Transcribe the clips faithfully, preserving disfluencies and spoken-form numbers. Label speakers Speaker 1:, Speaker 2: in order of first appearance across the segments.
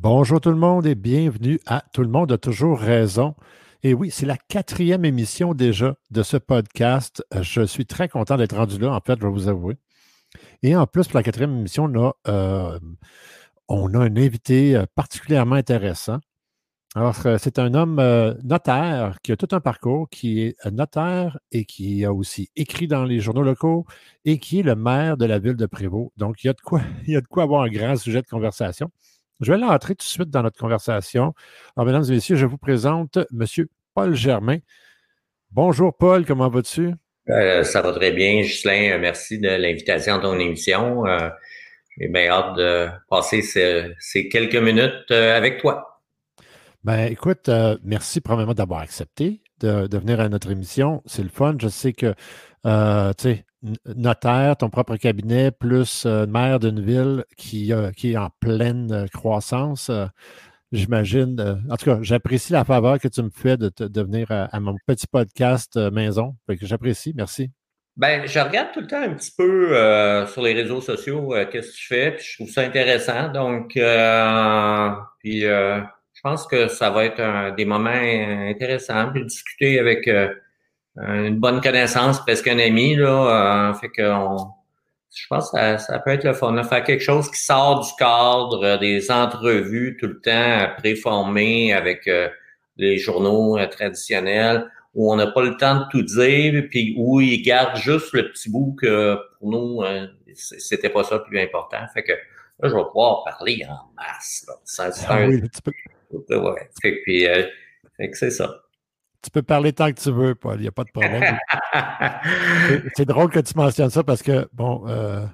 Speaker 1: Bonjour tout le monde et bienvenue à Tout le monde a toujours raison. Et oui, c'est la quatrième émission déjà de ce podcast. Euh, Je suis très content d'être rendu là, en fait, je vais vous avouer. Et en plus, pour la quatrième émission, on a, euh, on a un invité euh, particulièrement intéressant. Alors, euh, c'est un homme euh, notaire qui a tout un parcours, qui est euh, notaire et qui a aussi écrit dans les journaux locaux et qui est le maire de la ville de Prévost. Donc, il y a de quoi, il y a de quoi avoir un grand sujet de conversation. Je vais l'entrer tout de suite dans notre conversation. Alors, mesdames et messieurs, je vous présente M. Paul Germain. Bonjour, Paul, comment vas-tu?
Speaker 2: Euh, ça va très bien, Ghislain. Euh, Merci de l'invitation à ton émission. Euh, j'ai bien hâte de passer ce- ces quelques minutes euh, avec toi.
Speaker 1: Ben, écoute, euh, merci premièrement d'avoir accepté de, de venir à notre émission. C'est le fun. Je sais que, euh, tu sais, n- notaire, ton propre cabinet, plus euh, maire d'une ville qui, euh, qui est en pleine euh, croissance, euh, j'imagine. Euh, en tout cas, j'apprécie la faveur que tu me fais de, te- de venir à, à mon petit podcast euh, maison. Fait que j'apprécie. Merci.
Speaker 2: Ben, je regarde tout le temps un petit peu euh, sur les réseaux sociaux euh, qu'est-ce que tu fais, puis je trouve ça intéressant. Donc, euh, puis euh, je pense que ça va être un- des moments intéressants, puis discuter avec euh, une bonne connaissance, presque un ami là, euh, fait que on, je pense que ça, ça peut être le fun. Là. Faire quelque chose qui sort du cadre euh, des entrevues tout le temps euh, préformées avec euh, les journaux euh, traditionnels où on n'a pas le temps de tout dire, puis où ils gardent juste le petit bout que pour nous, euh, c'était pas ça le plus important. Fait que là, je vais pouvoir parler en masse. Là. Ça, c'est
Speaker 1: Ah
Speaker 2: un.
Speaker 1: oui, tu peux,
Speaker 2: Ouais. Fait que, puis, euh, fait que c'est ça.
Speaker 1: tu peux parler tant que tu veux, Paul. Il n'y a pas de problème. C'est c'est drôle que tu mentionnes ça parce que, bon, euh,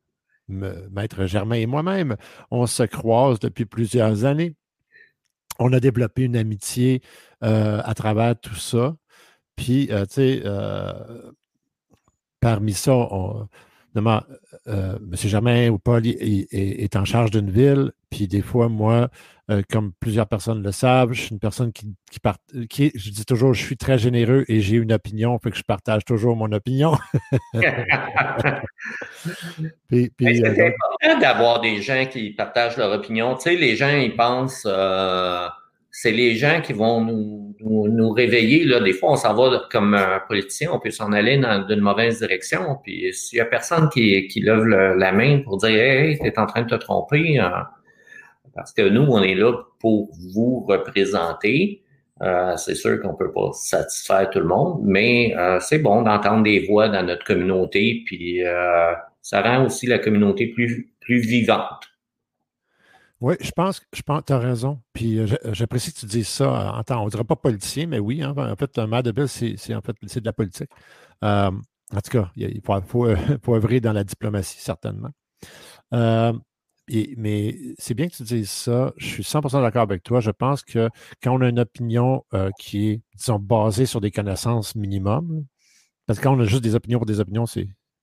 Speaker 1: me- Maître Germain et moi-même, on se croise depuis plusieurs années. On a développé une amitié euh, à travers tout ça. Puis, euh, tu sais, euh, parmi ça, on, évidemment, euh, M. Germain ou Paul il- il- est, est en charge d'une ville. Puis des fois, moi, euh, comme plusieurs personnes le savent, je suis une personne qui, qui, part, qui est- je dis toujours, je suis très généreux et j'ai une opinion, fait que je partage toujours mon opinion. Puis,
Speaker 2: Ben,
Speaker 1: puis, euh,
Speaker 2: c'est
Speaker 1: donc,
Speaker 2: important d'avoir des gens qui partagent leur opinion. Tu sais, les gens, ils pensent, euh, c'est les gens qui vont nous, nous, nous réveiller. Là. Des fois, on s'en va comme un politicien, on peut s'en aller dans une mauvaise direction. Puis s'il y a personne qui, qui lève le- la main pour dire, hey, hey, t'es en train de te tromper, euh, parce que nous, on est là pour vous représenter. Euh, c'est sûr qu'on peut pas satisfaire tout le monde, mais euh, c'est bon d'entendre des voix dans notre communauté, puis euh, ça rend aussi la communauté plus plus vivante.
Speaker 1: oui, je pense, je pense, tu as raison. Puis euh, j'a- j'apprécie que tu dises ça euh, en tant, on dirait pas politicien, mais oui, hein, en fait, un maire de ville, c'est c'est en fait, c'est de la politique. Euh, en tout cas, il y a- il faut, faut, euh, faut œuvrer dans la diplomatie, certainement. Euh, et- mais c'est bien que tu dises ça. Je suis cent pour cent d'accord avec toi. Je pense que quand on a une opinion euh, qui est, disons, basée sur des connaissances minimum, parce que quand on a juste des opinions pour des opinions, c'est,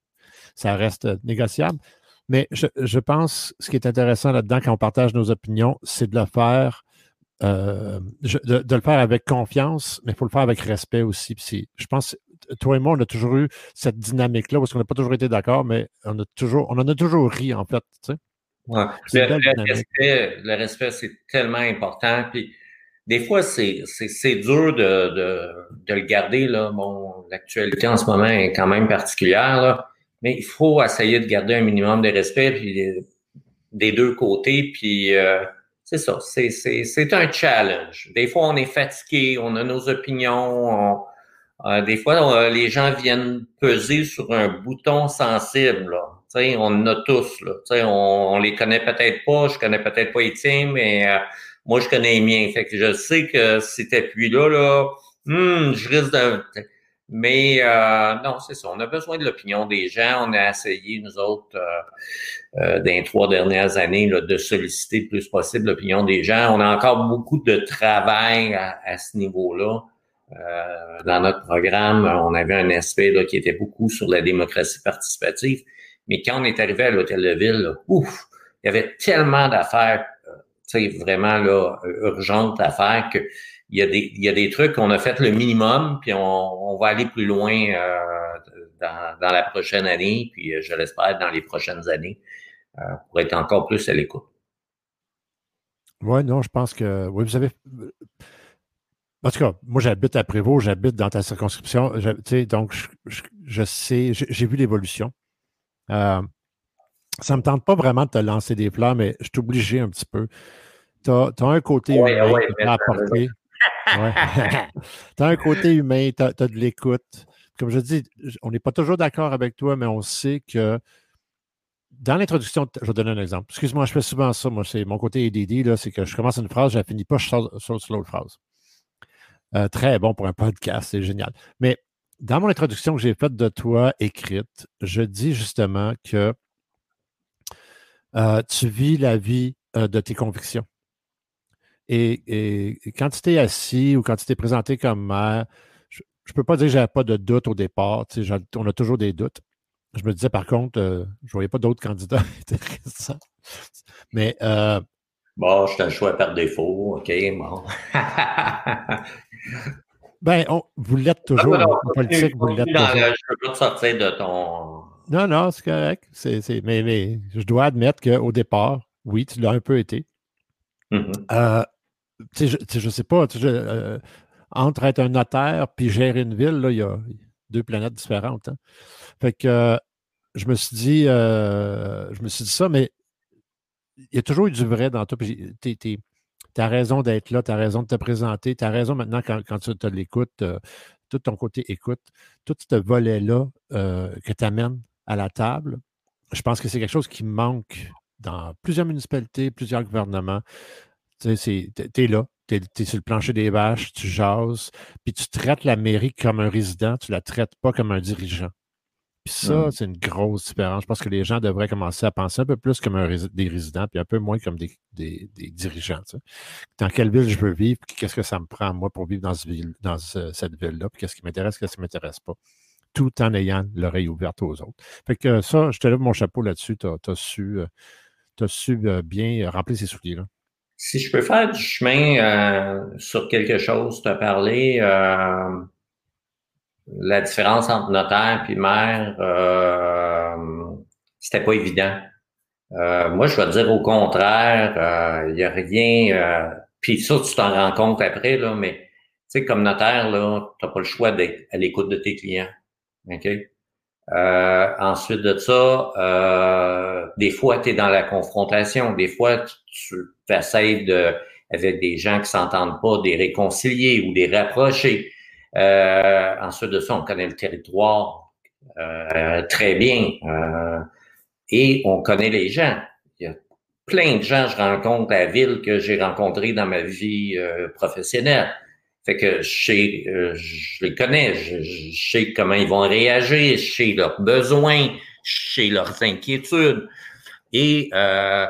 Speaker 1: ça reste euh, négociable. Mais je, je pense ce qui est intéressant là-dedans, quand on partage nos opinions, c'est de le faire, euh, je- de, de le faire avec confiance, mais il faut le faire avec respect aussi. Puis c'est- je pense, toi et moi, on a toujours eu cette dynamique-là, parce qu'on n'a pas toujours été d'accord, mais on a toujours, on en a toujours ri, en fait. Tu sais.
Speaker 2: Ouais.
Speaker 1: C'est une
Speaker 2: Le,
Speaker 1: belle
Speaker 2: le
Speaker 1: dynamique.
Speaker 2: respect, le respect, c'est tellement important. Puis des fois, c'est c'est c'est dur de, de de le garder là. Bon, l'actualité en ce moment est quand même particulière là, mais il faut essayer de garder un minimum de respect puis des, des deux côtés. Puis euh, c'est ça, c'est c'est c'est un challenge. Des fois, on est fatigué, on a nos opinions. Euh, des fois, on- les gens viennent peser sur un bouton sensible, là. Tu sais, on en a tous, là. Tu sais, on, on les connaît peut-être pas, je connais peut-être pas Étienne, mais euh, moi, je connais les miens. Fait que je sais que cet appui-là, là, hmm, je risque de... Mais euh, non, c'est ça. On a besoin de l'opinion des gens. On a essayé, nous autres, euh, euh, dans les trois dernières années, là, de solliciter le plus possible l'opinion des gens. On a encore beaucoup de travail à, à ce niveau-là. Euh, dans notre programme, on avait un aspect là, qui était beaucoup sur la démocratie participative. Mais quand on est arrivé à l'Hôtel de Ville, là, ouf, il y avait tellement d'affaires, euh, tu sais, vraiment là, urgentes à faire que il y a des, il y a des trucs qu'on a fait le minimum, puis on, on va aller plus loin euh, dans, dans la prochaine année, puis euh, je l'espère dans les prochaines années, euh, pour être encore plus à l'écoute.
Speaker 1: Oui, non, je pense que. Oui, vous avez. En tout cas, moi, j'habite à Prévost, j'habite dans ta circonscription. Je, tu sais, donc, je, je, je sais, j'ai j'ai vu l'évolution. Euh, ça ne me tente pas vraiment de te lancer des fleurs, mais je suis obligé un petit peu. Tu as, un côté
Speaker 2: Oui,
Speaker 1: humain
Speaker 2: oui,
Speaker 1: que tu
Speaker 2: mais
Speaker 1: as
Speaker 2: ça,
Speaker 1: apporté. Ouais. Tu as un côté humain, tu as, de l'écoute. Comme je dis, on n'est pas toujours d'accord avec toi, mais on sait que dans l'introduction, je vais donner un exemple. Excuse-moi, je fais souvent ça. Moi, c'est mon côté A D D, là, c'est que je commence une phrase, je ne la finis pas, je sors, sors sur l'autre phrase. Euh, très bon pour un podcast, c'est génial. Mais dans mon introduction que j'ai faite de toi écrite, je dis justement que euh, tu vis la vie euh, de tes convictions. Et, et, et quand tu t'es assis ou quand tu t'es présenté comme maire, je ne peux pas dire que je n'avais pas de doute au départ. Tu sais, on a toujours des doutes. Je me disais, par contre, euh, je ne voyais pas d'autres candidats intéressants. Mais euh,
Speaker 2: bon, je suis un choix par défaut, OK, bon.
Speaker 1: ben, on, vous l'êtes
Speaker 2: Ah, non,
Speaker 1: toujours.
Speaker 2: non,
Speaker 1: En
Speaker 2: continue,
Speaker 1: politique, vous
Speaker 2: continue
Speaker 1: l'êtes
Speaker 2: dans le,
Speaker 1: toujours.
Speaker 2: je veux pas te sortir de ton.
Speaker 1: Non, non, c'est correct. C'est, c'est, mais, mais je dois admettre qu'au départ, oui, tu l'as un peu été.
Speaker 2: Mhm.
Speaker 1: Euh, tu sais, je, tu sais, je sais pas, tu sais, je- euh, entre être un notaire puis gérer une ville, là, il y a deux planètes différentes, hein. Fait que euh, je me suis dit, euh, je me suis dit ça, mais il y a toujours eu du vrai dans toi. Tu as raison d'être là, tu as raison de te présenter, tu as raison maintenant quand, quand tu as l'écoute, euh, tout ton côté écoute, tout ce volet-là euh, que tu amènes à la table. Je pense que c'est quelque chose qui manque dans plusieurs municipalités, plusieurs gouvernements. Tu sais, tu es là, tu es, sur le plancher des vaches, tu jases, puis tu traites la mairie comme un résident, tu la traites pas comme un dirigeant. Puis ça,
Speaker 2: Mhm.
Speaker 1: c'est une grosse différence. Je pense que les gens devraient commencer à penser un peu plus comme un rési- des résidents, puis un peu moins comme des, des- des dirigeants. Tu sais. Dans quelle ville je veux vivre, puis qu'est-ce que ça me prend, moi, pour vivre dans, ce ville, dans ce- cette ville-là, puis qu'est-ce qui m'intéresse, qu'est-ce qui ne m'intéresse pas, tout en ayant l'oreille ouverte aux autres. Fait que ça, je te lève mon chapeau là-dessus. Tu as, su, euh, t'as su euh, bien remplir ces souliers-là.
Speaker 2: Si je peux faire du chemin euh, sur quelque chose, tu as parlé euh, la différence entre notaire puis maire, euh, c'était pas évident. Euh, moi, je vais te dire au contraire, il n'y a rien. Euh, puis ça, tu t'en rends compte après, là, mais tu sais, comme notaire, là, t'as pas le choix d'être à l'écoute de tes clients. OK? Euh, ensuite de ça, euh, des fois, tu es dans la confrontation. Des fois, tu, tu essaies de, avec des gens qui s'entendent pas, de les réconcilier ou de les rapprocher. Euh, ensuite de ça, on connaît le territoire euh, très bien. Euh, et on connaît les gens. Il y a plein de gens que je rencontre à la ville que j'ai rencontrés dans ma vie euh, professionnelle. Fait que je sais, euh, je les connais, je, je sais comment ils vont réagir, je sais leurs besoins, je sais leurs inquiétudes. Et euh,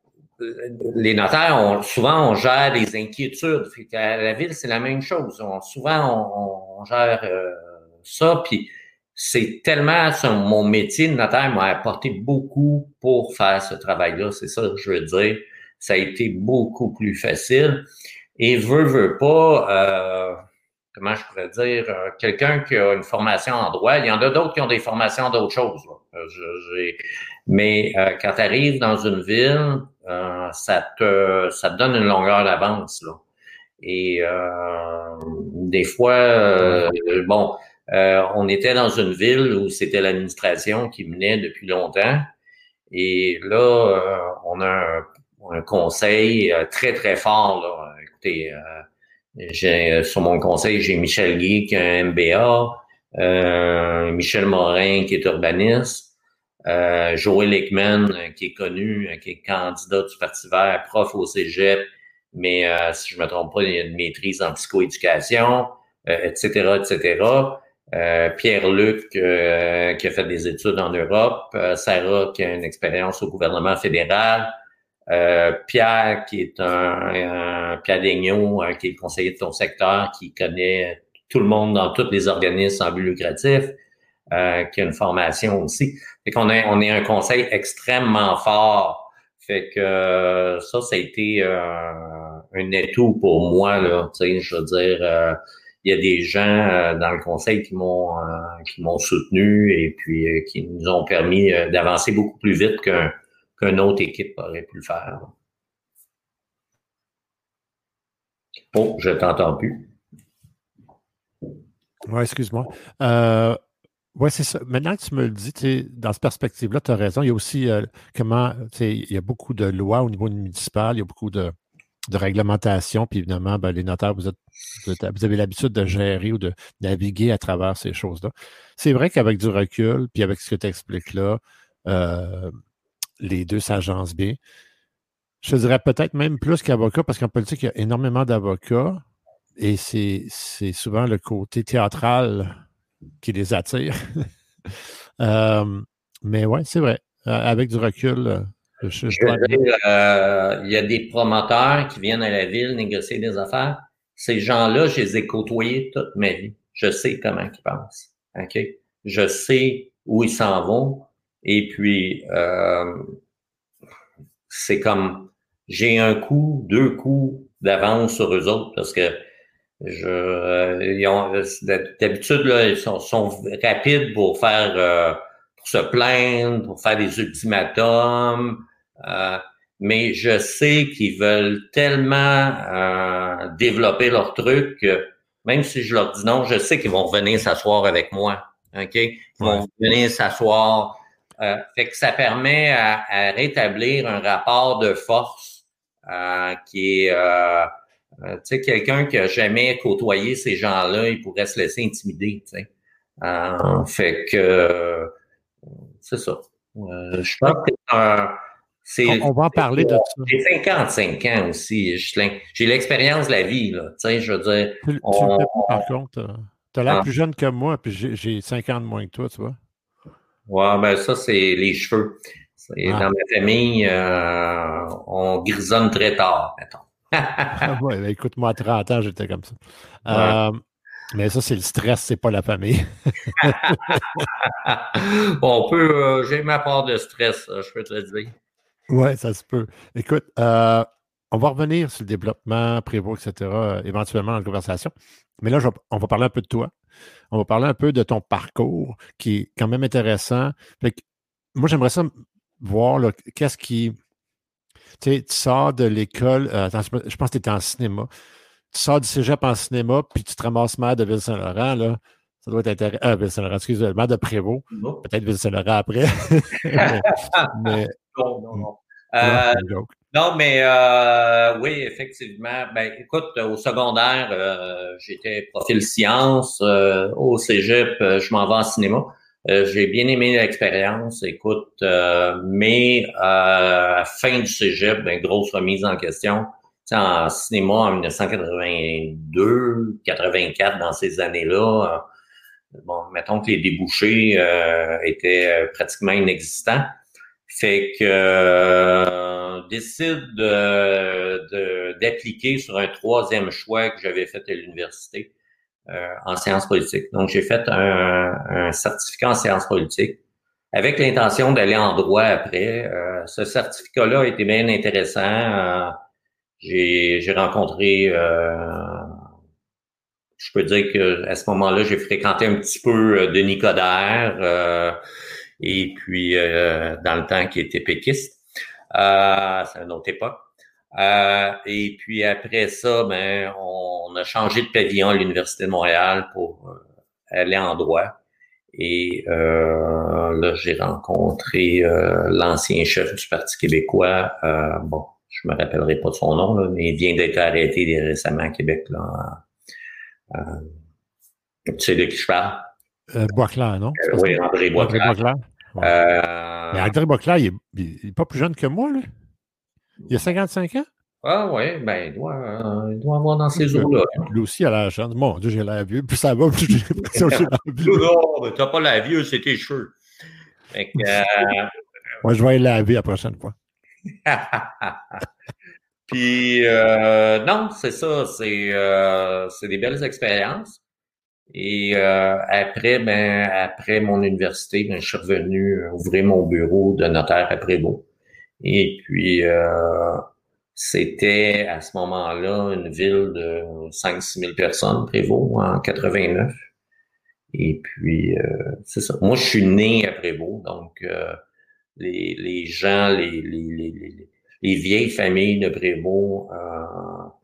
Speaker 2: les notaires, on, souvent, on gère les inquiétudes. Fait qu'à la ville, c'est la même chose. On, souvent, on, on gère euh, ça. Puis c'est tellement ça, mon métier de notaire m'a apporté beaucoup pour faire ce travail-là. C'est ça que je veux dire. Ça a été beaucoup plus facile. Et veut, veut pas, euh, comment je pourrais dire, euh, quelqu'un qui a une formation en droit, il y en a d'autres qui ont des formations d'autres choses. Là. Je, j'ai, mais euh, quand tu arrives dans une ville, euh, ça te ça te donne une longueur d'avance. Là. Et euh, des fois,
Speaker 1: Ouais.
Speaker 2: euh, bon, euh, on était dans une ville où c'était l'administration qui menait depuis longtemps. Et là, euh, on a un, un conseil euh, très, très fort. Là. Écoutez, euh, j'ai, sur mon conseil, j'ai Michel Guy qui a un M B A, euh, Michel Morin qui est urbaniste, euh, Joël Ekman euh, qui est connu, euh, qui est candidat du Parti vert, prof au Cégep, mais euh, si je me trompe pas, il y a une maîtrise en psychoéducation, euh, et cetera, et cetera. Euh, Pierre-Luc euh, qui a fait des études en Europe, euh, Sarah qui a une expérience au gouvernement fédéral, euh, Pierre, qui est un, un Pierre Daigneault, euh, qui est le conseiller de ton secteur, qui connaît tout le monde dans tous les organismes en but lucratif, euh, qui a une formation aussi. Fait qu'on a, on est un conseil extrêmement fort. Fait que euh, ça, ça a été euh, un atout pour moi, là. Tu sais, je veux dire, euh, il y a des gens euh, dans le conseil qui m'ont euh, qui m'ont soutenu et puis euh, qui nous ont permis euh, d'avancer beaucoup plus vite qu'un qu'une autre équipe aurait pu le faire. Oh, je t'entends plus.
Speaker 1: Oui, excuse-moi. Euh, oui, c'est ça. Maintenant que tu me le dis, tu sais, dans cette perspective-là, tu as raison. Il y a aussi euh, comment, tu sais, il y a beaucoup de lois au niveau municipal, il y a beaucoup de, de réglementation, puis évidemment, ben, les notaires, vous êtes, vous êtes- vous avez l'habitude de gérer ou de naviguer à travers ces choses-là. C'est vrai qu'avec du recul, puis avec ce que tu expliques là, euh, les deux s'agencent bien. Je te dirais peut-être même plus qu'avocat, parce qu'en politique, il y a énormément d'avocats et c'est, c'est souvent le côté théâtral qui les attire. Euh, mais ouais, c'est vrai. Euh, avec du recul, euh, je, je
Speaker 2: Je
Speaker 1: dois
Speaker 2: veux
Speaker 1: admettre.
Speaker 2: dire, euh, il y a des promoteurs qui viennent à la ville négocier des affaires. Ces gens-là, je les ai côtoyés toute ma vie. Je sais comment ils pensent. OK? Je sais où ils s'en vont. Et puis, euh, c'est comme j'ai un coup, deux coups d'avance sur eux autres parce que je euh, ils ont d'habitude là, ils sont, sont rapides pour faire euh, pour se plaindre, pour faire des ultimatums. Euh, mais je sais qu'ils veulent tellement euh, développer leur truc que même si je leur dis non, je sais qu'ils vont venir s'asseoir avec moi. OK? Ils
Speaker 1: Ouais.
Speaker 2: vont venir s'asseoir. Euh, fait que ça permet à, à rétablir un rapport de force euh, qui est euh, euh, tu sais, quelqu'un qui a jamais côtoyé ces gens-là, il pourrait se laisser intimider, tu sais. Euh, fait que euh, c'est ça. Euh, je pense
Speaker 1: Ouais,
Speaker 2: que c'est un-
Speaker 1: on,
Speaker 2: c'est
Speaker 1: on va en parler de ça.
Speaker 2: j'ai cinquante-cinq ans aussi, Ghislain. J'ai l'expérience de la vie, là. Tu sais, je veux dire,
Speaker 1: Tu, tu le
Speaker 2: on,
Speaker 1: fais pas, par contre. Tu as l'air
Speaker 2: on-
Speaker 1: plus jeune que moi, puis j'ai j'ai cinq ans de moins que toi, tu vois.
Speaker 2: ouais, ben ça, c'est les cheveux. C'est, dans
Speaker 1: Ah,
Speaker 2: ma famille, euh, on grisonne très tard, mettons.
Speaker 1: ouais, ben, écoute, moi, à trente ans, j'étais comme ça.
Speaker 2: Ouais.
Speaker 1: Euh, mais ça, c'est le stress, c'est pas la famille.
Speaker 2: On peut, euh, j'ai ma part de stress, euh, je peux te le dire.
Speaker 1: Ouais, ça se peut. Écoute, euh, on va revenir sur le développement, Prévost, et cetera, euh, éventuellement dans la conversation. Mais là, je vais- on va parler un peu de toi. On va parler un peu de ton parcours, qui est quand même intéressant. Fait que, moi, j'aimerais ça voir là, qu'est-ce qui. Tu sais, tu sors de l'école, euh, attends, je je pense que tu étais en cinéma. Tu sors du cégep en cinéma, puis tu te ramasses maire de Ville-Saint-Laurent, là. Ça doit être intéressant. Ah, Ville-Saint-Laurent, excuse-moi, maire de Prévost.
Speaker 2: Non,
Speaker 1: Peut-être Ville-Saint-Laurent après. mais, mais
Speaker 2: non, non. non.
Speaker 1: non,
Speaker 2: Euh,
Speaker 1: c'est une joke.
Speaker 2: non, mais euh, oui, effectivement. Ben, écoute, au secondaire, euh, j'étais profil sciences. Euh, au cégep, euh, je m'en vais en cinéma. Euh, j'ai bien aimé l'expérience. Écoute, euh, mais euh, à la fin du cégep, ben, grosse remise en question. Tu sais, en cinéma, en dix-neuf cent quatre-vingt-deux, quatre-vingt-quatre, dans ces années-là, euh, bon, mettons que les débouchés euh, étaient euh, pratiquement inexistants. Fait que euh, décide de, de- d'appliquer sur un troisième choix que j'avais fait à l'université euh, en sciences politiques. Donc, j'ai fait un, un certificat en sciences politiques avec l'intention d'aller en droit après. Euh, ce certificat-là a été bien intéressant. Euh, j'ai, j'ai rencontré, euh, je peux dire que à ce moment-là, j'ai fréquenté un petit peu euh, Denis Coderre, euh, et puis euh, dans le temps qui était péquiste. Euh, c'est une autre époque. Euh, et puis après ça, ben, on a changé de pavillon à l'Université de Montréal pour euh, aller en droit. Et euh, là, j'ai rencontré euh, l'ancien chef du Parti québécois. Euh, bon, je me rappellerai pas de son nom, là, mais il vient d'être arrêté récemment à Québec. Là. Euh, tu sais de qui je parle?
Speaker 1: Euh, Boisclair, non? C'est
Speaker 2: Euh,
Speaker 1: pas ça?
Speaker 2: oui, André
Speaker 1: André
Speaker 2: Boisclair.
Speaker 1: Boisclair? Ouais. Mais
Speaker 2: Euh,
Speaker 1: André Boisclair, il est, il est pas plus jeune que moi, lui. Il a cinquante-cinq ans?
Speaker 2: ah ouais, ben il doit, euh, il doit avoir dans ces
Speaker 1: Ok.
Speaker 2: eaux-là.
Speaker 1: Lui aussi, il a l'air jeune. Mon Dieu, j'ai l'air vieux. Plus ça va, plus j'ai l'impression que j'ai l'air
Speaker 2: Non,
Speaker 1: vieux.
Speaker 2: non, mais t'as pas la vieux, c'est tes cheveux. Fait que,
Speaker 1: Moi, je vais aller laver la prochaine fois.
Speaker 2: euh, Puis euh, non, c'est ça, c'est euh, c'est des belles expériences. Et euh, après, ben après mon université, ben, je suis revenu ouvrir mon bureau de notaire à Prévost. Et puis euh, c'était à ce moment-là une ville de cinq six mille personnes, Prévost, en quatre-vingt-neuf. Et puis euh, c'est ça. Moi, je suis né à Prévost, donc euh, les, les gens, les, les, les, les, les vieilles familles de Prévost, euh,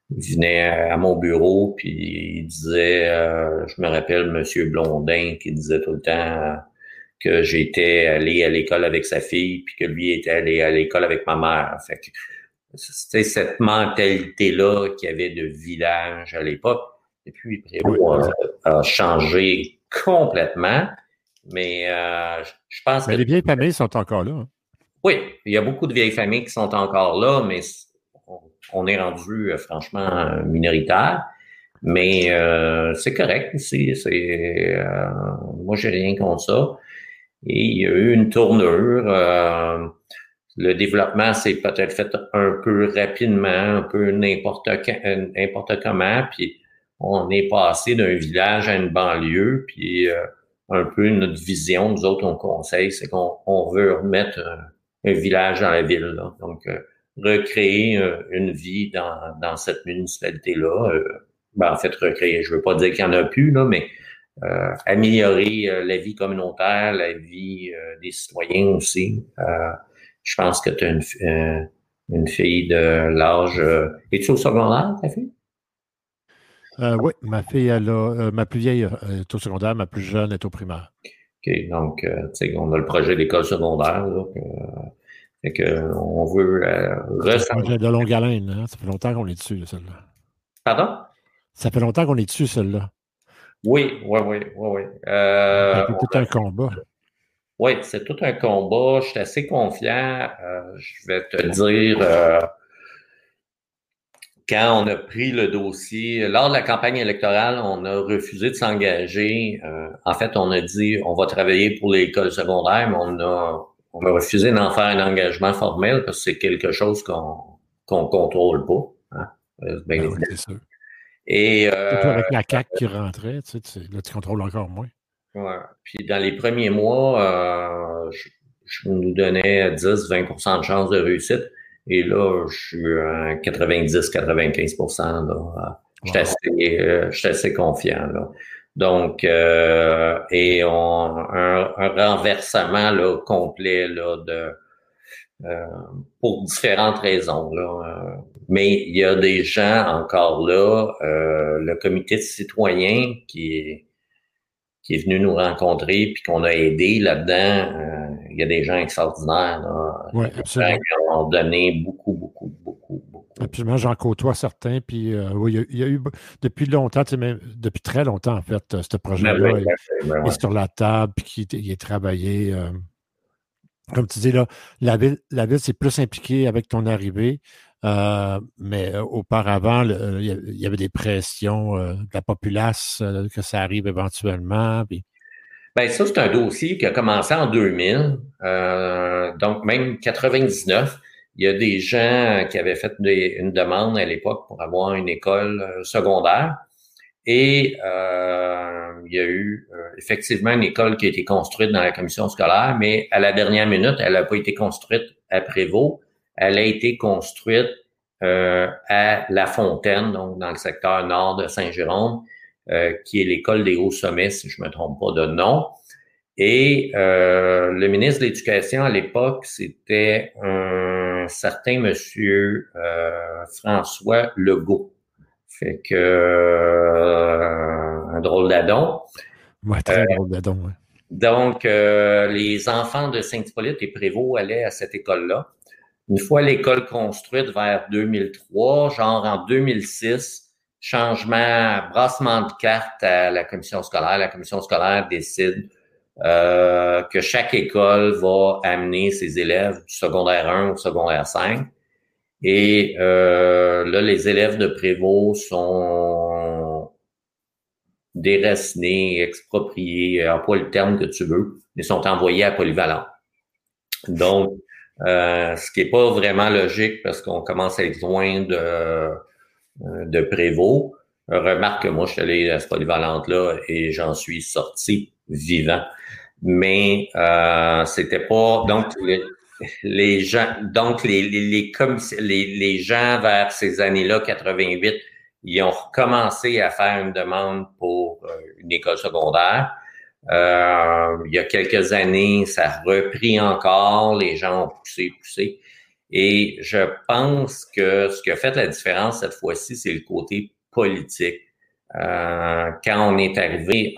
Speaker 2: il venait à mon bureau, puis il disait, euh, je me rappelle Monsieur Blondin qui disait tout le temps euh, que j'étais allé à l'école avec sa fille, puis que lui était allé à l'école avec ma mère. Fait que c'était cette mentalité-là qu'il y avait de village à l'époque. Et puis Prévost
Speaker 1: Oui,
Speaker 2: a, a changé complètement, mais euh, je pense
Speaker 1: mais
Speaker 2: que
Speaker 1: les vieilles familles sont encore là. Hein.
Speaker 2: oui, il y a beaucoup de vieilles familles qui sont encore là, mais on, on est rendu euh, franchement minoritaire. Mais euh, c'est correct aussi. C'est euh, moi j'ai rien contre ça. Et il y a eu une tournure. Euh, le développement s'est peut-être fait un peu rapidement, un peu n'importe n'importe comment. Puis on est passé d'un village à une banlieue. Puis euh, un peu notre vision, nous autres, on conseille, c'est qu'on on veut remettre un, un village dans la ville. Là. Donc euh, recréer euh, une vie dans, dans cette municipalité-là. Euh, ben, en fait, recréer, je veux pas dire qu'il y en a plus, là, mais euh, améliorer euh, la vie communautaire, la vie euh, des citoyens aussi. Euh, je pense que tu as une, euh, une fille de l'âge... Euh, es-tu au secondaire, ta fille?
Speaker 1: Euh, oui, ma fille, elle a, euh, ma plus vieille euh, est au secondaire, ma plus jeune est au primaire.
Speaker 2: OK, donc, euh, tu sais, on a le projet d'école secondaire, là, que, fait que on veut euh,
Speaker 1: C'est un
Speaker 2: ressembler.
Speaker 1: projet de longue haleine. Hein? Ça fait longtemps qu'on est dessus, là, celle-là.
Speaker 2: Pardon?
Speaker 1: Ça fait longtemps qu'on est dessus, celle-là.
Speaker 2: Oui, oui, oui, oui, oui.
Speaker 1: Ça a
Speaker 2: Euh,
Speaker 1: été tout un combat.
Speaker 2: oui, c'est tout un combat. Je suis assez confiant. Euh, je vais te dire... Euh, quand on a pris le dossier, lors de la campagne électorale, on a refusé de s'engager. Euh, en fait, on a dit on va travailler pour l'école secondaire, mais on a, on a refusé d'en faire un engagement formel parce que c'est quelque chose qu'on qu'on contrôle pas. Hein, euh, bien
Speaker 1: Ben oui,
Speaker 2: évidemment.
Speaker 1: c'est sûr.
Speaker 2: Et
Speaker 1: Surtout
Speaker 2: euh,
Speaker 1: avec la C A Q qui rentrait, tu sais, tu- là, tu contrôles encore moins.
Speaker 2: ouais. Puis dans les premiers mois, euh, je, je nous donnais dix vingt pour cent de chance de réussite. Et là, je suis à quatre-vingt-dix quatre-vingt-quinze pour cent. Là. Je suis
Speaker 1: Wow.
Speaker 2: assez, euh, je suis assez confiant. Là. Donc, euh, et on, un, un renversement là, complet là, de euh, pour différentes raisons. Là. Euh, Mais il y a des gens encore là, euh, le comité de citoyens qui est qui est venu nous rencontrer puis qu'on a aidé là-dedans. Euh, il y a des gens extraordinaires. Là. Il
Speaker 1: Oui,
Speaker 2: y a des gens
Speaker 1: absolument.
Speaker 2: qui ont donné beaucoup, beaucoup, beaucoup, beaucoup.
Speaker 1: Absolument, j'en côtoie certains. Puis, euh, oui, il y, a, il y a eu depuis longtemps, tu sais, même, depuis très longtemps, en fait, euh, ce
Speaker 2: Ben oui,
Speaker 1: projet-là est,
Speaker 2: ben, ben
Speaker 1: est
Speaker 2: ouais.
Speaker 1: sur la table, puis qui il est travaillé. Euh, comme tu dis, là, la ville, la ville s'est plus impliquée avec ton arrivée. Euh, mais euh, auparavant, le- il y a- il y avait des pressions euh, de la populace euh, que ça arrive éventuellement. Puis,
Speaker 2: Ben ça, c'est un dossier qui a commencé en deux mille, euh, donc même quatre-vingt-dix-neuf. Il y a des gens qui avaient fait des- une demande à l'époque pour avoir une école euh, secondaire. Et euh, il y a eu euh, effectivement une école qui a été construite dans la commission scolaire, mais à la dernière minute, elle n'a pas été construite à Prévost. Elle a été construite euh, à La Fontaine, donc dans le secteur nord de Saint-Jérôme, euh, qui est l'école des Hauts-Sommets, si je me trompe pas de nom. Et euh, le ministre de l'Éducation à l'époque, c'était un certain monsieur euh, François Legault. Fait que euh, un drôle d'adon.
Speaker 1: ouais,
Speaker 2: Euh,
Speaker 1: très drôle d'adon. Ouais.
Speaker 2: donc, euh, les enfants de Saint-Hippolyte et Prévost allaient à cette école-là. Une fois l'école construite vers deux mille trois, genre en deux mille six, changement, brassement de cartes à la commission scolaire. La commission scolaire décide euh, que chaque école va amener ses élèves du secondaire un au secondaire cinq. Et euh, là, les élèves de Prévost sont déracinés, expropriés, emploie le terme que tu veux, ils sont envoyés à Polyvalent. Donc, euh, ce qui est pas vraiment logique parce qu'on commence à être loin de, de Prévost. Remarque que moi, je suis allé à cette polyvalente-là et j'en suis sorti vivant. Mais euh, c'était pas... Donc, les, les gens, donc les, les, les, commiss- les, les gens vers ces années-là, quatre-vingt-huit, ils ont recommencé à faire une demande pour euh, une école secondaire. Euh, il y a quelques années, ça a repris encore, les gens ont poussé, poussé. Et je pense que ce qui a fait la différence cette fois-ci, c'est le côté politique. Euh, quand on est arrivé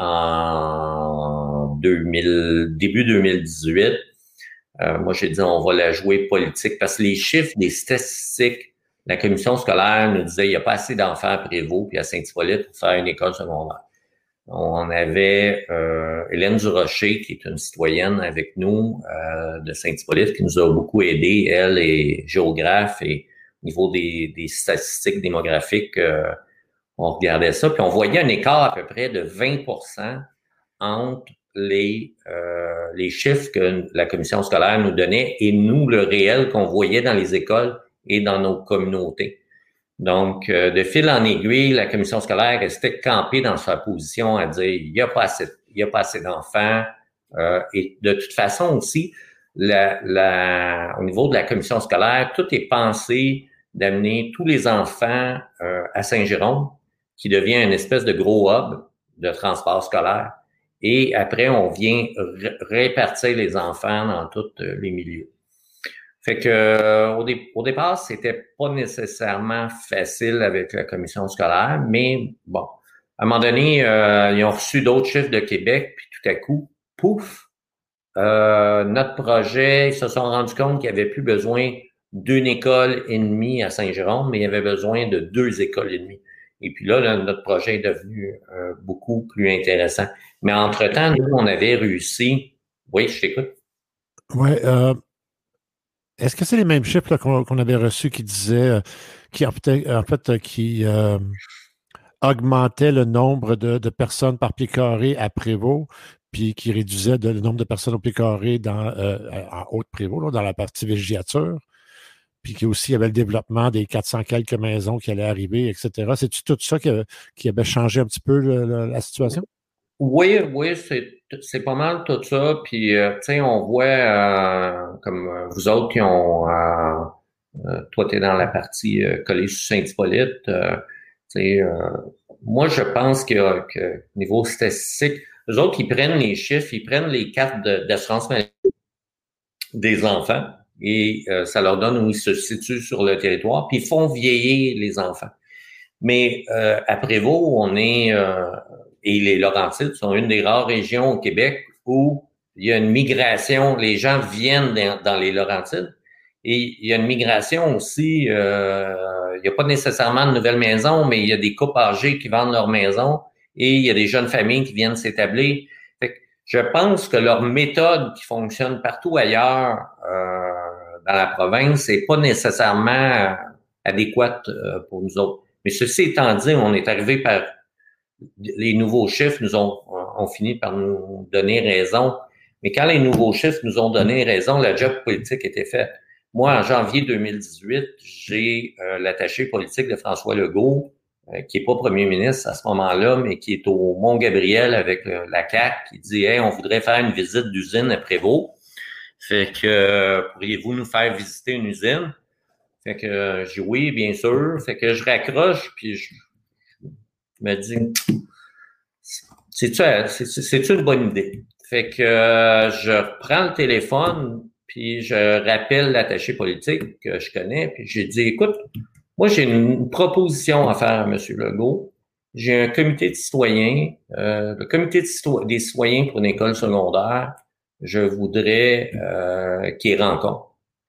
Speaker 2: en deux mille, début deux mille dix-huit, euh, moi j'ai dit on va la jouer politique parce que les chiffres des statistiques, la commission scolaire nous disait il n'y a pas assez d'enfants à Prévost puis à Saint-Hippolyte pour faire une école secondaire. On avait euh, Hélène Durocher, qui est une citoyenne avec nous euh, de Saint-Hippolyte, qui nous a beaucoup aidé. Elle est géographe et au niveau des, des statistiques démographiques, euh, on regardait ça, puis on voyait un écart à peu près de vingt pour cent entre les, euh, les chiffres que la commission scolaire nous donnait et nous, le réel qu'on voyait dans les écoles et dans nos communautés. Donc, euh, de fil en aiguille, la commission scolaire restait campée dans sa position à dire il n'y a pas assez, il y a pas assez d'enfants. Euh, et de toute façon aussi, la, la, au niveau de la commission scolaire, tout est pensé d'amener tous les enfants euh, à Saint-Jérôme, qui devient une espèce de gros hub de transport scolaire. Et après, on vient r- répartir les enfants dans tous les milieux. Fait que euh, au, dé- au départ, c'était pas nécessairement facile avec la commission scolaire, mais bon, à un moment donné, euh, ils ont reçu d'autres chiffres de Québec, puis tout à coup, pouf, euh, notre projet, ils se sont rendus compte qu'il n'y avait plus besoin d'une école et demie à Saint-Jérôme, mais il y avait besoin de deux écoles et demie. Et puis là, là notre projet est devenu euh, beaucoup plus intéressant. Mais entre-temps, nous, on avait réussi. Oui, je t'écoute.
Speaker 1: Oui. Euh, est-ce que c'est les mêmes chiffres là, qu'on, qu'on avait reçus qui disaient, euh, qui en fait, en fait euh, qui euh, augmentaient le nombre de, de personnes par pied carré à Prévost, puis qui réduisaient de- le nombre de personnes au pied carré dans, euh, en Haute-Prévost, là, dans la partie villégiature, puis qui aussi il y avait le développement des quatre cents quelques maisons qui allaient arriver, et cetera. C'est-tu tout ça qui, a- qui avait changé un petit peu le- le- la situation?
Speaker 2: Oui, oui, c'est c'est pas mal tout ça. Puis, euh, tu sais, on voit euh, comme euh, vous autres qui ont, euh, euh, toi, t'es dans la partie euh, collège Saint-Hippolyte. Euh, tu sais, euh, moi, je pense que, que niveau statistique, les autres, ils prennent les chiffres, ils prennent les cartes de- d'assurance maladie des enfants et euh, ça leur donne où ils se situent sur le territoire, puis ils font vieillir les enfants. Mais euh, à Prévost, on est euh, et les Laurentides sont une des rares régions au Québec où il y a une migration, les gens viennent dans, dans les Laurentides et il y a une migration aussi, euh, il n'y a pas nécessairement de nouvelles maisons, mais il y a des couples âgés qui vendent leur maison et il y a des jeunes familles qui viennent s'établir. Fait que je pense que leur méthode qui fonctionne partout ailleurs euh, dans la province n'est pas nécessairement adéquate euh, pour nous autres. Mais ceci étant dit, on est arrivé par les nouveaux chiffres nous ont, ont fini par nous donner raison. Mais quand les nouveaux chiffres nous ont donné raison, la job politique était faite. Moi, en janvier deux mille dix-huit, j'ai euh, l'attaché politique de François Legault, euh, qui est pas premier ministre à ce moment-là, mais qui est au Mont-Gabriel avec euh, la C A Q, qui dit « Hey, on voudrait faire une visite d'usine à Prévost. Fait que euh, pourriez-vous nous faire visiter une usine? » Fait que euh, je dis oui, bien sûr. Fait que je raccroche, puis je, je me dis, c'est-tu, c'est, c'est-tu une bonne idée? Fait que euh, je reprends le téléphone, puis je rappelle l'attaché politique que je connais, puis j'ai dit, écoute, moi j'ai une proposition à faire à M. Legault. J'ai un comité de citoyens, euh, le comité de cito- des citoyens pour une école secondaire, je voudrais euh, qu'il rencontre.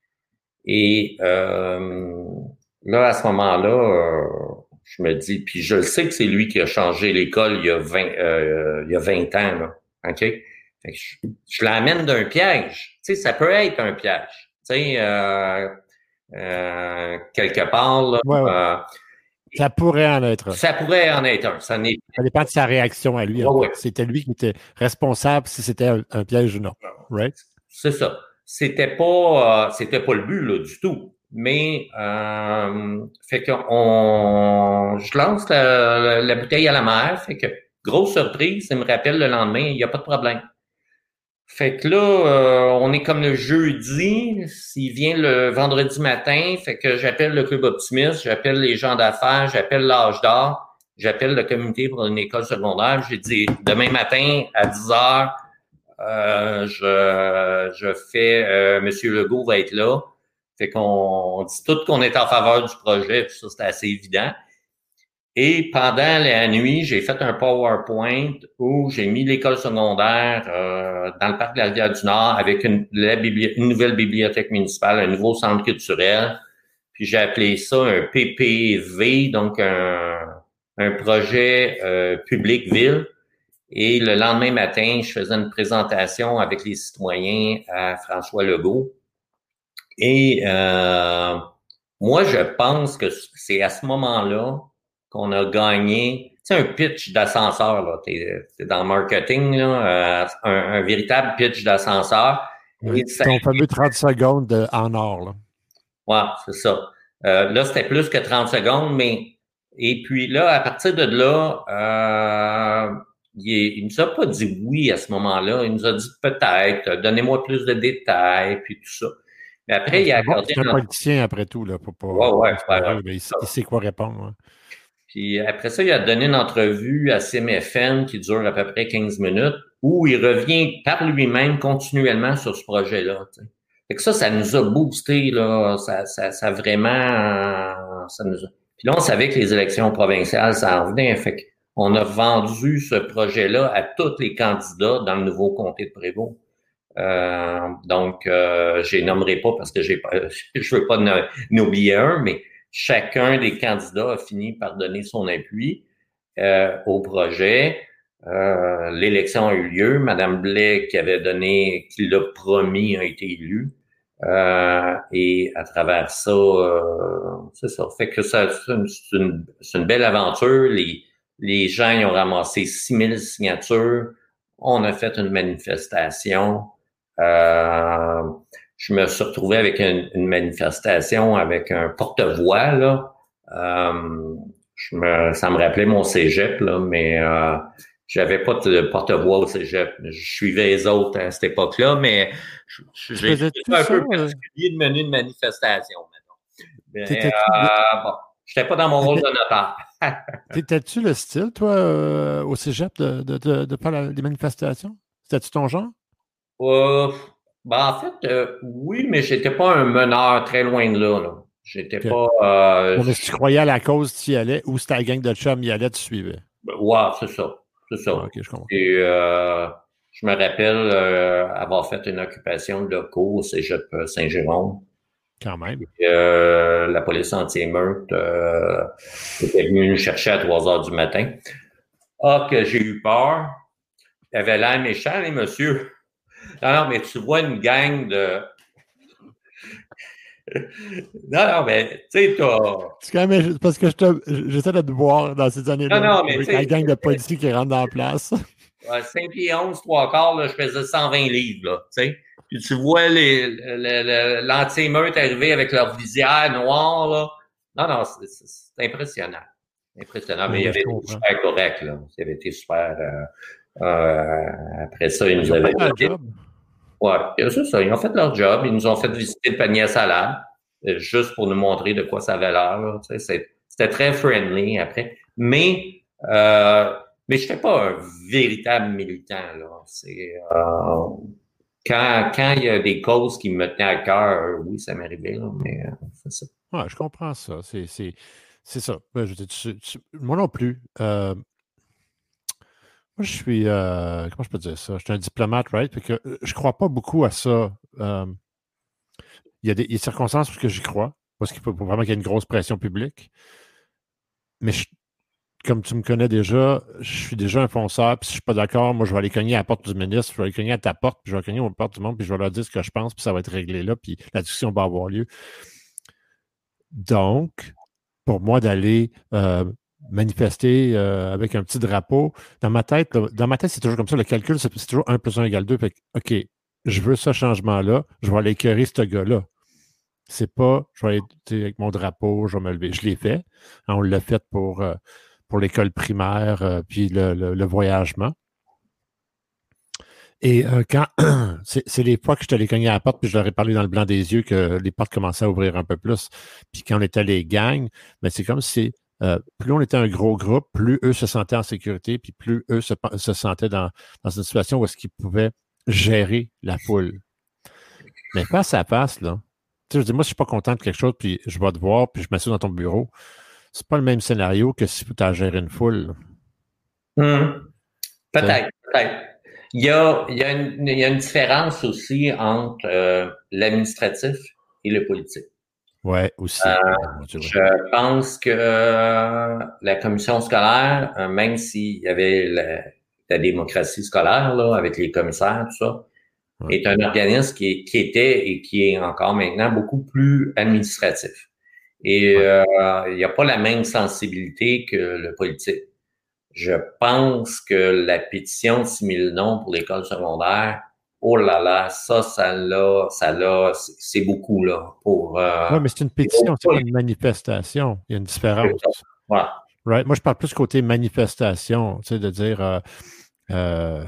Speaker 2: Et euh, là, à ce moment-là, euh, je me dis, puis je le sais que c'est lui qui a changé l'école il y a vingt, euh, il y a vingt ans, là. OK? Fait que je, je l'amène d'un piège. Tu sais, ça peut être un piège. Tu sais, euh, euh, quelque part, là,
Speaker 1: Ouais, ouais.
Speaker 2: euh,
Speaker 1: Ça pourrait en être un.
Speaker 2: ça pourrait en être un. Ça n'est
Speaker 1: Ça dépend de sa réaction à lui, en
Speaker 2: ouais,
Speaker 1: fait.
Speaker 2: ouais.
Speaker 1: C'était lui qui était responsable si c'était un, un piège ou non. Right?
Speaker 2: C'est ça. C'était pas, euh, c'était pas le but là du tout. Mais euh, fait que on, je lance la, la, la bouteille à la mer. Fait que grosse surprise, il me rappelle le lendemain, il n'y a pas de problème. Fait que là, euh, on est comme le jeudi, s'il vient le vendredi matin, fait que j'appelle le Club Optimiste, j'appelle les gens d'affaires, j'appelle l'âge d'or, j'appelle le comité pour une école secondaire. J'ai dit demain matin à dix heures, Euh, je, je fais, euh, Monsieur Legault va être là. Fait qu'on on dit tout qu'on est en faveur du projet, puis ça, c'était assez évident. Et pendant la nuit, j'ai fait un PowerPoint où j'ai mis l'école secondaire euh, dans le parc de la Rivière-du-Nord avec une, la bibli- une nouvelle bibliothèque municipale, un nouveau centre culturel. Puis j'ai appelé ça un P P V, donc un, un projet euh, public-ville. Et le lendemain matin, je faisais une présentation avec les citoyens à François Legault. Et euh, moi, je pense que c'est à ce moment-là qu'on a gagné, tu sais, un pitch d'ascenseur, là, t'es, t'es dans le marketing, là, euh, un, un véritable pitch d'ascenseur.
Speaker 1: Oui. Ton fameux trente secondes de, en or, là.
Speaker 2: Ouais, c'est ça. Euh, là, c'était plus que trente secondes, mais et puis là, à partir de là, euh, il, il nous a pas dit oui à ce moment-là. Il nous a dit peut-être, donnez-moi plus de détails, puis tout ça. Mais après,
Speaker 1: Ouais,
Speaker 2: il a
Speaker 1: c'est bon,
Speaker 2: accordé
Speaker 1: c'est un
Speaker 2: un...
Speaker 1: politicien après tout, là, pour pas,
Speaker 2: Ouais, ouais,
Speaker 1: pas
Speaker 2: ouais, ouais.
Speaker 1: il, il sait quoi répondre. Hein.
Speaker 2: Puis après ça, il a donné une entrevue à C M F N qui dure à peu près quinze minutes, où il revient par lui-même continuellement sur ce projet-là. T'sais. Fait que ça, ça nous a boosté, là. Ça, ça, ça vraiment, ça nous a... Puis là, on savait que les élections provinciales, ça en venait. Fait qu'on a vendu ce projet-là à tous les candidats dans le nouveau comté de Prévost. Euh, donc, euh, je les nommerai pas parce que j'ai pas, je veux pas n'oublier un, mais chacun des candidats a fini par donner son appui euh, au projet. Euh, l'élection a eu lieu. Madame Blais, qui avait donné, qui l'a promis, a été élue. Euh, et à travers ça, euh, c'est ça. Fait que ça, c'est une, c'est une, c'est une belle aventure. Les, les gens ils ont ramassé six mille signatures. On a fait une manifestation. Euh, je me suis retrouvé avec une, une manifestation avec un porte-voix, là. Euh, je me, ça me rappelait mon cégep, là, mais euh, j'avais pas de porte-voix au cégep. Je suivais les autres à cette époque-là, mais je, je, j'ai trouvé ça un peu particulier de mener une manifestation, maintenant. Mais euh, bon, j'étais pas dans mon rôle de notaire.
Speaker 1: T'étais-tu le style, toi, euh, au cégep, de, de, de, de faire la, des manifestations? C'était-tu ton genre?
Speaker 2: Euh, ben en fait, euh, oui, mais j'étais pas un meneur très loin de là. là. J'étais
Speaker 1: Okay.
Speaker 2: pas. Euh,
Speaker 1: bon, mais si tu croyais à la cause, tu y allais, ou si ta gang de chums y allait, tu suivais.
Speaker 2: Ouais, c'est ça. C'est ça.
Speaker 1: Ah, ok, je comprends.
Speaker 2: Et euh, je me rappelle euh, avoir fait une occupation de locaux au Cégep Saint-Jérôme.
Speaker 1: Quand même.
Speaker 2: Et, euh, la police anti-émeute euh, était venue nous chercher à trois heures du matin. Ah, que j'ai eu peur. Il avait l'air méchant, les monsieur. Non, non, mais tu vois une gang de... non, non, mais tu sais, t'as...
Speaker 1: C'est quand même parce que je te, j'essaie de te voir dans ces années-là.
Speaker 2: Non, non, mais
Speaker 1: avec la gang de policiers qui rentrent dans la place.
Speaker 2: cinq pieds onze, trois quarts, là, je faisais cent vingt livres, là, tu sais. Puis tu vois les, les, les, l'anti-émeute arriver avec leur visière noire, là. Non, non, c'est, c'est, c'est impressionnant. Impressionnant, mais, mais il avait été super correct, là. Il avait été super... Euh, euh, après ça, ils nous
Speaker 1: ils
Speaker 2: avaient...
Speaker 1: Fait leur job.
Speaker 2: Ouais, c'est ça. Ils ont fait leur job. Ils nous ont fait visiter le panier à salade, juste pour nous montrer de quoi ça avait l'air, là. Tu sais, c'était très friendly après. Mais... Euh, Mais je n'étais pas un véritable militant, là. C'est, euh, quand, quand il y a des causes qui me tenaient à cœur, oui, ça m'arrivait, là, mais euh, c'est ça.
Speaker 1: Ouais, je comprends ça. C'est, c'est, c'est ça. Ben, je, tu, tu, moi non plus. Euh, moi, je suis. Euh, comment je peux dire ça? Je suis un diplomate, right? Fait que je crois pas beaucoup à ça. Euh, il y a des, il y a des circonstances où j'y crois, parce qu'il faut vraiment qu'il y ait une grosse pression publique. Mais je, comme tu me connais déjà, je suis déjà un fonceur, puis si je suis pas d'accord, moi, je vais aller cogner à la porte du ministre, je vais aller cogner à ta porte, puis je vais cogner à la porte du monde, puis je vais leur dire ce que je pense, puis ça va être réglé là, puis la discussion va avoir lieu. Donc, pour moi, d'aller euh, manifester euh, avec un petit drapeau, dans ma tête, là, dans ma tête, c'est toujours comme ça, le calcul, c'est, c'est toujours un plus un égale deux. Fait que, OK, je veux ce changement-là, je vais aller écœurer ce gars-là. C'est pas, je vais aller avec mon drapeau, je vais me lever. Je l'ai fait. On l'a fait pour... Euh, pour l'école primaire, euh, puis le, le, le voyagement. Et euh, quand c'est, c'est les fois que je suis allé cogner à la porte, puis je leur ai parlé dans le blanc des yeux que les portes commençaient à ouvrir un peu plus. Puis quand on était les gangs, mais c'est comme si euh, plus on était un gros groupe, plus eux se sentaient en sécurité, puis plus eux se, se sentaient dans, dans une situation où est-ce qu'ils pouvaient gérer la foule. Mais face à face, là, Tu sais, je dis, moi, si je suis pas content de quelque chose, puis je vais te voir, puis je m'assieds dans ton bureau, c'est pas le même scénario que si tu as géré une foule.
Speaker 2: Hum,
Speaker 1: Tu sais.
Speaker 2: peut-être, peut-être. Il y a, il y a une, il y a une différence aussi entre euh, l'administratif et le politique.
Speaker 1: Ouais,
Speaker 2: Euh,
Speaker 1: aussi. Oh, mon Dieu, ouais.
Speaker 2: je pense que euh, la commission scolaire, euh, même s'il y avait la, la démocratie scolaire là, avec les commissaires, tout ça,
Speaker 1: Ouais,
Speaker 2: est un organisme qui, est- qui était et qui est encore maintenant beaucoup plus administratif. Et
Speaker 1: ouais.
Speaker 2: euh, il n'y a pas la même sensibilité que le politique. Je pense que la pétition de six mille noms pour l'école secondaire, oh là là, ça, ça l'a, ça l'a, c'est c'est beaucoup, là, pour, euh,
Speaker 1: Ouais, mais c'est une pétition, c'est pas une manifestation. Il y a une différence.
Speaker 2: voilà.
Speaker 1: Right? Moi, je parle plus côté manifestation, tu sais, de dire, euh, euh,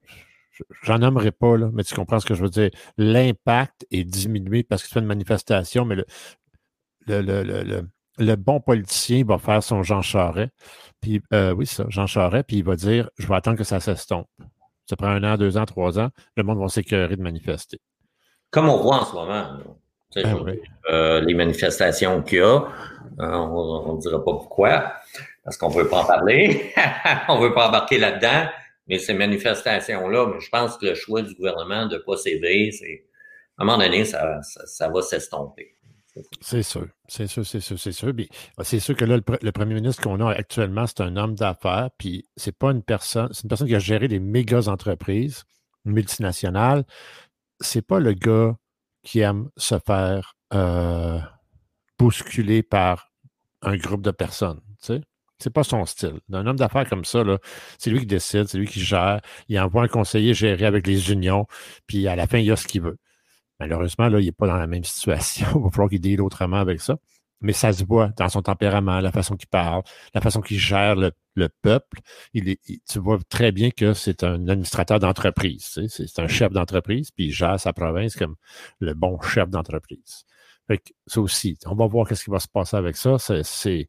Speaker 1: j'en nommerai pas, là, mais tu comprends ce que je veux dire. L'impact est diminué parce que tu fais une manifestation, mais le, le, le, le, le, le bon politicien va faire son Jean Charest. Puis, euh, oui, ça, Jean Charest, puis il va dire, je vais attendre que ça s'estompe. Ça prend un an, deux ans, trois ans, le monde va s'écœurer de manifester.
Speaker 2: Comme on voit en ce moment, là. Tu sais,
Speaker 1: Ben
Speaker 2: je veux
Speaker 1: oui.
Speaker 2: dire, euh, les manifestations qu'il y a, euh, on ne dira pas pourquoi, parce qu'on veut pas en parler, on veut pas embarquer là-dedans, mais ces manifestations-là, mais je pense que le choix du gouvernement de pas céder, c'est, à un moment donné, ça, ça, ça va s'estomper.
Speaker 1: C'est sûr, c'est sûr, c'est sûr, c'est sûr. Puis, c'est sûr que là, le, pre- le premier ministre qu'on a actuellement, c'est un homme d'affaires, puis c'est pas une personne, c'est une personne qui a géré des méga entreprises multinationales. C'est pas le gars qui aime se faire euh, bousculer par un groupe de personnes, tu sais. C'est pas son style. Un homme d'affaires comme ça, là, c'est lui qui décide, c'est lui qui gère. Il envoie un conseiller gérer avec les unions, puis à la fin, il a ce qu'il veut. Malheureusement, là, il n'est pas dans la même situation. Il va falloir qu'il deal autrement avec ça. Mais ça se voit dans son tempérament, la façon qu'il parle, la façon qu'il gère le, le peuple. Il est, il- tu vois très bien que c'est un administrateur d'entreprise. Tu sais, c'est c'est un chef d'entreprise, puis il gère sa province comme le bon chef d'entreprise. Fait que ça aussi, on va voir qu'est-ce qui va se passer avec ça. C'est, c'est-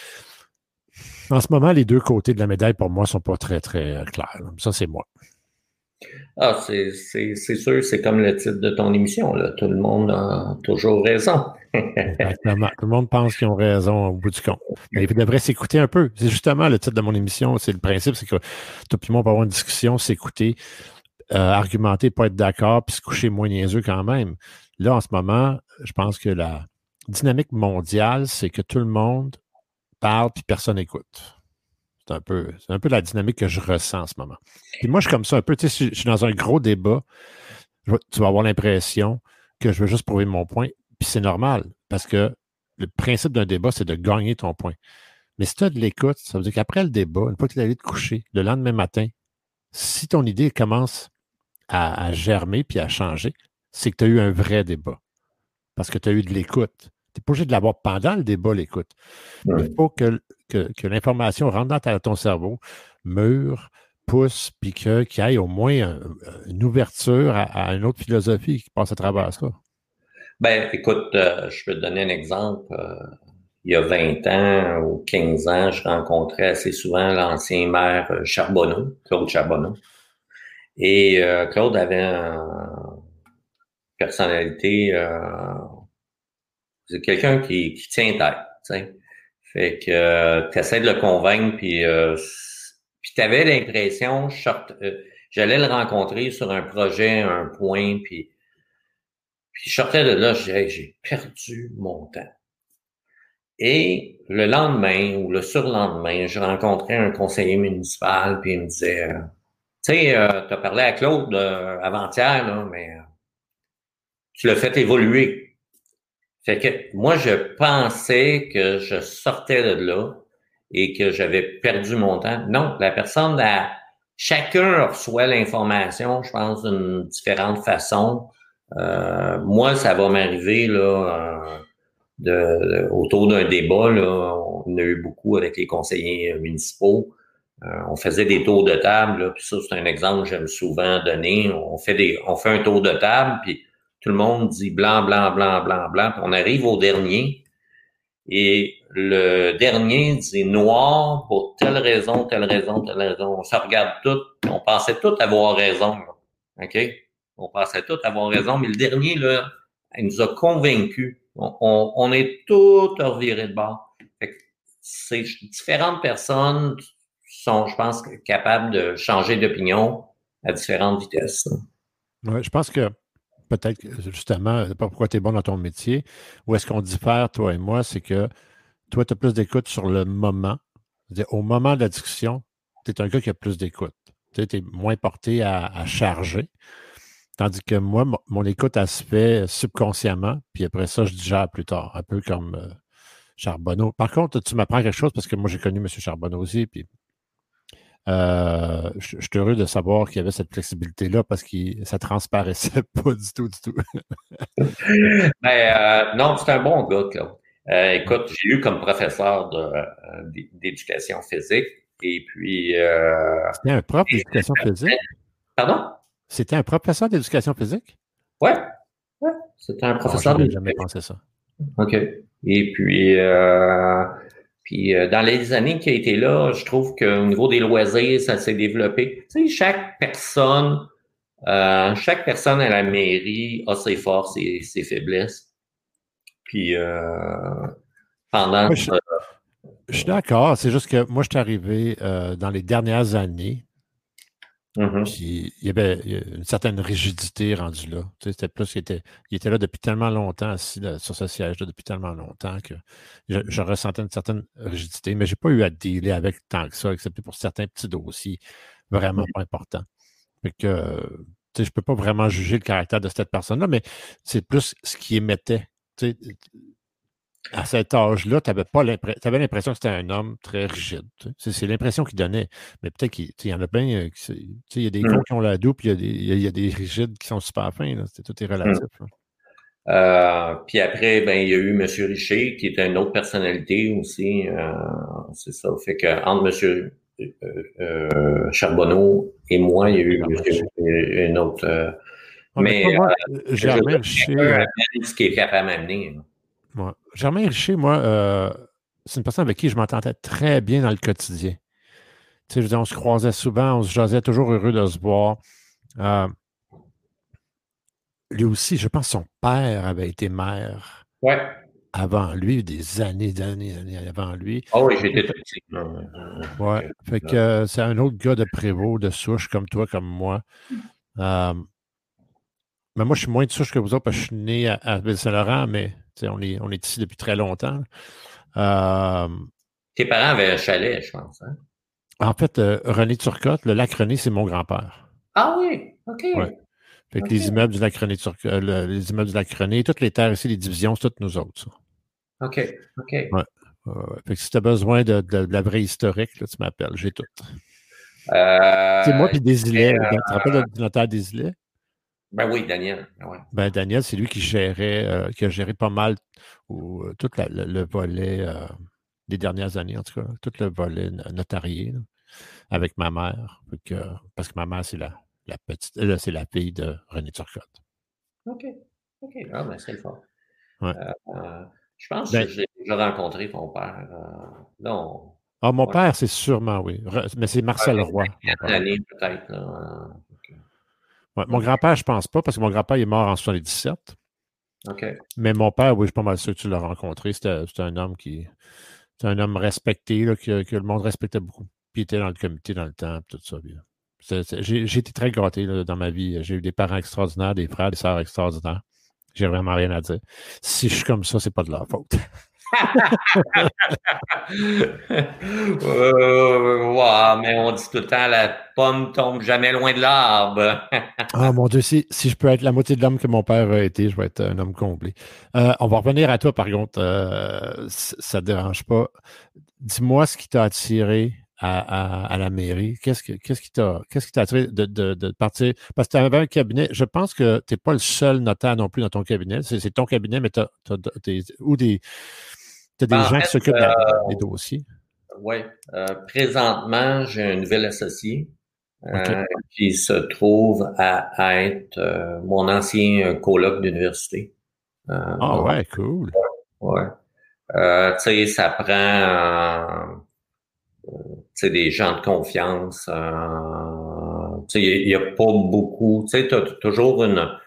Speaker 1: En ce moment, les deux côtés de la médaille, pour moi, sont pas très, très euh, clairs. Ça, c'est moi.
Speaker 2: Ah, c'est, c'est, c'est sûr, c'est comme le titre de ton émission, là. Tout le monde a toujours raison.
Speaker 1: Exactement. Tout le monde pense qu'ils ont raison au bout du compte. Mais ils devraient s'écouter un peu. C'est justement le titre de mon émission. C'est le principe, c'est que tout le monde peut avoir une discussion, s'écouter, euh, argumenter, pas être d'accord, puis se coucher moins niaiseux quand même. Là, en ce moment, je pense que la dynamique mondiale, c'est que tout le monde parle puis personne n'écoute. C'est un peu, c'est un peu la dynamique que je ressens en ce moment. Puis moi, je suis comme ça un peu, tu sais, je suis dans un gros débat. Je vais- tu vas avoir l'impression que je veux juste prouver mon point. Puis c'est normal, parce que le principe d'un débat, c'est de gagner ton point. Mais si tu as de l'écoute, ça veut dire qu'après le débat, une fois que tu es allé te coucher, le lendemain matin, si ton idée commence à, à germer puis à changer, c'est que tu as eu un vrai débat. Parce que tu as eu de l'écoute. Tu n'es pas obligé de l'avoir pendant le débat, l'écoute. Mais il faut que, que, que l'information rentre dans ta- ton cerveau, mûre, pousse, puis que- qu'il y ait au moins un- une ouverture à, à une autre philosophie qui passe à travers ça.
Speaker 2: Ben, écoute, euh, je peux te donner un exemple. Euh, il y a vingt ans ou quinze ans, je rencontrais assez souvent l'ancien maire euh, Charbonneau, Claude Charbonneau. Et euh, Claude avait une personnalité, euh, c'est quelqu'un qui, qui tient tête, tu sais. Fait que euh, tu essaies de le convaincre, puis euh, puis tu avais l'impression, je sorte- euh, j'allais le rencontrer sur un projet, un point, puis, puis je sortais de là, je disais, Hey, j'ai perdu mon temps. Et le lendemain ou le surlendemain, je rencontrais un conseiller municipal, puis il me disait, euh, tu sais, euh, tu as parlé à Claude euh, avant-hier, là, mais euh, tu l'as fait évoluer. Fait que moi, je pensais que je sortais de là et que j'avais perdu mon temps. Non, la personne, a, chacun reçoit l'information, je pense, d'une différente façon. Euh, moi, ça va m'arriver là euh, de, autour d'un débat. Là, on a eu beaucoup avec les conseillers municipaux. Euh, on faisait des tours de table, là, puis ça, c'est un exemple que j'aime souvent donner. On fait des, on fait un tour de table, puis tout le monde dit blanc, blanc, blanc, blanc, blanc. Puis on arrive au dernier, et le dernier dit noir pour telle raison, telle raison, telle raison. On se regarde tout, on pensait tout avoir raison. Là. OK? On pensait tout avoir raison, mais le dernier, là, elle nous a convaincus. On, on, on est tout reviré de bord. Fait que c'est différentes personnes sont, je pense, capables de changer d'opinion à différentes vitesses.
Speaker 1: Ouais, je pense que peut-être que, justement, je sais pas pourquoi tu es bon dans ton métier, où est-ce qu'on diffère, toi et moi, c'est que toi, tu as plus d'écoute sur le moment. C'est-à-dire, au moment de la discussion, tu es un gars qui a plus d'écoute. Tu es moins porté à, à charger. Tandis que moi, mon, mon écoute, elle se fait subconsciemment, puis après ça, je digère plus tard, un peu comme euh, Charbonneau. Par contre, tu m'apprends quelque chose parce que moi, j'ai connu M. Charbonneau aussi, puis euh, je, je suis heureux de savoir qu'il y avait cette flexibilité-là parce que ça transparaissait pas du tout, du tout.
Speaker 2: Mais euh, non, c'est un bon gars, Claude. Euh, écoute, j'ai eu comme professeur de, euh, d'éducation physique et puis euh,
Speaker 1: C'était un prof d'éducation physique?
Speaker 2: pardon?
Speaker 1: C'était un professeur d'éducation physique?
Speaker 2: Ouais, ouais, c'était un
Speaker 1: Non,
Speaker 2: professeur
Speaker 1: j'aurais jamais
Speaker 2: d'éducation.
Speaker 1: pensé ça.
Speaker 2: OK. Et puis euh, puis euh, dans les années qu'il a été là, je trouve qu'au niveau des loisirs, ça s'est développé. Tu sais, chaque personne, euh, chaque personne à la mairie a ses forces et ses faiblesses. Puis euh, pendant
Speaker 1: Moi, je, je suis d'accord. C'est juste que moi, je suis arrivé euh, dans les dernières années.
Speaker 2: Mhm.
Speaker 1: Puis il y avait il y a une certaine rigidité rendue là. Tu sais, c'était plus qu'il était, il était là depuis tellement longtemps, assis là, sur ce siège-là depuis tellement longtemps que je, je ressentais une certaine rigidité, mais j'ai pas eu à dealer avec tant que ça, excepté pour certains petits dossiers vraiment pas importants. Fait que, euh, tu sais, je peux pas vraiment juger le caractère de cette personne-là, mais c'est plus ce qui émettait. Tu sais, à cet âge-là, tu avais pas l'impression, tu avais l'impression que c'était un homme très rigide. Tu sais. C'est, c'est l'impression qu'il donnait. Mais peut-être qu'il tu sais, il y en a plein. euh, qui c'est- tu sais, il y a des cons
Speaker 2: Mhm.
Speaker 1: qui ont la double, puis il y a des, il y a, il y a des rigides qui sont super fins. Là. C'est, tout est
Speaker 2: Mhm.
Speaker 1: relatif. Là.
Speaker 2: Euh, puis après, ben il y a eu Monsieur Richer, qui était une autre personnalité aussi. Euh, c'est ça. Fait que entre Monsieur euh, euh, Charbonneau et moi, il y a eu
Speaker 1: Germain
Speaker 2: Monsieur
Speaker 1: Richer.
Speaker 2: une autre. Euh,
Speaker 1: Ouais, mais
Speaker 2: mais
Speaker 1: toi, moi,
Speaker 2: euh,
Speaker 1: euh,
Speaker 2: je veux
Speaker 1: Germain
Speaker 2: dire,
Speaker 1: Richer,
Speaker 2: quelqu'un
Speaker 1: euh,
Speaker 2: amène ce qui est capable d'amener. Là.
Speaker 1: ouais. Germain Richer, moi, euh, c'est une personne avec qui je m'entendais très bien dans le quotidien. Tu sais, je veux dire, on se croisait souvent, on se jasait, toujours heureux de se voir. Euh, lui aussi, je pense que son père avait été maire
Speaker 2: Ouais.
Speaker 1: avant lui, des années, d'années, années avant lui.
Speaker 2: Oh oui, j'étais tout petit. Hum, hum, hum.
Speaker 1: Ouais.
Speaker 2: Fait
Speaker 1: Fait
Speaker 2: que,
Speaker 1: que euh, c'est un autre gars de Prévost, de souche, comme toi, comme moi. Euh, mais moi, je suis moins de souche que vous autres parce que je suis né à, à Ville-Saint-Laurent, mais tu sais, on est, on est ici depuis très longtemps. Euh,
Speaker 2: tes parents avaient un chalet, je pense. Hein?
Speaker 1: en fait, euh, René Turcotte, le lac René, c'est mon grand-père.
Speaker 2: Ah oui, OK.
Speaker 1: Ouais. Fait que
Speaker 2: OK.
Speaker 1: les immeubles du lac René, Turcotte, euh, le- les immeubles du lac René, toutes les terres ici, les divisions, c'est toutes nous autres, ça.
Speaker 2: OK. OK.
Speaker 1: Ouais. Ouais, ouais. Fait que si tu as besoin de, de- de la vraie historique, là, tu m'appelles, j'ai tout. C'est moi
Speaker 2: Euh,
Speaker 1: puis Desilets. Tu te rappelles du notaire Desilets?
Speaker 2: ben oui, Daniel. Ben ouais.
Speaker 1: Ben, Daniel, c'est lui qui gérait, euh, qui a géré pas mal ou, euh, tout la- le, le volet euh, des dernières années, en tout cas, tout le volet no- notarié là, avec ma mère. Fait que, euh, parce que ma mère, c'est la, la petite, euh, c'est la fille de René Turcotte.
Speaker 2: OK. OK. Ah, ben c'est le fun.
Speaker 1: Ouais.
Speaker 2: Euh, euh, je pense que
Speaker 1: Ben,
Speaker 2: j'ai déjà rencontré ton père. Euh, là, on,
Speaker 1: ah, mon
Speaker 2: on
Speaker 1: père, c'est sûrement, oui. Re- mais c'est
Speaker 2: a
Speaker 1: Marcel
Speaker 2: une
Speaker 1: Roy, mon
Speaker 2: vingtaine
Speaker 1: père.
Speaker 2: d'années peut-être. Là.
Speaker 1: Ouais,
Speaker 2: Euh,
Speaker 1: mon grand-père, je pense pas, parce que mon grand-père il est mort en soixante-dix-sept.
Speaker 2: OK.
Speaker 1: Mais mon père, oui, je suis pas mal sûr que tu l'as rencontré. C'était c'était un homme qui. C'est un homme respecté, là, que, que le monde respectait beaucoup. Puis il était dans le comité dans le temps, puis tout ça. Puis, c'est- c'est- j'ai j'ai été très gâté là, dans ma vie. J'ai eu des parents extraordinaires, des frères, des sœurs extraordinaires. J'ai vraiment rien à dire. Si je suis comme ça, c'est pas de leur faute.
Speaker 2: Euh, ouais, mais on dit tout le temps la pomme tombe jamais loin de l'arbre.
Speaker 1: Ah mon Dieu, si, si je peux être la moitié de l'homme que mon père a été, je vais être un homme comblé. Euh, on va revenir à toi, par contre. Euh, c- ça ne dérange pas. Dis-moi ce qui t'a attiré à, à- à la mairie. Qu'est-ce que, qu'est-ce qui t'a, qu'est-ce qui t'a attiré de, de, de partir? Parce que tu avais un cabinet. Je pense que tu n'es pas le seul notaire non plus dans ton cabinet. C'est, c'est ton cabinet, mais tu as, des, ou des, t'as des
Speaker 2: Ben, en
Speaker 1: gens qui
Speaker 2: fait,
Speaker 1: s'occupent
Speaker 2: euh,
Speaker 1: de- des dossiers.
Speaker 2: oui. Euh, présentement, j'ai un nouvel associé
Speaker 1: OK.
Speaker 2: euh, qui se trouve à, à être euh, mon ancien coloc d'université. Euh,
Speaker 1: Ah
Speaker 2: donc,
Speaker 1: ouais, cool.
Speaker 2: ouais. Euh, tu sais, ça prend euh, tu sais, des gens de confiance. Euh, tu sais, il n'y a, pas beaucoup. Tu sais, t'as toujours une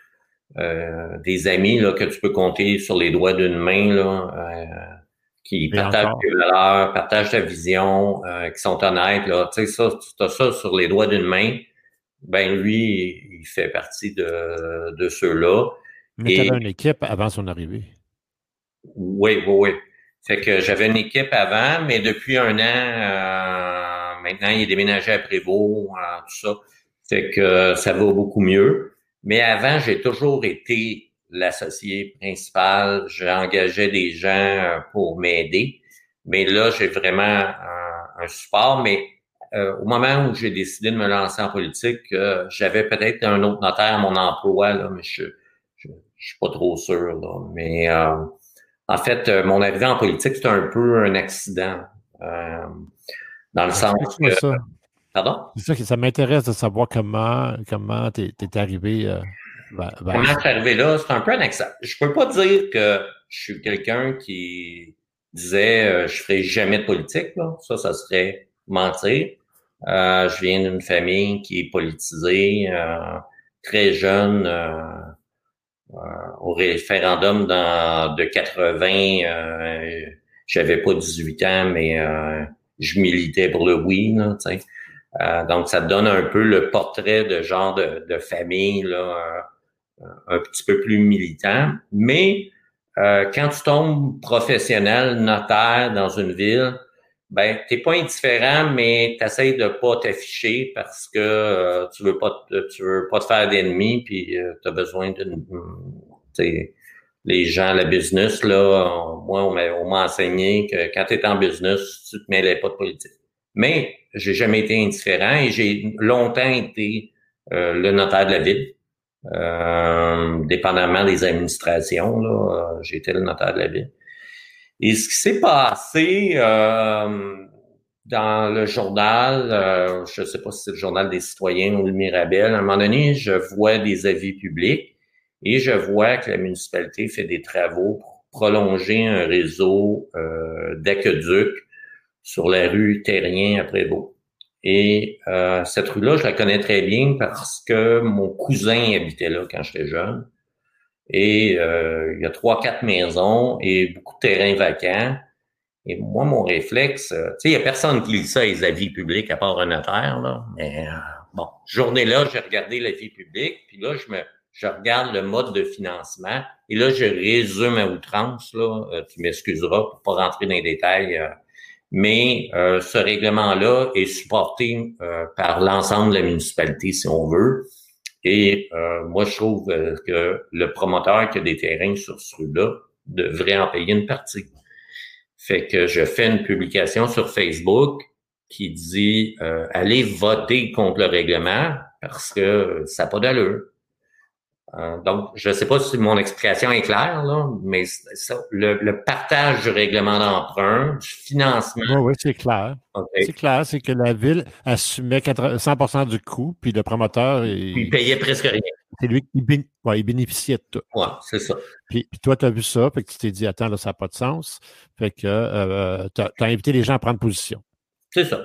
Speaker 2: euh, des amis là, que tu peux compter sur les doigts d'une main, là, euh, qui
Speaker 1: Et
Speaker 2: partagent
Speaker 1: encore.
Speaker 2: tes valeurs, partagent ta vision, euh, qui sont honnêtes. Là. Tu sais, ça, tu as ça sur les doigts d'une main. Ben lui, il fait partie de, de ceux-là.
Speaker 1: Mais tu
Speaker 2: Et
Speaker 1: avais une équipe avant son arrivée.
Speaker 2: oui, oui, oui. Fait que j'avais une équipe avant, mais depuis un an, euh, maintenant, il est déménagé à Prévost, euh, tout ça. Fait que euh, ça va beaucoup mieux. Mais avant, j'ai toujours été l'associé principal. J'engageais des gens euh, pour m'aider. Mais là, j'ai vraiment un, un support. Mais euh, au moment où j'ai décidé de me lancer en politique, euh, j'avais peut-être un autre notaire à mon emploi, là, mais je, je, je suis pas trop sûr. Là. Mais euh, en fait, euh, mon arrivée en politique, c'est un peu un accident. Euh, dans le sens
Speaker 1: Explique-moi
Speaker 2: que...
Speaker 1: ça.
Speaker 2: Pardon?
Speaker 1: C'est ça que ça m'intéresse de savoir comment comment t'es, t'es arrivé euh, vers, vers
Speaker 2: Comment je
Speaker 1: ça.
Speaker 2: suis arrivé là? C'est un peu un accident. Je peux pas dire que je suis quelqu'un qui disait euh, je ferai jamais de politique. Là. Ça, ça serait mentir. Euh, je viens d'une famille qui est politisée, euh, très jeune. Euh, au référendum dans, de quatre-vingts, euh, j'avais pas dix-huit ans, mais euh, je militais pour le oui, là, tu sais. Euh, donc, ça te donne un peu le portrait de genre de, de famille, là, euh, un petit peu plus militant. Mais euh, quand tu tombes professionnel, notaire dans une ville, ben, t'es pas indifférent, mais t'essayes de pas t'afficher parce que euh, tu veux pas te, tu veux pas te faire d'ennemis, puis euh, t'as besoin d'une, t'sais, les gens, la business, là, on- moi, on m'a, on m'a enseigné que quand tu es en business, tu te mêlais pas de politique. Mais j'ai jamais été indifférent et j'ai longtemps été euh, le notaire de la ville. Euh, dépendamment des administrations, là, euh, j'ai été le notaire de la ville. Et ce qui s'est passé euh, dans le journal, euh, je ne sais pas si c'est le journal des citoyens ou le Mirabel, à un moment donné, je vois des avis publics et je vois que la municipalité fait des travaux pour prolonger un réseau euh, d'aqueducs sur la rue Terrien à Prévost. Et euh, cette rue-là, je la connais très bien parce que mon cousin habitait là quand j'étais jeune. Et euh, il y a trois, quatre maisons et beaucoup de terrains vacants. Et moi, mon réflexe, euh, tu sais, il y a personne qui lit ça, les avis publics, à part un notaire, là. Mais euh, bon, journée-là, j'ai regardé l'avis public, puis là, je me je regarde le mode de financement, et là, je résume à outrance, là. Euh, tu m'excuseras pour pas rentrer dans les détails, euh, mais euh, ce règlement-là est supporté euh, par l'ensemble de la municipalité, si on veut. Et euh, moi, je trouve euh, que le promoteur qui a des terrains sur ce rue-là devrait en payer une partie. Fait que je fais une publication sur Facebook qui dit euh, allez voter contre le règlement parce que ça n'a pas d'allure. Euh, donc, je ne sais pas si mon explication est claire, là, mais ça, le, le partage du règlement d'emprunt, du financement,
Speaker 1: Oui, oui, c'est clair. C'est
Speaker 2: OK,
Speaker 1: clair, c'est que la ville assumait quatre- cent pour cent du coût, puis le promoteur,
Speaker 2: puis il
Speaker 1: il-
Speaker 2: payait presque rien.
Speaker 1: c'est lui qui bé- ouais, il bénéficiait de tout.
Speaker 2: Ouais, c'est ça.
Speaker 1: Puis, puis toi, tu as vu ça, fait que tu t'es dit, attends, là, ça n'a pas de sens. Fait que euh, tu as invité les gens à prendre position.
Speaker 2: C'est ça.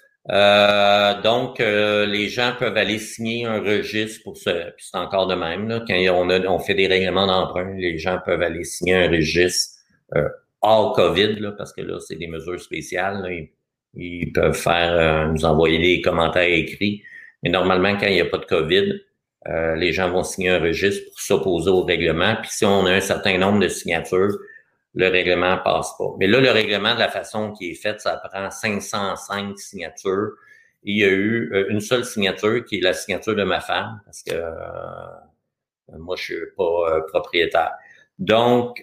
Speaker 2: Euh, donc, euh, les gens peuvent aller signer un registre pour ce, puis c'est encore de même, là, quand on a, on fait des règlements d'emprunt, les gens peuvent aller signer un registre euh, hors COVID, là, parce que là, c'est des mesures spéciales, là, ils, ils peuvent faire, euh, nous envoyer des commentaires écrits, mais normalement, quand il n'y a pas de COVID, euh, les gens vont signer un registre pour s'opposer au règlement, puis si on a un certain nombre de signatures, le règlement passe pas. Mais là, le règlement, de la façon qui est fait, ça prend cinq cent cinq signatures. Et il y a eu euh, une seule signature qui est la signature de ma femme, parce que euh, moi, je suis pas euh, propriétaire. Donc,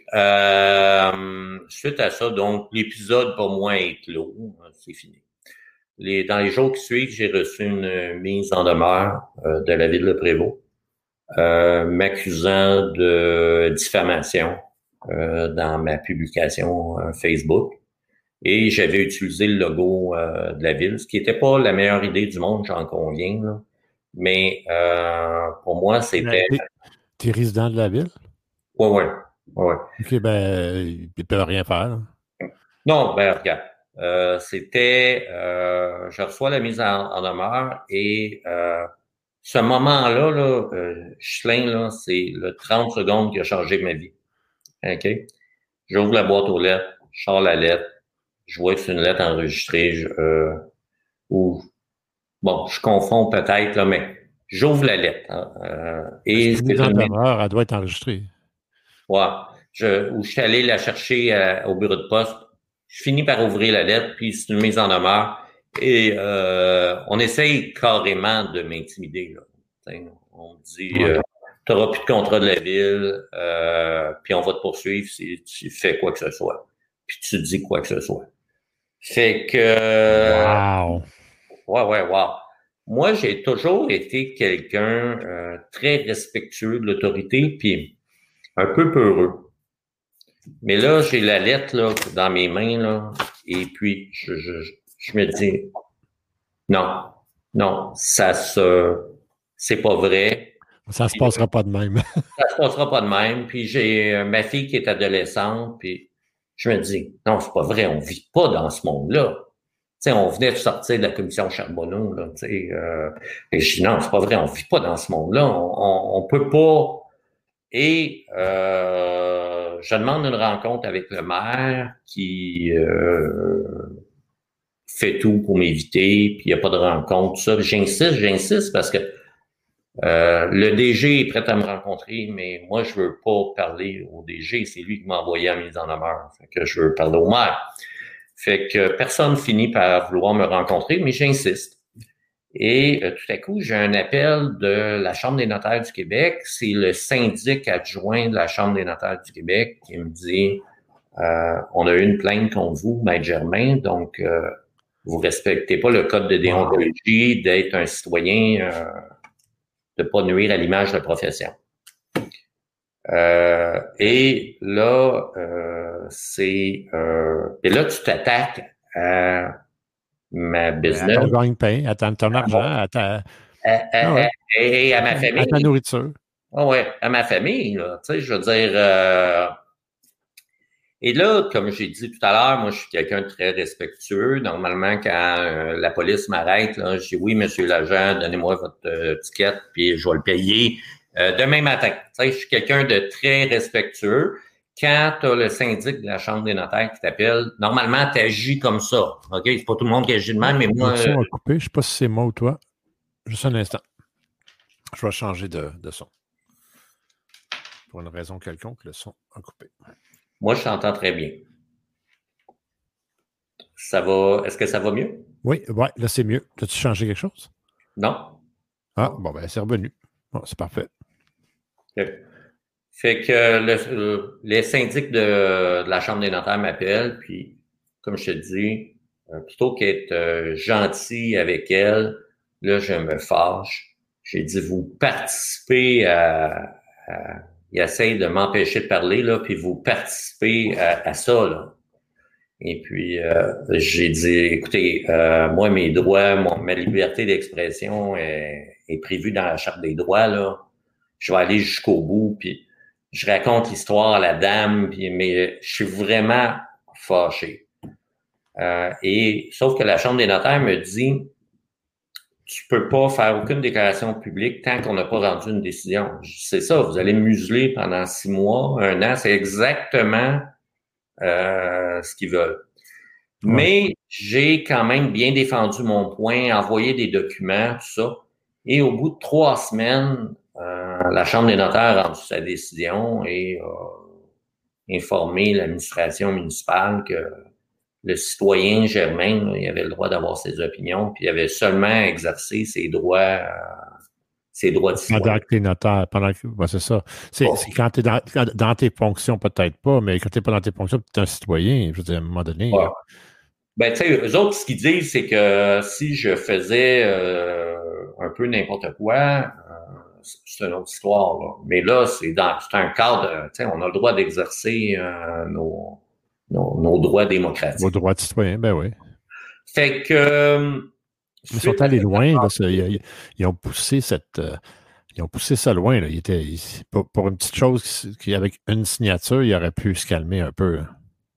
Speaker 2: euh, suite à ça, donc l'épisode pour moi est clos. C'est fini. Les, dans les jours qui suivent, j'ai reçu une mise en demeure euh, de la ville de Prévost, euh, m'accusant de diffamation euh, dans ma publication euh, Facebook. Et j'avais utilisé le logo euh, de la ville, ce qui n'était pas la meilleure idée du monde, j'en conviens. Là. Mais euh, pour moi,
Speaker 1: Mais
Speaker 2: c'était...
Speaker 1: t'es, t'es résident de la ville?
Speaker 2: Ouais, ouais, ouais.
Speaker 1: OK, ben, ils ne peuvent rien faire, là.
Speaker 2: Non, ben regarde. Euh, c'était... Euh, je reçois la mise en, en demeure et euh, ce moment-là, là, euh, Schlin, là, c'est le trente secondes qui a changé ma vie. OK? J'ouvre la boîte aux lettres, je sors la lettre, je vois que c'est une lettre enregistrée, je, euh, ou, bon, je confonds peut-être, là, mais j'ouvre la lettre. Hein, euh, et
Speaker 1: C'est une mise
Speaker 2: c'est
Speaker 1: en
Speaker 2: une
Speaker 1: demeure, elle doit être enregistrée.
Speaker 2: ouais, je, où je suis allé la chercher euh, au bureau de poste. Je finis par ouvrir la lettre, puis c'est une mise en demeure. Et euh, on essaye carrément de m'intimider. Là. T'sais, on dit,
Speaker 1: Ouais.
Speaker 2: euh, tu n'auras plus de contrat de la ville, euh, puis on va te poursuivre si tu fais quoi que ce soit. Puis tu dis quoi que ce soit. Fait que,
Speaker 1: Wow!
Speaker 2: ouais, ouais, wow. Moi, j'ai toujours été quelqu'un euh, très respectueux de l'autorité, puis un peu peureux. Mais là, j'ai la lettre là, dans mes mains, là, et puis je, je, je me dis non, non, ça se c'est pas vrai.
Speaker 1: Ça se
Speaker 2: Puis,
Speaker 1: passera pas de même.
Speaker 2: ça se passera pas de même. Puis j'ai euh, ma fille qui est adolescente, puis je me dis non, c'est pas vrai, on vit pas dans ce monde-là. Tu sais, on venait de sortir de la commission Charbonneau, là, tu sais, euh, et je dis non, c'est pas vrai, on vit pas dans ce monde-là. On, on, on peut pas. Et euh, je demande une rencontre avec le maire qui euh, fait tout pour m'éviter, puis il n'y a pas de rencontre, tout ça. J'insiste, j'insiste parce que euh, le D G est prêt à me rencontrer, mais moi, je veux pas parler au D G. C'est lui qui m'a envoyé à mise en demeure. Fait que je veux parler au maire. Fait que personne finit par vouloir me rencontrer, mais j'insiste. Et euh, tout à coup, j'ai un appel de la Chambre des notaires du Québec. C'est le syndic adjoint de la Chambre des notaires du Québec qui me dit euh, on a eu une plainte contre vous, Maître Germain, donc euh, vous respectez pas le code de
Speaker 1: Wow.
Speaker 2: déontologie d'être un citoyen, euh, de pas nuire à l'image de la profession. Euh, et là, euh, c'est euh, et là, tu t'attaques à ma
Speaker 1: À
Speaker 2: business,
Speaker 1: ton gagne-pain, à ton, ton argent, à ta,
Speaker 2: à,
Speaker 1: ah
Speaker 2: à,
Speaker 1: ouais,
Speaker 2: à, et à
Speaker 1: à
Speaker 2: ma
Speaker 1: ta, à ta
Speaker 2: famille.
Speaker 1: nourriture.
Speaker 2: Ah ouais, à ma famille, là. Tu sais, je veux dire. Euh... Et là, comme j'ai dit tout à l'heure, moi, je suis quelqu'un de très respectueux. Normalement, quand euh, la police m'arrête, là, je dis oui, monsieur l'agent, donnez-moi votre euh, ticket, puis je vais le payer euh, demain matin. Tu sais, je suis quelqu'un de très respectueux. Quand tu as le syndic de la Chambre des notaires qui t'appelle, normalement, tu agis comme ça. OK? C'est pas tout le monde qui agit de même, mais moi,
Speaker 1: Notre son a coupé. Je ne sais pas si c'est moi ou toi. Juste un instant. Je vais changer de, de son. Pour une raison quelconque, le son a coupé.
Speaker 2: moi, je t'entends très bien. Ça va. Est-ce que ça va mieux?
Speaker 1: Oui, ouais, là, c'est mieux. As-tu changé quelque chose?
Speaker 2: Non?
Speaker 1: Ah, bon, ben, c'est revenu. Bon, c'est parfait.
Speaker 2: OK. Fait que le, le- les syndics de, de la Chambre des notaires m'appellent, puis comme je te dis, euh, plutôt qu'être euh, gentil avec elle, là, je me fâche. J'ai dit, vous participez à... à ils essayent de m'empêcher de parler, là, puis vous participez à, à ça, là. Et puis, euh, j'ai dit, écoutez, euh, moi, mes droits, mon, ma liberté d'expression est, est prévue dans la Charte des droits, là. Je vais aller jusqu'au bout, puis je raconte l'histoire à la dame, puis, mais je suis vraiment fâché. Euh, et sauf que la Chambre des notaires me dit, tu peux pas faire aucune déclaration publique tant qu'on n'a pas rendu une décision. C'est ça, vous allez me museler pendant six mois, un an, c'est exactement euh, ce qu'ils veulent.
Speaker 1: Ouais.
Speaker 2: Mais j'ai quand même bien défendu mon point, envoyé des documents, tout ça. Et au bout de trois semaines, euh, la Chambre des notaires a rendu sa décision et a informé l'administration municipale que le citoyen Germain, là, il avait le droit d'avoir ses opinions, puis il avait seulement exercé ses droits, euh, ses droits de
Speaker 1: Pendant
Speaker 2: citoyen.
Speaker 1: que tu es notaire, pendant que. Ouais, c'est ça. C'est, c'est quand tu es dans, dans tes fonctions, peut-être pas, mais quand tu n'es pas dans tes fonctions, tu es un citoyen, je veux dire, à un moment donné.
Speaker 2: Ouais. Ben, tu sais, eux autres, ce qu'ils disent, c'est que si je faisais euh, un peu n'importe quoi, euh, c'est une autre histoire, là. Mais là, c'est dans c'est un cadre, tu sais, on a le droit d'exercer euh, nos, nos, nos droits
Speaker 1: Vos
Speaker 2: démocratiques.
Speaker 1: droits de citoyen, ben oui.
Speaker 2: Fait que euh,
Speaker 1: Mais ils sont
Speaker 2: suite à
Speaker 1: allés
Speaker 2: cette
Speaker 1: loin, là, ça, ils, ils ont poussé cette. euh, ils ont poussé ça loin, là. Ils étaient, ils- pour, pour une petite chose qui, qui, avec une signature, il aurait pu se calmer un peu, là.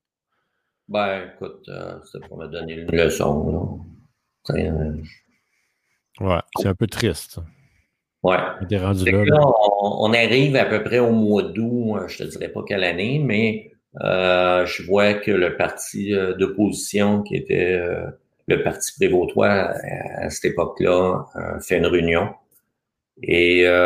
Speaker 2: ben, écoute, euh, c'est pour me donner une leçon, là. Tu sais, euh,
Speaker 1: Ouais, c'est un peu triste, ça.
Speaker 2: Ouais.
Speaker 1: On est rendu
Speaker 2: Fait
Speaker 1: là,
Speaker 2: que
Speaker 1: là.
Speaker 2: là, on, on arrive à peu près au mois d'août, euh, je te dirais pas quelle année, mais euh, je vois que le parti euh, d'opposition, qui était euh, le Parti prévôtois à, à cette époque-là, euh, fait une réunion. Et euh,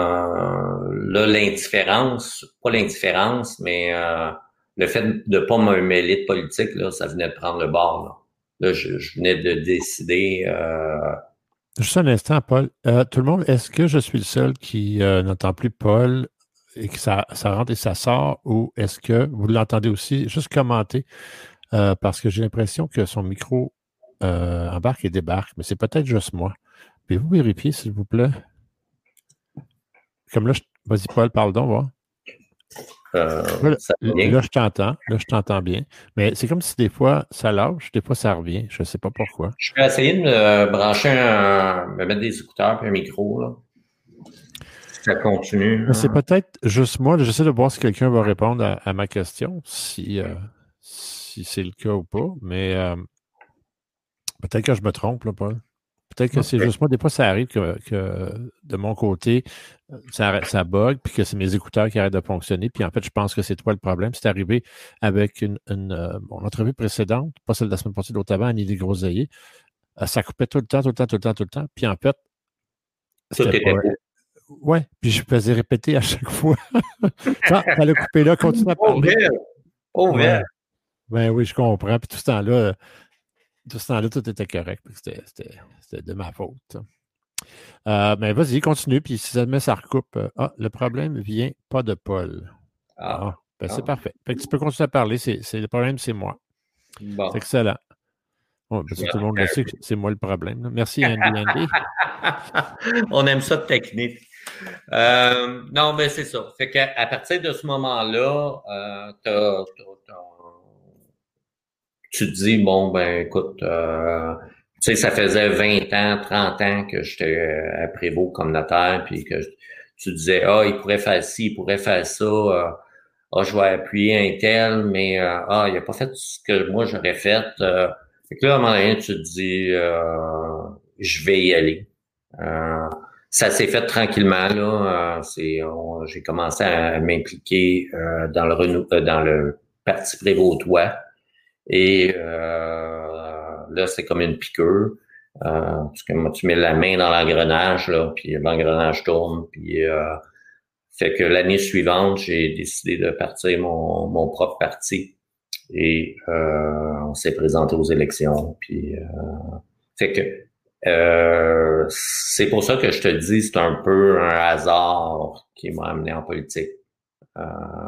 Speaker 2: là, l'indifférence, pas l'indifférence, mais euh, le fait de pas me mêler de politique, là, ça venait de prendre le bord. Là, là je, je venais de décider. Euh,
Speaker 1: Juste un instant, Paul. Euh, tout le monde, est-ce que je suis le seul qui euh, n'entend plus Paul et que ça, ça rentre et ça sort, ou est-ce que vous l'entendez aussi? Juste commenter, euh, parce que j'ai l'impression que son micro euh, embarque et débarque, mais c'est peut-être juste moi. Pouvez-vous vérifier, s'il vous plaît? Comme là, je... vas-y, Paul, parle donc, va.
Speaker 2: euh,
Speaker 1: Là,
Speaker 2: Ça va bien.
Speaker 1: là, je t'entends. Là, je t'entends bien. Mais c'est comme si des fois, ça lâche, des fois, ça revient. Je ne sais pas pourquoi.
Speaker 2: Je vais essayer de me brancher un, me mettre des écouteurs et un micro, là. Si ça continue,
Speaker 1: Mais c'est
Speaker 2: là.
Speaker 1: peut-être juste moi. J'essaie de voir si quelqu'un va répondre à, à ma question, si, euh, si c'est le cas ou pas. Mais euh, peut-être que je me trompe, là, Paul. Peut-être que c'est
Speaker 2: OK.
Speaker 1: juste moi. Des fois, ça arrive que, que de mon côté, euh, ça, ça bug, puis que c'est mes écouteurs qui arrêtent de fonctionner. Puis en fait, je pense que c'est toi le problème. C'est arrivé avec une, une euh, mon entrevue précédente, pas celle de la semaine passée, l'autre avant, Annie Desgroseilliers. Euh, ça coupait tout le temps, tout le temps, tout le temps, tout le temps. Puis en fait,
Speaker 2: Tout
Speaker 1: c'était
Speaker 2: était
Speaker 1: pas.
Speaker 2: beau.
Speaker 1: Ouais, puis je faisais répéter à chaque fois. Ça, ça l'a coupé là, continue à
Speaker 2: Oh,
Speaker 1: parler.
Speaker 2: Ville! Oh,
Speaker 1: Ouais,
Speaker 2: Ville!
Speaker 1: ben oui, je comprends. Puis tout ce temps-là, euh, tout ce temps-là, tout était correct. Puis C'était c'était- c'était de ma faute. Euh, mais vas-y, continue. Puis si jamais ça recoupe, euh, ah, le problème vient pas de Paul. Ah,
Speaker 2: Ah,
Speaker 1: ben c'est
Speaker 2: ah,
Speaker 1: parfait. Fait que tu peux continuer à parler. C'est, c'est, le problème, c'est moi. C'est
Speaker 2: bon.
Speaker 1: excellent. Bon, ben
Speaker 2: Je
Speaker 1: ça,
Speaker 2: vais
Speaker 1: tout le monde le sait que c'est moi le problème, là. Merci, Andy Andy.
Speaker 2: On aime ça de technique. Euh, non, mais c'est ça. Fait qu'à à partir de ce moment-là, euh, t'as, t'as- t'as- tu te dis, bon, ben écoute, euh, tu sais, ça faisait vingt ans, trente ans que j'étais euh, à Prévost comme notaire, puis que tu disais, ah, il pourrait faire ci, il pourrait faire ça, euh, ah, je vais appuyer un tel, mais euh, ah, il a pas fait ce que moi j'aurais fait. Euh, fait que là, à un moment donné, tu te dis, euh, je vais y aller. Euh, Ça s'est fait tranquillement, là. Euh, c'est, on- j'ai commencé à m'impliquer euh, dans le renou- euh, dans le Parti prévôtois. Et euh, là, c'est comme une piqûre. Euh, parce que moi, tu mets la main dans l'engrenage, là, puis l'engrenage tourne, puis euh, fait que l'année suivante, j'ai décidé de partir mon, mon propre parti. Et euh, on s'est présenté aux élections. Puis euh, fait que euh, c'est pour ça que je te dis, c'est un peu un hasard qui m'a amené en politique. Euh,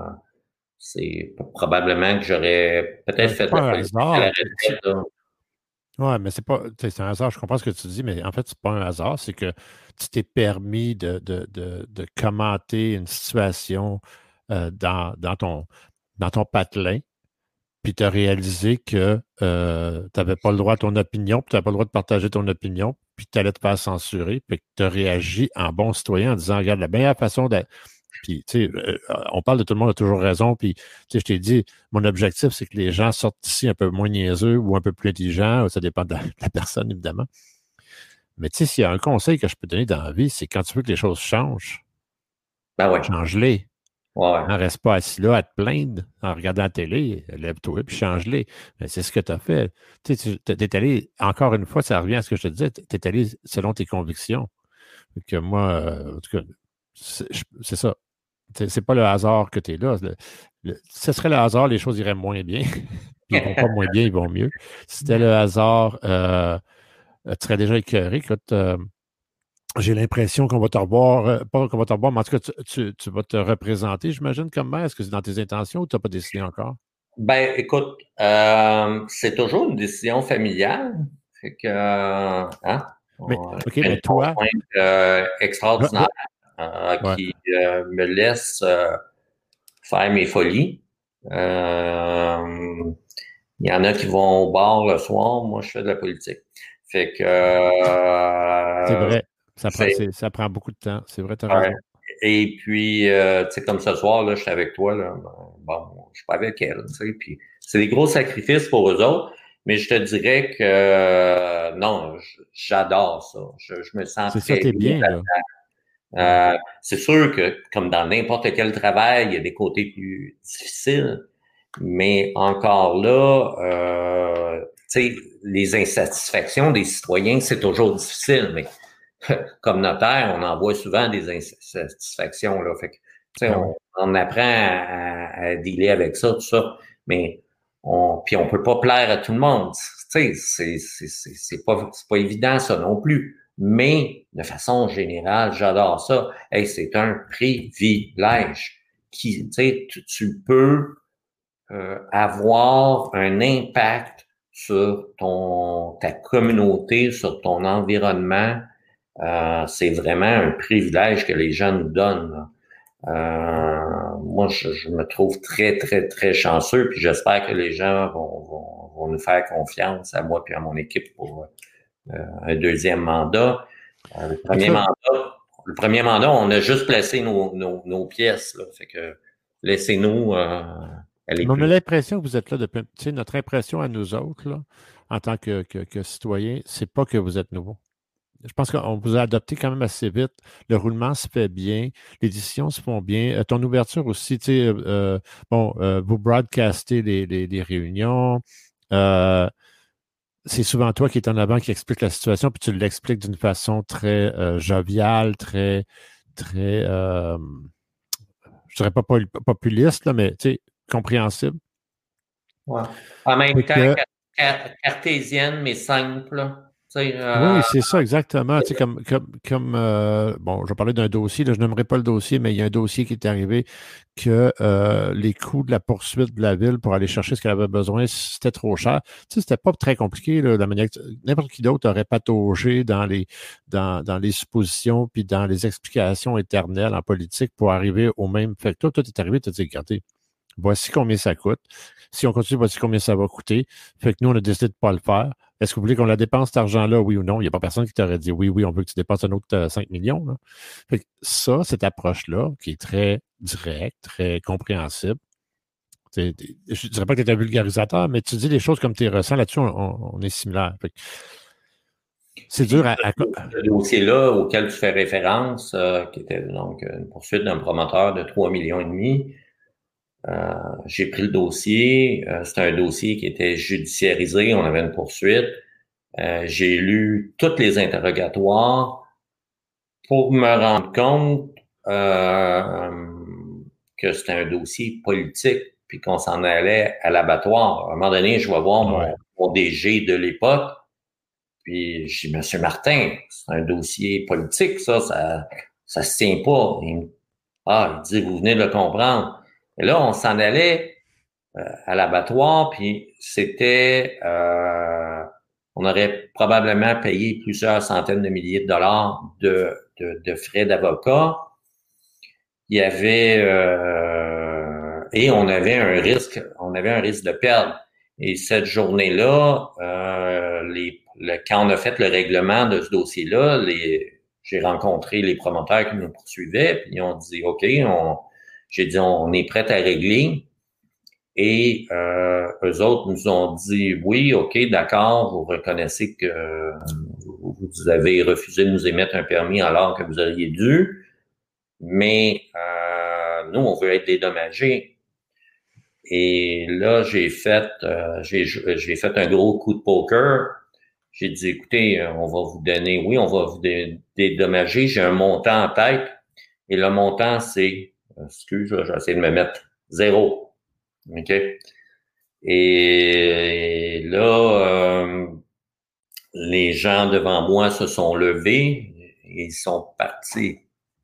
Speaker 2: c'est probablement que j'aurais peut-être
Speaker 1: Ben, c'est
Speaker 2: fait de
Speaker 1: pas
Speaker 2: la
Speaker 1: un
Speaker 2: politique à la
Speaker 1: hasard. C'est-
Speaker 2: retraite, là.
Speaker 1: Ouais, mais c'est pas. Tu sais, c'est un hasard, je comprends ce que tu dis, mais en fait, c'est pas un hasard, c'est que tu t'es permis de, de, de, de commenter une situation euh, dans, dans ton, dans ton patelin, puis tu as réalisé que euh, tu n'avais pas le droit à ton opinion, puis tu n'avais pas le droit de partager ton opinion, puis tu allais te faire censurer, puis que tu as réagi en bon citoyen en disant, regarde, la meilleure façon d'être. Puis, tu sais, euh, on parle de tout le monde a toujours raison, puis, tu sais, je t'ai dit, mon objectif, c'est que les gens sortent d'ici un peu moins niaiseux ou un peu plus intelligents, ça dépend de la, de la personne, évidemment. Mais tu sais, s'il y a un conseil que je peux donner dans la vie, c'est quand tu veux que les choses changent,
Speaker 2: Ben ouais.
Speaker 1: change-les.
Speaker 2: Ouais, ouais.
Speaker 1: Hein, reste pas assis là à te plaindre en regardant la télé. Lève-toi puis change-les. Mais c'est ce que tu as fait. Tu sais, tu es allé, encore une fois, ça revient à ce que je te disais, tu es allé selon tes convictions. Fait que moi, euh, en tout cas, c'est c'est ça. C'est c'est pas le hasard que tu es là. Le- le- si ce serait le hasard, les choses iraient moins bien. Puis ils vont pas moins bien, ils vont mieux. Si c'était le hasard, euh, tu serais déjà écœuré. Écoute, euh, j'ai l'impression qu'on va te revoir, euh, pas qu'on va te revoir, mais en tout cas, tu, tu- tu vas te représenter, j'imagine, comme maire. Est-ce que c'est dans tes intentions ou tu n'as pas décidé encore?
Speaker 2: Ben, écoute, euh, c'est toujours une décision familiale. Fait que, euh, hein,
Speaker 1: Mais,
Speaker 2: on-
Speaker 1: OK,
Speaker 2: j'ai
Speaker 1: mais
Speaker 2: une
Speaker 1: toi,
Speaker 2: conjointe euh,
Speaker 1: va-
Speaker 2: extraordinaire
Speaker 1: va-
Speaker 2: euh,
Speaker 1: ouais.
Speaker 2: qui euh, me laisse euh, faire mes folies. Euh, Il y en a qui vont au bar le soir, moi je fais de la politique. Fait que
Speaker 1: C'est
Speaker 2: euh,
Speaker 1: vrai. Ça prend,
Speaker 2: c'est
Speaker 1: c'est- ça prend beaucoup de temps. C'est vrai, tu as
Speaker 2: ouais.
Speaker 1: raison.
Speaker 2: Et puis, euh, tu sais, comme ce soir, là, je suis avec toi, là. Ben, bon, je suis pas avec elle, tu sais. Puis, c'est des gros sacrifices pour eux autres. Mais je te dirais que euh, non, j- j'adore ça. Je, je me sens
Speaker 1: C'est ça,
Speaker 2: très
Speaker 1: t'es
Speaker 2: bien
Speaker 1: bien, là.
Speaker 2: là-dedans. Euh, c'est sûr que, comme dans n'importe quel travail, il y a des côtés plus difficiles, mais encore là, euh, tu sais, les insatisfactions des citoyens, c'est toujours difficile, mais comme notaire, on en voit souvent des insatisfactions, là. Fait que, tu sais,
Speaker 1: Ah
Speaker 2: on,
Speaker 1: oui.
Speaker 2: on apprend à, à dealer avec ça, tout ça, mais on, puis on peut pas plaire à tout le monde. Tu sais, c'est, c'est, c'est, c'est pas, c'est pas évident, ça non plus. Mais, de façon générale, j'adore ça. Hey, c'est un privilège qui, tu sais, tu, tu peux euh, avoir un impact sur ton ta communauté, sur ton environnement. Euh, c'est vraiment un privilège que les gens nous donnent. Là. Euh, moi, je, je me trouve très, très, très chanceux, puis j'espère que les gens vont, vont, vont nous faire confiance à moi et à mon équipe pour euh, un deuxième mandat. Euh, le
Speaker 1: En tout
Speaker 2: premier
Speaker 1: cas,
Speaker 2: mandat, le premier mandat, on a juste placé nos, nos, nos pièces. Là. Fait que laissez-nous euh, aller
Speaker 1: mais on
Speaker 2: plus
Speaker 1: a
Speaker 2: loin.
Speaker 1: l'impression que vous êtes là depuis. Tu sais, notre impression à nous autres, là, en tant que, que, que citoyens, c'est pas que vous êtes nouveau. Je pense qu'on vous a adopté quand même assez vite. Le roulement se fait bien, les décisions se font bien. Euh, ton ouverture aussi, tu sais, euh, bon, euh, vous broadcastez les, les, les réunions. Euh, c'est souvent toi qui es en avant qui explique la situation, puis tu l'expliques d'une façon très euh, joviale, très, très, euh, je dirais pas pol- populiste, là, mais tu sais, compréhensible.
Speaker 2: Ouais. En même
Speaker 1: Fait
Speaker 2: temps,
Speaker 1: que
Speaker 2: car- car- cartésienne, mais simple. Là. Tu sais, euh,
Speaker 1: oui, c'est ça, exactement. Tu sais, comme, comme, comme euh, bon, je vais parler d'un dossier, là, je n'aimerais pas le dossier, mais il y a un dossier qui est arrivé que euh, les coûts de la poursuite de la ville pour aller chercher ce qu'elle avait besoin, c'était trop cher. Tu sais, c'était pas très compliqué, là, la manière que n'importe qui d'autre aurait pataugé dans les, dans, dans les suppositions puis dans les explications éternelles en politique pour arriver au même. Fait que toi, toi, t'es arrivé, tu as dit, regardez, voici combien ça coûte. Si on continue, voici combien ça va coûter. Fait que nous, on a décidé de ne pas le faire. Est-ce que vous voulez qu'on la dépense, cet argent-là, oui ou non? Il n'y a pas personne qui t'aurait dit oui, oui, on veut que tu dépenses un autre euh, cinq millions. Là. Fait que ça, cette approche-là, qui est très directe, très compréhensible, t'es- t'es- je ne dirais pas que tu es un vulgarisateur, mais tu dis les choses comme tu les ressens là-dessus, on, on- on est similaires. Fait que c'est
Speaker 2: puis
Speaker 1: dur à, à-
Speaker 2: ce dossier-là auquel tu fais référence, euh, qui était donc une poursuite d'un promoteur de trois millions et demi, euh, j'ai pris le dossier. Euh, c'était un dossier qui était judiciarisé. On avait une poursuite. Euh, j'ai lu tous les interrogatoires pour me rendre compte euh, que c'était un dossier politique, puis qu'on s'en allait à l'abattoir. À un moment donné, je vais voir
Speaker 1: ouais.
Speaker 2: mon, mon D G de l'époque, puis je dis, Monsieur Martin, c'est un dossier politique, ça, ça, ça se tient pas. Il me, ah, il dit, vous venez de le comprendre. Et là, on s'en allait euh, à l'abattoir, puis c'était, euh, on aurait probablement payé plusieurs centaines de milliers de dollars de, de, de frais d'avocat. Il y avait euh, et on avait un risque, on avait un risque de perdre. Et cette journée-là, euh, les, le, quand on a fait le règlement de ce dossier-là, les, j'ai rencontré les promoteurs qui nous poursuivaient, puis ils ont dit, OK, on, j'ai dit, on est prêt à régler. Et euh, eux autres nous ont dit, oui, OK, d'accord, vous reconnaissez que euh, vous avez refusé de nous émettre un permis alors que vous auriez dû, mais euh, nous, on veut être dédommagés. Et là, j'ai fait, euh, j'ai, j'ai fait un gros coup de poker. J'ai dit, écoutez, on va vous donner, oui, on va vous dédommager. J'ai un montant en tête. Et le montant, c'est, excuse, je vais essayer de me mettre zéro. OK? Et là, euh, les gens devant moi se sont levés et ils sont partis.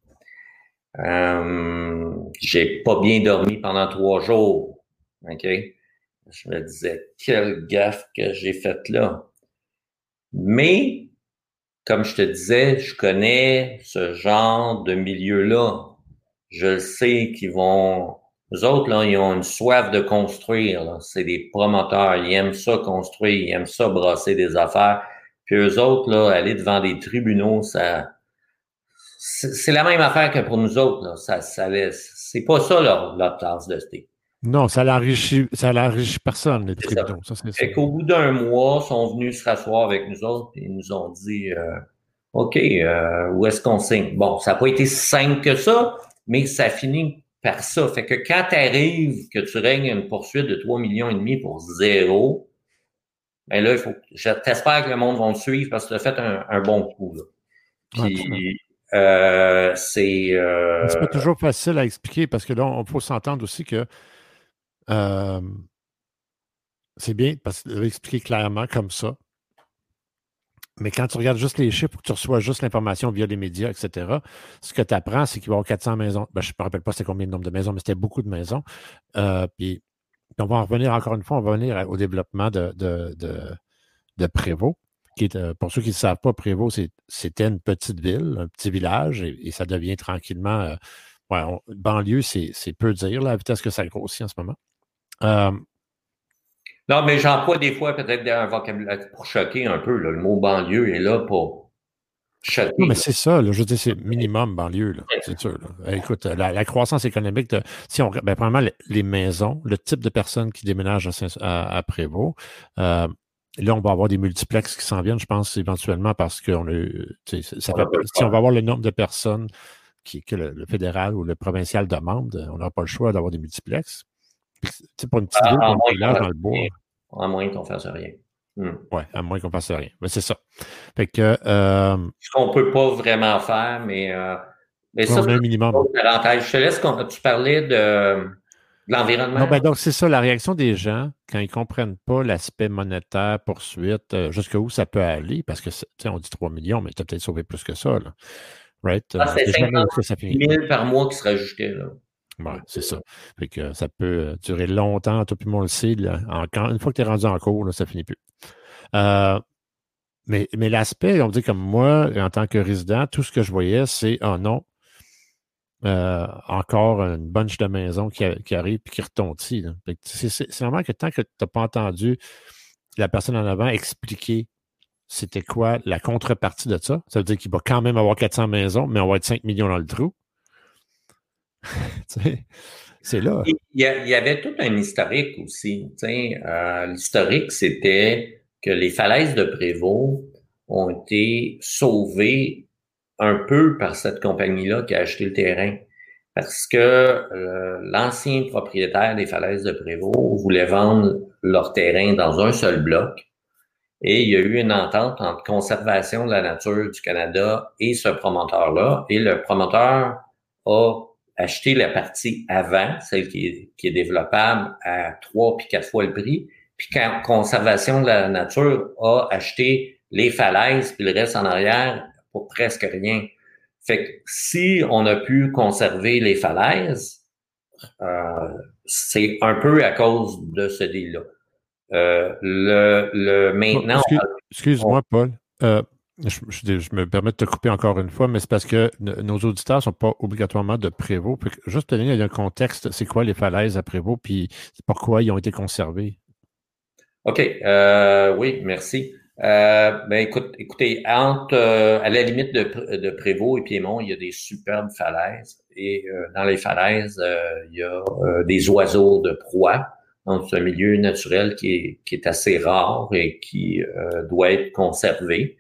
Speaker 2: Euh, j'ai pas bien dormi pendant trois jours. OK? Je me disais, quelle gaffe que j'ai faite là. Mais, comme je te disais, je connais ce genre de milieu-là. Je sais qu'ils vont... Eux autres, là, ils ont une soif de construire. Là. C'est des promoteurs. Ils aiment ça construire. Ils aiment ça brasser des affaires. Puis eux autres, là, aller devant des tribunaux, ça... C'est c'est la même affaire que pour nous autres. Là. Ça, ça laisse... C'est pas ça leur, leur tasse de thé.
Speaker 1: Non, ça l'enrichit, ça l'enrichit personne, les
Speaker 2: C'est ça.
Speaker 1: tribunaux, ça c'est
Speaker 2: Fait
Speaker 1: sûr.
Speaker 2: qu'au bout d'un mois, ils sont venus se rasseoir avec nous autres et ils nous ont dit... Euh, OK, euh, où est-ce qu'on signe? Bon, ça n'a pas été si simple que ça, mais ça finit par ça. Fait que quand tu arrives, que tu règnes une poursuite de trois millions et demi pour zéro, ben là, il faut, j'espère que le monde va te suivre parce que tu as fait un, un bon coup, là.
Speaker 1: Ouais, absolument.
Speaker 2: Puis, euh, c'est...
Speaker 1: Mais c'est
Speaker 2: Euh,
Speaker 1: pas toujours facile à expliquer parce que là, on faut s'entendre aussi que euh, c'est bien parce que de l'expliquer clairement comme ça. Mais quand tu regardes juste les chiffres ou que tu reçois juste l'information via les médias, et cetera, ce que tu apprends, c'est qu'il va y avoir quatre cents maisons. Ben, je ne me rappelle pas c'était combien de nombre de maisons, mais c'était beaucoup de maisons. Euh, puis, on va en revenir encore une fois, on va revenir au développement de, de, de, de Prévost. Qui est, euh, pour ceux qui ne savent pas, Prévost, c'est, c'était une petite ville, un petit village, et, et ça devient tranquillement. Euh, ouais, on- banlieue, c'est, c'est peu dire, la vitesse que ça grossit en ce moment. Euh,
Speaker 2: non, mais j'emploie des fois peut-être un vocabulaire pour choquer un peu, là. Le mot banlieue est là pour
Speaker 1: Non,
Speaker 2: choquer,
Speaker 1: mais
Speaker 2: là.
Speaker 1: c'est ça, là, je veux dire, c'est minimum banlieue, là, c'est sûr. Là. Euh, Écoute, euh, la, la croissance économique, de, si on, ben, premièrement, les, les maisons, le type de personnes qui déménagent à, Saint- à, à Prévost, euh, là, on va avoir des multiplexes qui s'en viennent, je pense, éventuellement, parce qu'on a eu, tu sais, ça
Speaker 2: On n'a
Speaker 1: fait,
Speaker 2: pas le
Speaker 1: si on va
Speaker 2: choix.
Speaker 1: avoir le nombre de personnes qui, que le, le fédéral ou le provincial demande, on n'aura pas le choix d'avoir des multiplexes. Puis, tu sais, pour une petite ville,
Speaker 2: À, à
Speaker 1: pour un
Speaker 2: moins
Speaker 1: petit
Speaker 2: qu'on
Speaker 1: village
Speaker 2: fasse
Speaker 1: dans le
Speaker 2: rien.
Speaker 1: bois,
Speaker 2: À moins qu'on fasse rien. Hmm.
Speaker 1: ouais, à moins qu'on fasse rien. Mais c'est ça. Fait que, euh,
Speaker 2: Ce qu'on peut pas vraiment faire, mais, euh, mais ça,
Speaker 1: on
Speaker 2: c'est
Speaker 1: a un
Speaker 2: une
Speaker 1: minimum.
Speaker 2: autre parenthèse. Je te laisse, con- tu parlais de, de
Speaker 1: Non,
Speaker 2: l'environnement.
Speaker 1: ben donc c'est ça, la réaction des gens quand ils comprennent pas l'aspect monétaire, poursuite, euh, jusqu'où ça peut aller, parce que, c'est- tu sais, on dit trois millions, mais tu as peut-être sauvé plus que ça, là. Right?
Speaker 2: Ah,
Speaker 1: Euh, on
Speaker 2: c'est
Speaker 1: sait jamais où ça, ça finit.
Speaker 2: cinquante mille par mois qui se rajoutait, là.
Speaker 1: Ouais, c'est ça. Fait que euh, ça peut euh, durer longtemps, toi puis moi on le sait, là. Encore, une fois que tu es rendu en cours, là, ça finit plus. Euh, mais mais l'aspect, on dit comme moi, en tant que résident, tout ce que je voyais, c'est, oh non, euh, encore une bunch de maisons qui, a- qui arrive puis qui retombe ici. Là. Fait que C'est c'est- c'est vraiment que tant que tu n'as pas entendu la personne en avant expliquer c'était quoi la contrepartie de ça, ça veut dire qu'il va quand même avoir quatre cents maisons, mais on va être cinq millions dans le trou. Tu sais, c'est là.
Speaker 2: Il y, a- il y avait tout un historique aussi. Tu sais, euh, l'historique, c'était que les falaises de Prévost ont été sauvées un peu par cette compagnie-là qui a acheté le terrain. Parce que euh, l'ancien propriétaire des falaises de Prévost voulait vendre leur terrain dans un seul bloc. Et il y a eu une entente entre Conservation de la nature du Canada et ce promoteur-là. Et le promoteur a acheté la partie avant, celle qui est, qui est développable, à trois puis quatre fois le prix. Puis quand Conservation de la nature a acheté les falaises puis le reste en arrière pour presque rien. Fait que si on a pu conserver les falaises, euh, c'est un peu à cause de ce deal-là. Euh, le, le
Speaker 1: Bon,
Speaker 2: maintenant,
Speaker 1: excuse,
Speaker 2: on,
Speaker 1: excuse-moi, Paul. Euh, je, je- je me permets de te couper encore une fois, mais c'est parce que n- nos auditeurs ne sont pas obligatoirement de Prévost. Puis que- juste te donner un contexte, c'est quoi les falaises à Prévost, puis pourquoi ils ont été conservés.
Speaker 2: OK. Euh, oui, merci. Euh, ben écoute, écoutez, entre euh, à la limite de, de Prévost et Piémont, il y a des superbes falaises. Et euh, dans les falaises, euh, il y a euh, des oiseaux de proie. Donc, c'est un milieu naturel qui est, qui est assez rare et qui euh, doit être conservé.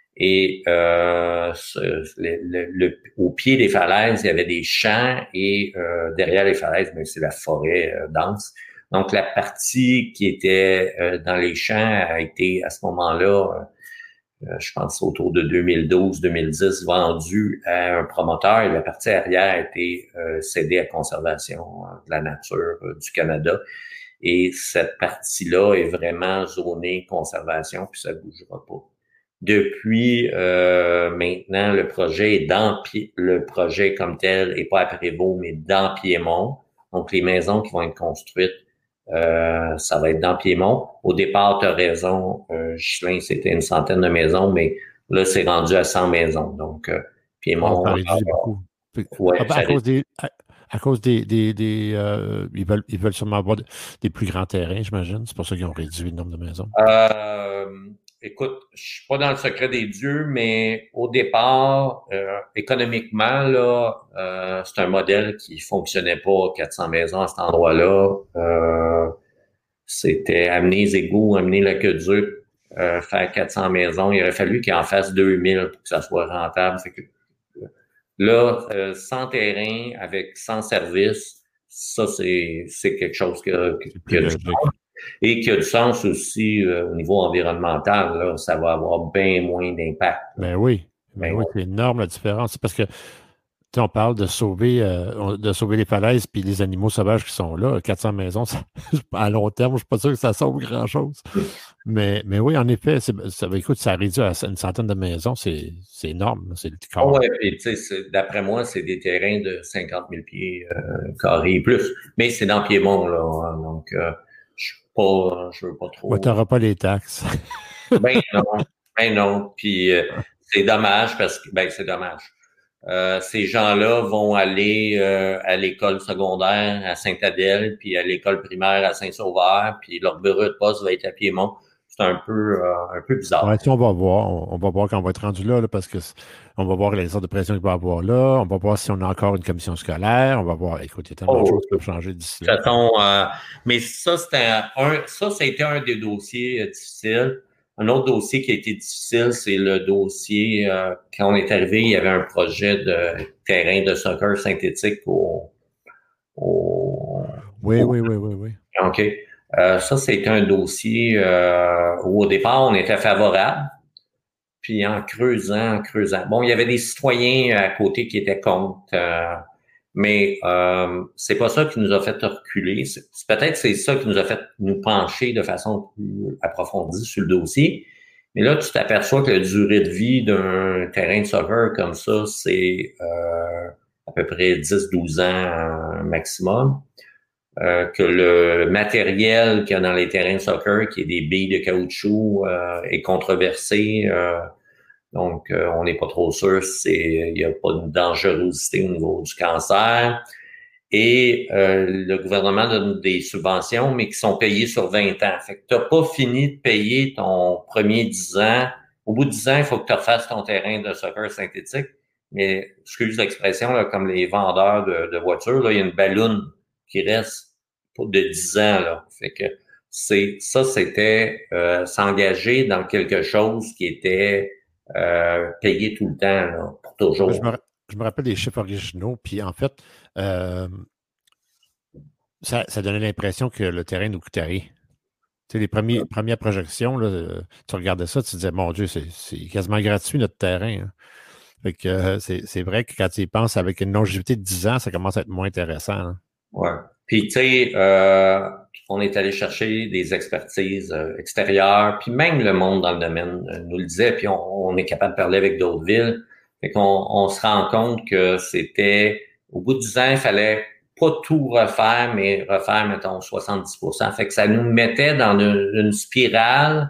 Speaker 2: Et euh, ce- le, le- le- au pied des falaises, il y avait des champs et euh, derrière les falaises, ben, c'est la forêt euh, dense. Donc la partie qui était euh, dans les champs a été à ce moment-là, euh, je pense autour de deux mille douze deux mille dix, vendue à un promoteur et la partie arrière a été euh, cédée à Conservation euh, de la nature euh, du Canada. Et cette partie-là est vraiment zonée conservation, puis ça ne bougera pas. Depuis euh, maintenant, le projet est dans Pi- le projet comme tel est pas à Prévost, mais dans Piémont. Donc, les maisons qui vont être construites, euh, ça va être dans Piémont. Au départ, tu as raison, euh, Ghislain, c'était une centaine de maisons, mais là, c'est rendu à cent maisons. Donc, euh,
Speaker 1: Ah, ça
Speaker 2: Piémont,
Speaker 1: réduit beaucoup. Puis- ah,
Speaker 2: ouais,
Speaker 1: ben,
Speaker 2: ça
Speaker 1: à cause des. À, à cause des. des, des, euh, ils veulent, ils veulent sûrement avoir de- des plus grands terrains, j'imagine. C'est pour ça qu'ils ont réduit le nombre de maisons.
Speaker 2: Euh, écoute, je suis pas dans le secret des dieux, mais au départ, euh, économiquement, là, euh, c'est un modèle qui fonctionnait pas, quatre cents maisons à cet endroit-là. Euh, c'était amener les égouts, amener l'aqueduc. euh, faire quatre cents maisons. Il aurait fallu qu'il en fasse deux mille pour que ça soit rentable. Fait que, là, euh, sans terrain, avec sans service, ça, c'est, c'est quelque chose qui a,
Speaker 1: C'est
Speaker 2: qui
Speaker 1: plus
Speaker 2: a du
Speaker 1: logique.
Speaker 2: sens. Et qui a du sens aussi euh, au niveau environnemental. Là, ça va avoir bien moins d'impact.
Speaker 1: Ben oui, ben
Speaker 2: Ben,
Speaker 1: oui, c'est énorme la différence. C'est parce que, tu sais, on parle de sauver, euh, de sauver les falaises puis les animaux sauvages qui sont là. quatre cents maisons, ça- à long terme, je ne suis pas sûr que ça sauve grand-chose. Mais, mais oui, en effet, c'est- ça, écoute, ça réduit à une centaine de maisons, c'est c'est énorme, là, c'est le
Speaker 2: oh
Speaker 1: quart.
Speaker 2: ouais, puis tu sais, c'est- d'après moi, c'est des terrains de cinquante mille pieds euh, carrés et plus. Mais c'est dans Piémont, là. Hein, donc, euh, je suis pas, je veux pas
Speaker 1: Ouais, tu
Speaker 2: trop.
Speaker 1: n'auras pas les taxes.
Speaker 2: Ben non, ben non. Puis euh, c'est dommage parce que, ben c'est dommage. Euh, ces gens-là vont aller euh, à l'école secondaire à Sainte-Adèle, puis à l'école primaire à Saint-Sauveur, puis leur bureau de poste va être à Piémont. C'est un peu, euh, un peu
Speaker 1: Ouais,
Speaker 2: bizarre.
Speaker 1: si on va voir, on, on va voir quand on va être rendu là, là, parce que c- on va voir les sortes de pression qu'il va y avoir là, on va voir si on a encore une commission scolaire, on va voir, écoute, il y a tellement de
Speaker 2: Oh,
Speaker 1: choses qui peuvent changer d'ici
Speaker 2: de
Speaker 1: là.
Speaker 2: toute façon, euh, mais ça, c'était un, ça, ça a été un des dossiers euh, difficiles. Un autre dossier qui a été difficile, c'est le dossier, euh, quand on est arrivé, il y avait un projet de terrain de soccer synthétique au, au,
Speaker 1: Oui,
Speaker 2: au
Speaker 1: oui, oui, oui, oui.
Speaker 2: OK. Euh, ça, c'était un dossier euh, où au départ, on était favorable. Puis en creusant, en creusant. Bon, il y avait des citoyens à côté qui étaient contre. euh, mais euh, c'est pas ça qui nous a fait reculer. C'est, c'est- peut-être c'est ça qui nous a fait nous pencher de façon plus approfondie sur le dossier. Mais là, tu t'aperçois que la durée de vie d'un terrain de soccer comme ça, c'est euh, à peu près dix douze ans euh, maximum. Euh, que le matériel qu'il y a dans les terrains de soccer, qui est des billes de caoutchouc, euh, est controversé. Euh, donc, euh, on n'est pas trop sûr si il n'y a pas de dangerosité au niveau du cancer. Et euh, le gouvernement donne des subventions, mais qui sont payées sur vingt ans. Fait que tu n'as pas fini de payer ton premier dix ans. Au bout de dix ans, il faut que tu refasses ton terrain de soccer synthétique. Mais, excuse l'expression, là, comme les vendeurs de, de voitures, là, il y a une balloune qui reste pour de dix ans. Là. Fait que c'est ça, c'était euh, s'engager dans quelque chose qui était euh, payé tout le temps, là, pour
Speaker 1: Ouais, je
Speaker 2: toujours.
Speaker 1: me, ra- je me rappelle des chiffres originaux, puis en fait, euh, ça, ça donnait l'impression que le terrain nous coûtait rien. Tu sais, les premiers, premières projections, là, euh, tu regardais ça, tu disais, mon Dieu, c'est c'est quasiment gratuit notre terrain, hein. Fait que euh, c'est c'est vrai que quand tu y penses avec une longévité de dix ans, ça commence à être moins intéressant, hein.
Speaker 2: Ouais. Puis, tu sais, euh, on est allé chercher des expertises euh, extérieures, puis même le monde dans le domaine euh, nous le disait, puis on, on est capable de parler avec d'autres villes. Fait qu'on on se rend compte que c'était, au bout de dix ans, il fallait pas tout refaire, mais refaire, mettons, soixante-dix pour cent. Fait que ça nous mettait dans une, une spirale.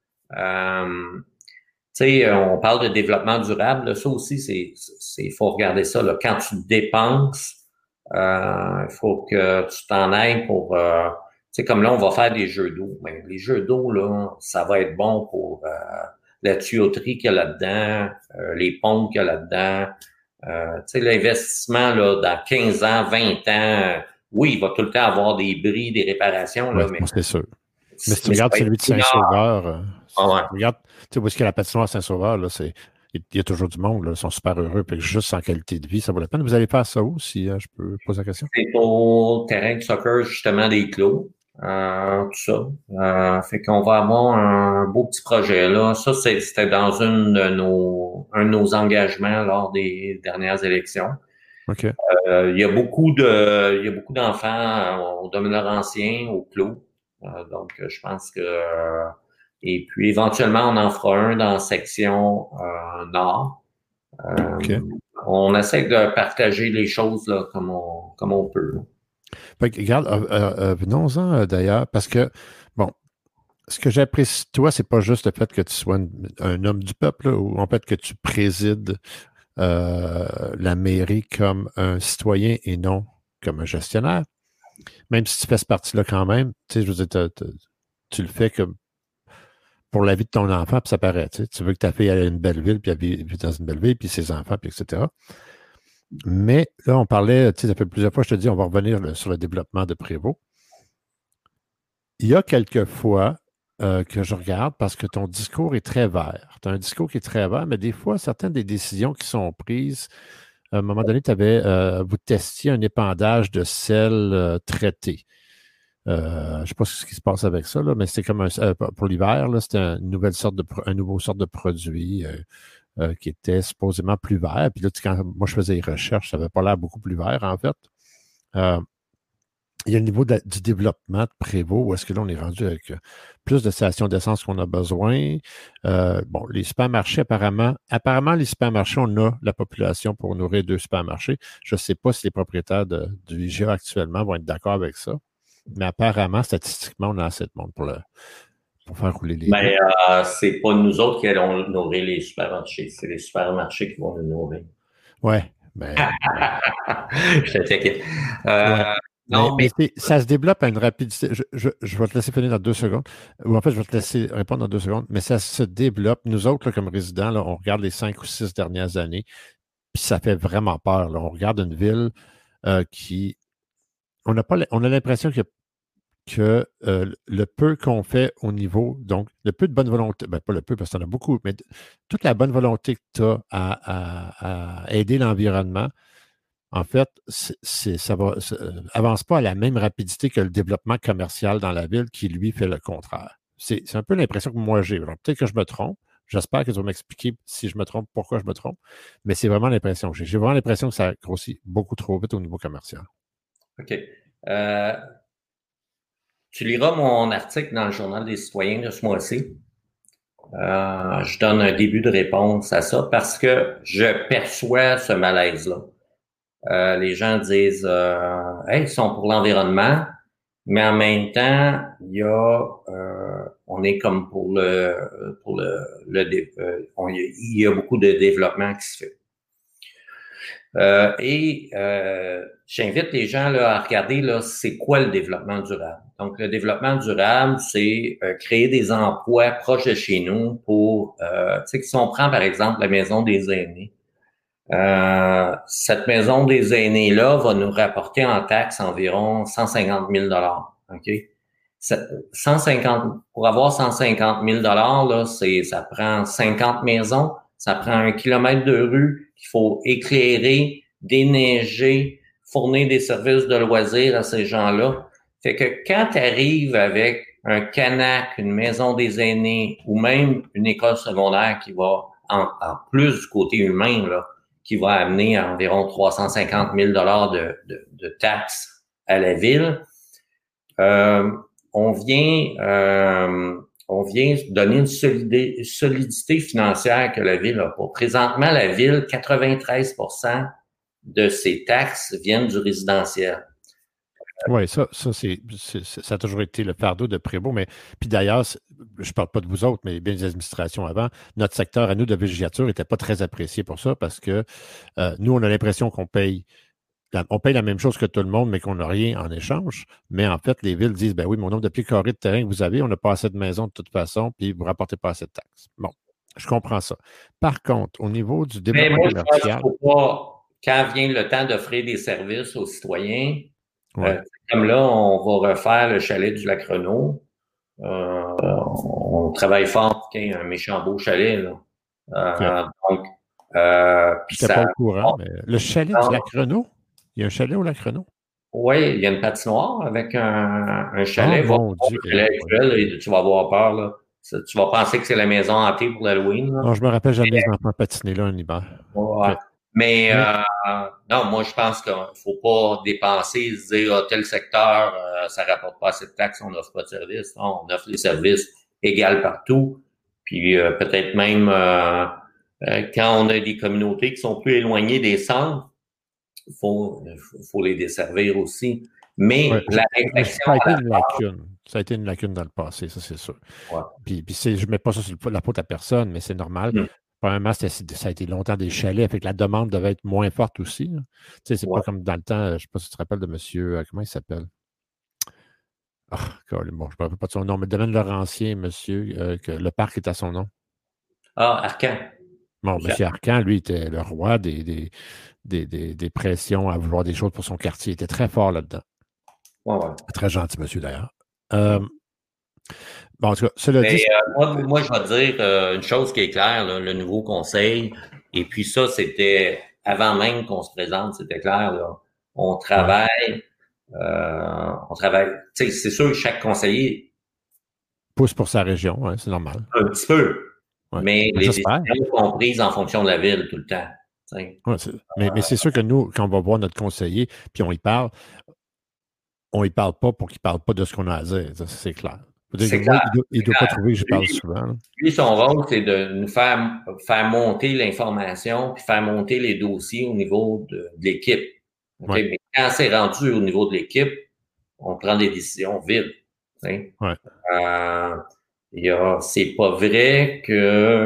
Speaker 2: Euh, tu sais, on parle de développement durable. Là, ça aussi, c'est, c'est, faut regarder ça. Là. Quand tu dépenses, euh, il faut que tu t'en ailles pour, euh, tu sais, comme là, on va faire des jeux d'eau. Mais les jeux d'eau, là, ça va être bon pour euh, la tuyauterie qu'il y a là-dedans, euh, les pompes qu'il y a là-dedans. Euh, tu sais, l'investissement, là, dans quinze ans, vingt ans, oui, il va tout le temps avoir des bris, des réparations,
Speaker 1: Oui,
Speaker 2: là, mais,
Speaker 1: c'est sûr. Mais si tu
Speaker 2: mais ça
Speaker 1: regardes
Speaker 2: va être
Speaker 1: celui de
Speaker 2: mineur.
Speaker 1: Saint-Sauveur, euh,
Speaker 2: Ah
Speaker 1: si
Speaker 2: ouais.
Speaker 1: tu regardes, tu sais, où est-ce qu'il y a la patinoire à Saint-Sauveur, là, c'est, il y a toujours du monde, là, ils sont super heureux, puis juste en qualité de vie, ça vaut la peine. Vous allez faire ça où, si euh, je peux poser la question?
Speaker 2: C'est au terrain de soccer, justement, des clos, euh, tout ça. Euh, fait qu'on va avoir un beau petit projet là. Ça, c'est- c'était dans une de nos, un de nos engagements lors des dernières élections.
Speaker 1: OK.
Speaker 2: Euh, il y a beaucoup de, il y a beaucoup d'enfants euh, au domaine laurentien, au clos. Euh, donc, euh, je pense que, euh, et puis éventuellement, on en fera un dans la section euh, nord. Euh,
Speaker 1: OK.
Speaker 2: on essaie de partager les choses là comme on, comme on peut. Là.
Speaker 1: Fait que, regarde, euh, euh, euh, venons-en euh, d'ailleurs, parce que, bon, ce que j'apprécie de toi, c'est pas juste le fait que tu sois un, un homme du peuple, là, ou en fait que tu présides euh, la mairie comme un citoyen et non comme un gestionnaire. Même si tu fais ce parti-là quand même, tu sais, je veux dire, t'as- t'as- tu le fais comme pour la vie de ton enfant, puis ça paraît. Tu sais, tu veux que ta fille aille à une belle ville, puis elle vit, vit dans une belle ville, puis ses enfants, puis et cetera. Mais là, on parlait, tu sais, ça fait plusieurs fois, je te dis, on va revenir là, sur le développement de Prévost. Il y a quelques fois euh, que je regarde parce que ton discours est très vert. Tu as un discours qui est très vert, mais des fois, certaines des décisions qui sont prises, à un moment donné, tu avais, euh, vous testiez un épandage de sel euh, traité. Euh, je ne sais pas ce qui se passe avec ça, là, mais c'était comme un, euh, pour l'hiver, là, c'était une nouvelle sorte de, un nouveau sorte de produit euh, euh, qui était supposément plus vert. Puis là, tu- quand moi je faisais les recherches, ça n'avait pas l'air beaucoup plus vert, en fait. Euh, il y a le niveau de la- du développement de Prévost, où est-ce que là, on est rendu avec euh, plus de stations d'essence qu'on a besoin. Euh, bon, les supermarchés, apparemment, apparemment, les supermarchés, on a la population pour nourrir deux supermarchés. Je ne sais pas si les propriétaires de- du I G A actuellement vont être d'accord avec ça. Mais apparemment, statistiquement, on a assez de monde pour, le, pour faire rouler les deux.
Speaker 2: Mais euh, c'est pas nous autres qui allons nourrir les supermarchés, c'est les supermarchés qui vont nous nourrir.
Speaker 1: Ouais, mais
Speaker 2: Je t'inquiète.
Speaker 1: ouais.
Speaker 2: Euh,
Speaker 1: Mais,
Speaker 2: non,
Speaker 1: mais
Speaker 2: mais
Speaker 1: c'est- ça se développe à une rapidité. Je, je- je vais te laisser finir dans deux secondes. Ou en fait, je vais te laisser répondre dans deux secondes. Mais ça se développe. Nous autres, là, comme résidents, là, on regarde les cinq ou six dernières années, puis ça fait vraiment peur, là. On regarde une ville euh, qui. On n'a pas, l- on a l'impression que, que euh, le peu qu'on fait au niveau, donc le peu de bonne volonté, ben pas le peu parce qu'il y en a beaucoup, mais de- toute la bonne volonté que tu as à, à à aider l'environnement. En fait, c'est, c'est- ça va, ça, euh, avance pas à la même rapidité que le développement commercial dans la ville qui, lui, fait le contraire. C'est, c'est un peu l'impression que moi j'ai. Alors, peut-être que je me trompe. J'espère que tu vas m'expliquer si je me trompe, pourquoi je me trompe. Mais c'est vraiment l'impression que j'ai. J'ai vraiment l'impression que ça grossit beaucoup trop vite au niveau commercial.
Speaker 2: OK. Euh, Tu liras mon article dans le Journal des citoyens de ce mois-ci. Euh, je donne un début de réponse à ça parce que je perçois ce malaise-là. Euh, les gens disent euh, Hey, ils sont pour l'environnement, mais en même temps, il y a euh, on est comme pour le pour le, le euh, on, il y a beaucoup de développement qui se fait. Euh, et euh, j'invite les gens là, à regarder là, c'est quoi le développement durable. Donc, le développement durable, c'est euh, créer des emplois proches de chez nous pour, euh, tu sais, si on prend par exemple la maison des aînés, euh, cette maison des aînés-là va nous rapporter en taxes environ cent cinquante mille dollars. OK? cent cinquante, pour avoir cent cinquante mille dollars, là, c'est, ça prend cinquante maisons, ça prend un kilomètre de rue qu'il faut éclairer, déneiger, fournir des services de loisirs à ces gens-là. Fait que quand tu arrives avec un Canac, une maison des aînés ou même une école secondaire qui va, en, en plus du côté humain, là, qui va amener à environ trois cent cinquante mille dollars de, de, de taxes à la ville, euh, on vient euh, on vient donner une solidité, solidité financière que la ville n'a pas. Présentement, la ville, quatre-vingt-treize pour cent de ses taxes viennent du résidentiel.
Speaker 1: Oui, ça, ça, c'est, c'est- c'est- ça a toujours été le fardeau de Prévost. Mais puis d'ailleurs, c'est- je ne parle pas de vous autres, mais bien des administrations avant, notre secteur à nous de villégiature n'était pas très apprécié pour ça parce que euh, nous, on a l'impression qu'on paye la- on paye la même chose que tout le monde, mais qu'on n'a rien en échange. Mais en fait, les villes disent, ben oui, mon nombre de pieds carrés de terrain que vous avez, on n'a pas assez de maisons de toute façon, puis vous ne rapportez pas assez de taxes. Bon, je comprends ça. Par contre, au niveau du
Speaker 2: Mais
Speaker 1: développement
Speaker 2: moi, je pense qu'il
Speaker 1: commercial,
Speaker 2: faut pas, quand vient le temps d'offrir des services aux citoyens,
Speaker 1: ouais,
Speaker 2: euh, comme là, on va refaire le chalet du Lac Renault. Euh, on travaille fort pour qu'il y ait un méchant beau chalet, là.
Speaker 1: OK.
Speaker 2: Euh, donc, euh,
Speaker 1: Je
Speaker 2: puis
Speaker 1: n'étais pas
Speaker 2: ça.
Speaker 1: au courant, mais le chalet du Lac Renault, il y a un chalet au Lac Renault?
Speaker 2: Oui, il y a une patinoire avec un, un
Speaker 1: Oh
Speaker 2: chalet. Va
Speaker 1: mon
Speaker 2: voir
Speaker 1: Dieu!
Speaker 2: le
Speaker 1: Eh
Speaker 2: chalet
Speaker 1: boy.
Speaker 2: actuel et tu vas avoir peur, là. Ça, tu vas penser que c'est la maison hantée pour l'Halloween, là.
Speaker 1: Non, je me rappelle jamais mes enfants patiner là un hiver.
Speaker 2: Ouais.
Speaker 1: OK.
Speaker 2: Mais
Speaker 1: Mais,
Speaker 2: euh, non, moi je pense qu'il faut pas dépenser, se dire ah, tel secteur, euh, ça rapporte pas assez de taxes, on n'offre pas de services. Non, on offre les services égaux partout. Puis euh, peut-être même euh, euh, quand on a des communautés qui sont plus éloignées des centres, il faut, faut les desservir aussi.
Speaker 1: ouais,
Speaker 2: Mais
Speaker 1: je-
Speaker 2: la
Speaker 1: mais
Speaker 2: réflexion
Speaker 1: ça a été
Speaker 2: à
Speaker 1: une lacune. Ça a été une lacune dans le passé, ça, c'est sûr.
Speaker 2: la
Speaker 1: Puis, puis c'est- je ne mets pas ça sur le- la faute à personne, mais c'est normal.
Speaker 2: ouais.
Speaker 1: Premièrement, c'était- ça a été longtemps des chalets, fait que la demande devait être moins forte aussi, là. Tu sais, c'est
Speaker 2: Ouais.
Speaker 1: pas comme dans le temps, euh, je ne sais pas si tu te rappelles de monsieur, euh, comment il s'appelle? Ah, colin, bon, je ne me rappelle pas de son nom, mais le domaine Laurentien, monsieur, euh, que le parc est à son nom.
Speaker 2: Ah, Arcan.
Speaker 1: Bon,
Speaker 2: OK.
Speaker 1: monsieur Arcan, lui, était le roi des, des, des, des- des pressions à vouloir des choses pour son quartier. Il était très fort là-dedans.
Speaker 2: Ouais, ouais.
Speaker 1: Très gentil, monsieur, d'ailleurs. Euh, Bon, en tout cas, cela
Speaker 2: Mais
Speaker 1: dit...
Speaker 2: euh, moi, moi, je vais te dire euh, une chose qui est claire, là, le nouveau conseil, et puis ça, c'était avant même qu'on se présente, c'était clair, là. On
Speaker 1: Ouais,
Speaker 2: travaille, euh, on travaille, tu sais, c'est sûr que chaque conseiller,
Speaker 1: pousse pour sa région, ouais, c'est normal.
Speaker 2: un petit peu,
Speaker 1: Ouais.
Speaker 2: mais
Speaker 1: Ben,
Speaker 2: les
Speaker 1: j'espère.
Speaker 2: décisions sont prises en fonction de la ville tout le temps. Tu sais.
Speaker 1: Ouais, c'est- mais mais c'est sûr que nous, quand on va voir notre conseiller, puis on y parle, on y parle pas pour qu'il parle pas de ce qu'on a à dire. Ça, c'est clair. Faut dire que
Speaker 2: C'est
Speaker 1: moi,
Speaker 2: clair,
Speaker 1: il doit, il
Speaker 2: c'est
Speaker 1: doit pas
Speaker 2: clair.
Speaker 1: trouver que je parle
Speaker 2: Lui,
Speaker 1: souvent, là.
Speaker 2: lui, son rôle, c'est de nous faire, faire monter l'information, puis faire monter les dossiers au niveau de, de l'équipe. OK?
Speaker 1: Ouais,
Speaker 2: Mais quand c'est rendu au niveau de l'équipe, on prend des décisions vides. Tu sais.
Speaker 1: ouais.
Speaker 2: Euh, il y a, c'est pas vrai que,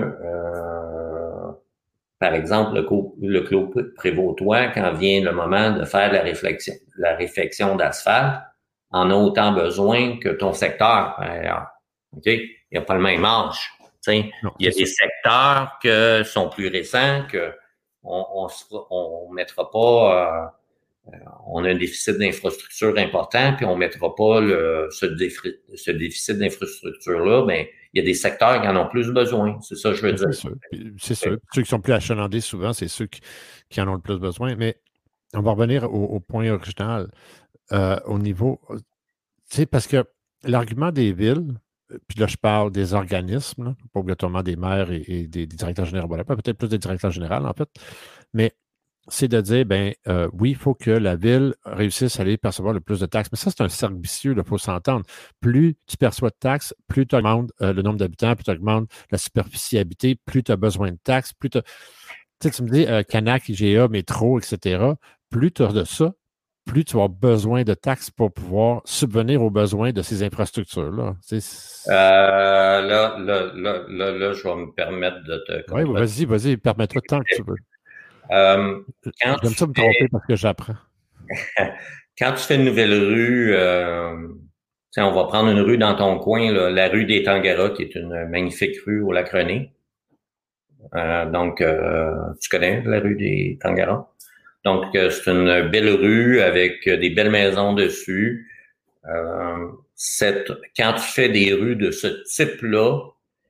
Speaker 2: euh, par exemple, le, co- le clos Prévotois, quand vient le moment de faire la réflexion, la réflexion d'asphalte, en a autant besoin que ton secteur, par ailleurs. OK? Il n'y a pas le même âge. Tu sais.
Speaker 1: Non,
Speaker 2: Il y a
Speaker 1: c'est
Speaker 2: des
Speaker 1: ça.
Speaker 2: secteurs que sont plus récents, que on, on, sera- on mettra pas, euh, on a un déficit d'infrastructure important, puis on mettra pas le, ce, défi- ce déficit d'infrastructure-là, mais il y a des secteurs qui en ont plus besoin. C'est ça que je veux
Speaker 1: Ben,
Speaker 2: dire.
Speaker 1: c'est sûr. Puis, c'est sûr. Ceux qui sont plus achalandés, souvent, c'est ceux qui, qui en ont le plus besoin. Mais on va revenir au, au point original, euh, au niveau. Tu sais, parce que l'argument des villes, euh, puis là, je parle des organismes, là, pas obligatoirement des maires et, et des, des directeurs généraux, voilà, peut-être plus des directeurs généraux, en fait, mais c'est de dire, ben euh, oui, il faut que la ville réussisse à aller percevoir le plus de taxes. Mais ça, c'est un cercle vicieux, il faut s'entendre. Plus tu perçois de taxes, plus tu augmentes euh, le nombre d'habitants, plus tu augmentes la superficie habitée, plus tu as besoin de taxes, plus tu Tu sais, tu me dis euh, Canac, I G A, métro, et cetera. Plus tu as de ça, plus tu vas avoir besoin de taxes pour pouvoir subvenir aux besoins de ces infrastructures-là. Tu
Speaker 2: Euh,
Speaker 1: sais,
Speaker 2: là, là, là, là, là, je vais me permettre de te
Speaker 1: oui,
Speaker 2: contredire.
Speaker 1: vas-y, vas-y, permets-toi tant que tu veux.
Speaker 2: Euh, quand
Speaker 1: J'aime
Speaker 2: tu
Speaker 1: ça me
Speaker 2: fais,
Speaker 1: tromper parce que j'apprends.
Speaker 2: quand tu fais une nouvelle rue, euh, tiens, on va prendre une rue dans ton coin, là, la rue des Tangaras, qui est une magnifique rue au Lac René. Euh, donc, euh, tu connais la rue des Tangaras? Donc, euh, c'est une belle rue avec des belles maisons dessus. Euh, cette, quand tu fais des rues de ce type-là,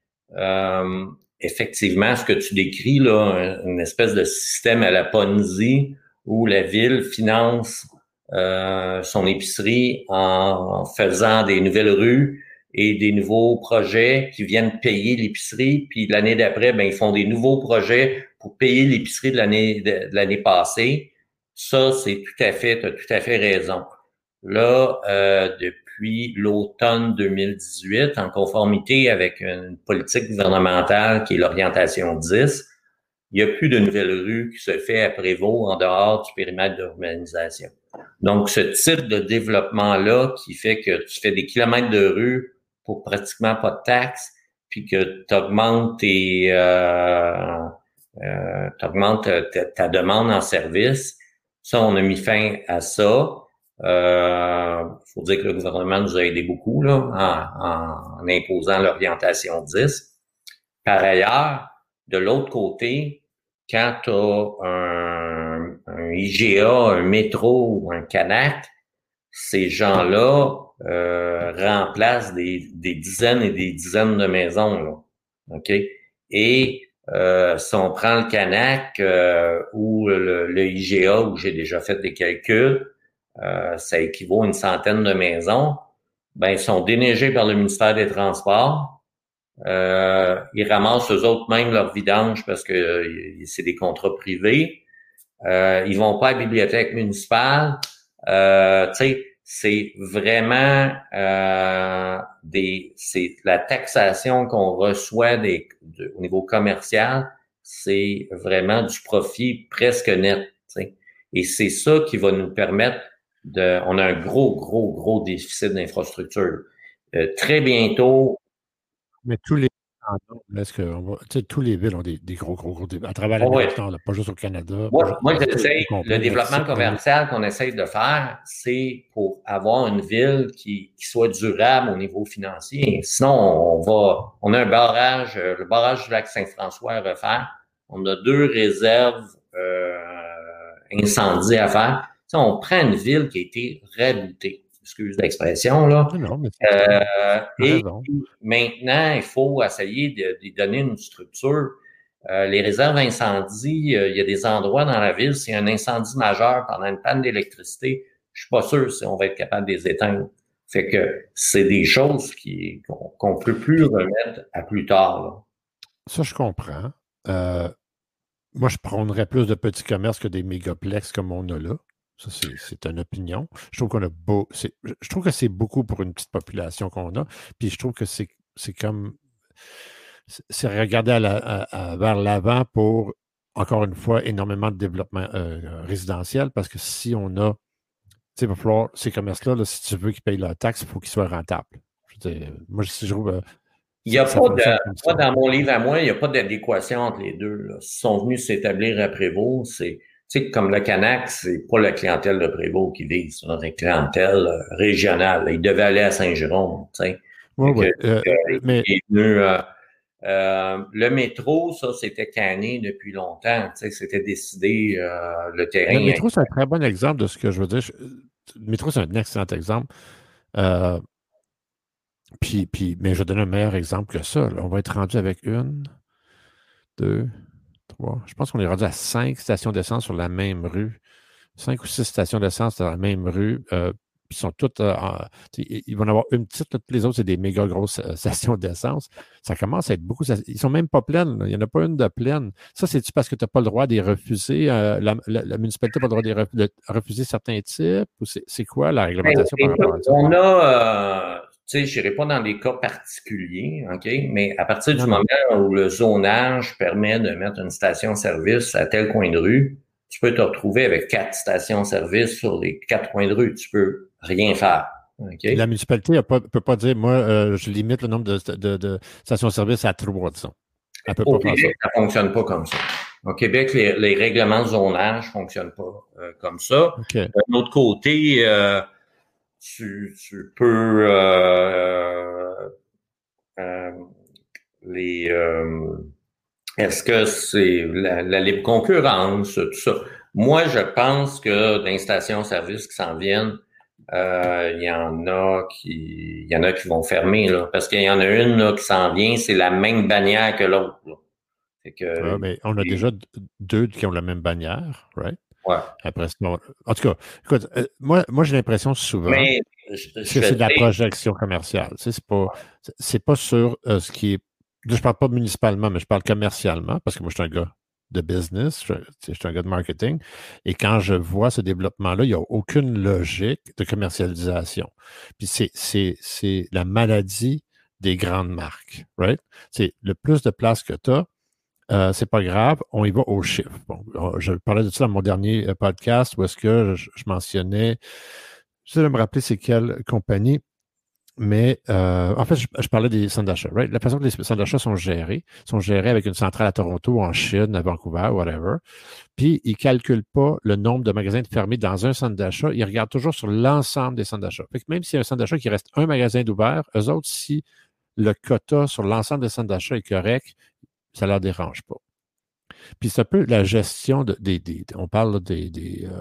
Speaker 2: euh, effectivement, ce que tu décris, là, une espèce de système à la Ponzi où la ville finance euh, son épicerie en faisant des nouvelles rues et des nouveaux projets qui viennent payer l'épicerie, puis l'année d'après, ben ils font des nouveaux projets pour payer l'épicerie de l'année de, de l'année passée. Ça, c'est tout à fait, tu as tout à fait raison. Là, euh, depuis l'automne deux mille dix-huit, en conformité avec une politique gouvernementale qui est l'orientation dix, il n'y a plus de nouvelles rues qui se fait à Prévost en dehors du périmètre d'urbanisation. Donc, ce type de développement-là qui fait que tu fais des kilomètres de rues pour pratiquement pas de taxes, puis que tu augmentes tes, euh, euh, t'augmentes ta, ta demande en service, ça, on a mis fin à ça. Euh, faut dire que le gouvernement nous a aidé beaucoup là, en, en imposant l'orientation dix. Par ailleurs, de l'autre côté, quand tu as un, un I G A, un métro ou un Canac, ces gens-là euh, remplacent des, des dizaines et des dizaines de maisons. Là. OK? Et euh, si on prend le Canac euh, ou le, le I G A, où j'ai déjà fait des calculs, euh, ça équivaut à une centaine de maisons, ben ils sont déneigés par le ministère des Transports. Euh, ils ramassent eux autres même leur vidange parce que euh, c'est des contrats privés. Euh, ils vont pas à la bibliothèque municipale. Euh, tu sais, c'est vraiment euh, des, c'est la taxation qu'on reçoit des, de, au niveau commercial, c'est vraiment du profit presque net. Tu sais. Et c'est ça qui va nous permettre de. On a un gros, gros, gros déficit d'infrastructure. Euh, très bientôt.
Speaker 1: Mais tous les cantons, là, est-ce que on va- tu sais, tous les villes ont des, des gros, gros, gros dé- à travers
Speaker 2: Oh
Speaker 1: l'Amérique
Speaker 2: oui.
Speaker 1: du Nord, là, pas juste au Canada, pas
Speaker 2: Moi,
Speaker 1: juste,
Speaker 2: moi,
Speaker 1: je dis pas au
Speaker 2: j'essaie, le
Speaker 1: complet, mais ici,
Speaker 2: développement
Speaker 1: on est-
Speaker 2: commercial qu'on essaye de faire, c'est pour avoir une ville qui, qui soit durable au niveau financier. Sinon, on va, on a un barrage, euh, le barrage du lac Saint-François à refaire. On a deux réserves euh, incendies à faire. Tu sais, on prend une ville qui a été raboutée. excuse l'expression, là.
Speaker 1: Non, non, mais
Speaker 2: Euh, et
Speaker 1: raison.
Speaker 2: maintenant, il faut essayer de, de donner une structure. Euh, les réserves incendie, euh, il y a des endroits dans la ville, s'il y a un incendie majeur pendant une panne d'électricité, je suis pas sûr si on va être capable de les éteindre. Fait que c'est des choses qui qu'on qu'on peut plus remettre à plus tard, là.
Speaker 1: Ça, je comprends. Euh, moi, je prônerais plus de petits commerces que des mégaplex comme on a là. Ça, c'est, c'est une opinion. Je trouve qu'on a beau. c'est- je trouve que c'est beaucoup pour une petite population qu'on a. Puis je trouve que c'est, c'est comme. C'est c'est regarder à la- à- à- vers l'avant pour, encore une fois, énormément de développement euh, résidentiel parce que si on a. Tu sais, il va falloir, ces commerces-là, là, si tu veux qu'ils payent leurs taxes, il faut qu'ils soient rentables. Je veux dire, moi, je, je trouve. euh,
Speaker 2: Il y a
Speaker 1: ça, ça
Speaker 2: pas de,
Speaker 1: fonctionne comme ça.
Speaker 2: moi, dans mon livre à moi, il n'y a pas d'adéquation entre les deux, là. S'ils sont venus s'établir à Prévost, c'est, tu sais, comme le Canac, c'est pas la clientèle de Prévost qui vise, c'est notre clientèle euh, régionale. Ils devaient aller à Saint-Jérôme, tu sais.
Speaker 1: Oui,
Speaker 2: Fait
Speaker 1: oui.
Speaker 2: que,
Speaker 1: Euh,
Speaker 2: euh, il
Speaker 1: mais
Speaker 2: est venu, euh, euh, le métro, ça, c'était canné depuis longtemps, tu sais, c'était décidé, euh, le
Speaker 1: le
Speaker 2: terrain.
Speaker 1: métro, c'est un très bon exemple de ce que je veux dire. Je- le métro, c'est un excellent exemple. Euh, puis, puis, mais je vais donner un meilleur exemple que ça, là. On va être rendu avec une, deux, trois. Je pense qu'on est rendu à cinq stations d'essence sur la même rue. Cinq ou six stations d'essence sur la même rue. Euh, puis ils sont toutes. Euh, en- tu sais, ils vont en avoir une petite, toutes les autres, c'est des méga grosses euh, stations d'essence. Ça commence à être beaucoup. ça- ils sont même pas pleines, là. Il n'y en a pas une de pleine. Ça, c'est-tu parce que tu n'as pas le droit de les refuser? euh, la, la- la municipalité n'a pas le droit de, les ref- de refuser certains types? Ou c'est c'est quoi la
Speaker 2: Ben,
Speaker 1: réglementation par rapport
Speaker 2: écoute,
Speaker 1: à ça?
Speaker 2: on a, euh, tu sais, je n'irai pas dans des cas particuliers, OK, mais à partir du
Speaker 1: Non,
Speaker 2: moment
Speaker 1: non.
Speaker 2: où le zonage permet de mettre une station-service à tel coin de rue, tu peux te retrouver avec quatre stations-service sur les quatre coins de rue. Tu peux rien faire, OK?
Speaker 1: Puis la municipalité ne peut pas dire, moi, euh, je limite le nombre de, de, de stations-service à trois, disons. Elle ne peut
Speaker 2: Au
Speaker 1: pas faire ça.
Speaker 2: Québec, ça fonctionne pas comme ça. Au Québec, les, les règlements de zonage fonctionnent pas euh, comme ça.
Speaker 1: OK.
Speaker 2: D'un autre côté, euh, tu, tu peux euh, euh, les euh, est-ce que c'est la, la libre concurrence, tout ça? Moi, je pense que dans les stations-service qui s'en viennent, euh, il y en a qui il y en a qui vont fermer là, parce qu'il y en a une là, qui s'en vient, c'est la même bannière que l'autre, là. Fait
Speaker 1: Ah,
Speaker 2: que
Speaker 1: mais on a déjà d- deux qui ont la même bannière, right?
Speaker 2: ouais.
Speaker 1: Après, sinon- en tout cas, écoute, euh, moi, moi j'ai l'impression souvent
Speaker 2: Mais je, je
Speaker 1: que
Speaker 2: vais
Speaker 1: c'est de la
Speaker 2: dire,
Speaker 1: projection commerciale. Tu sais, c'est pas, c'est pas sur euh, ce qui est. Là, je parle pas municipalement, mais je parle commercialement, parce que moi, je suis un gars de business, je, tu sais, je suis un gars de marketing. Et quand je vois ce développement-là, il n'y a aucune logique de commercialisation. Puis c'est, c'est, c'est la maladie des grandes marques, right? C'est le plus de place que tu as, euh, c'est pas grave, on y va au chiffre. Bon, on- je parlais de ça dans mon dernier euh, podcast où est-ce que je, je mentionnais, je vais me rappeler c'est quelle compagnie, mais euh, en fait, je, je parlais des centres d'achat, right? La façon que les centres d'achat sont gérés, sont gérés avec une centrale à Toronto, en Chine, à Vancouver, whatever. Puis, ils ne calculent pas le nombre de magasins fermés dans un centre d'achat. Ils regardent toujours sur l'ensemble des centres d'achat. Fait que même s'il y a un centre d'achat qui reste un magasin d'ouvert, eux autres, si le quota sur l'ensemble des centres d'achat est correct, ça ne leur dérange pas. Puis c'est un peu la gestion de, des, des on parle là, des, des, euh,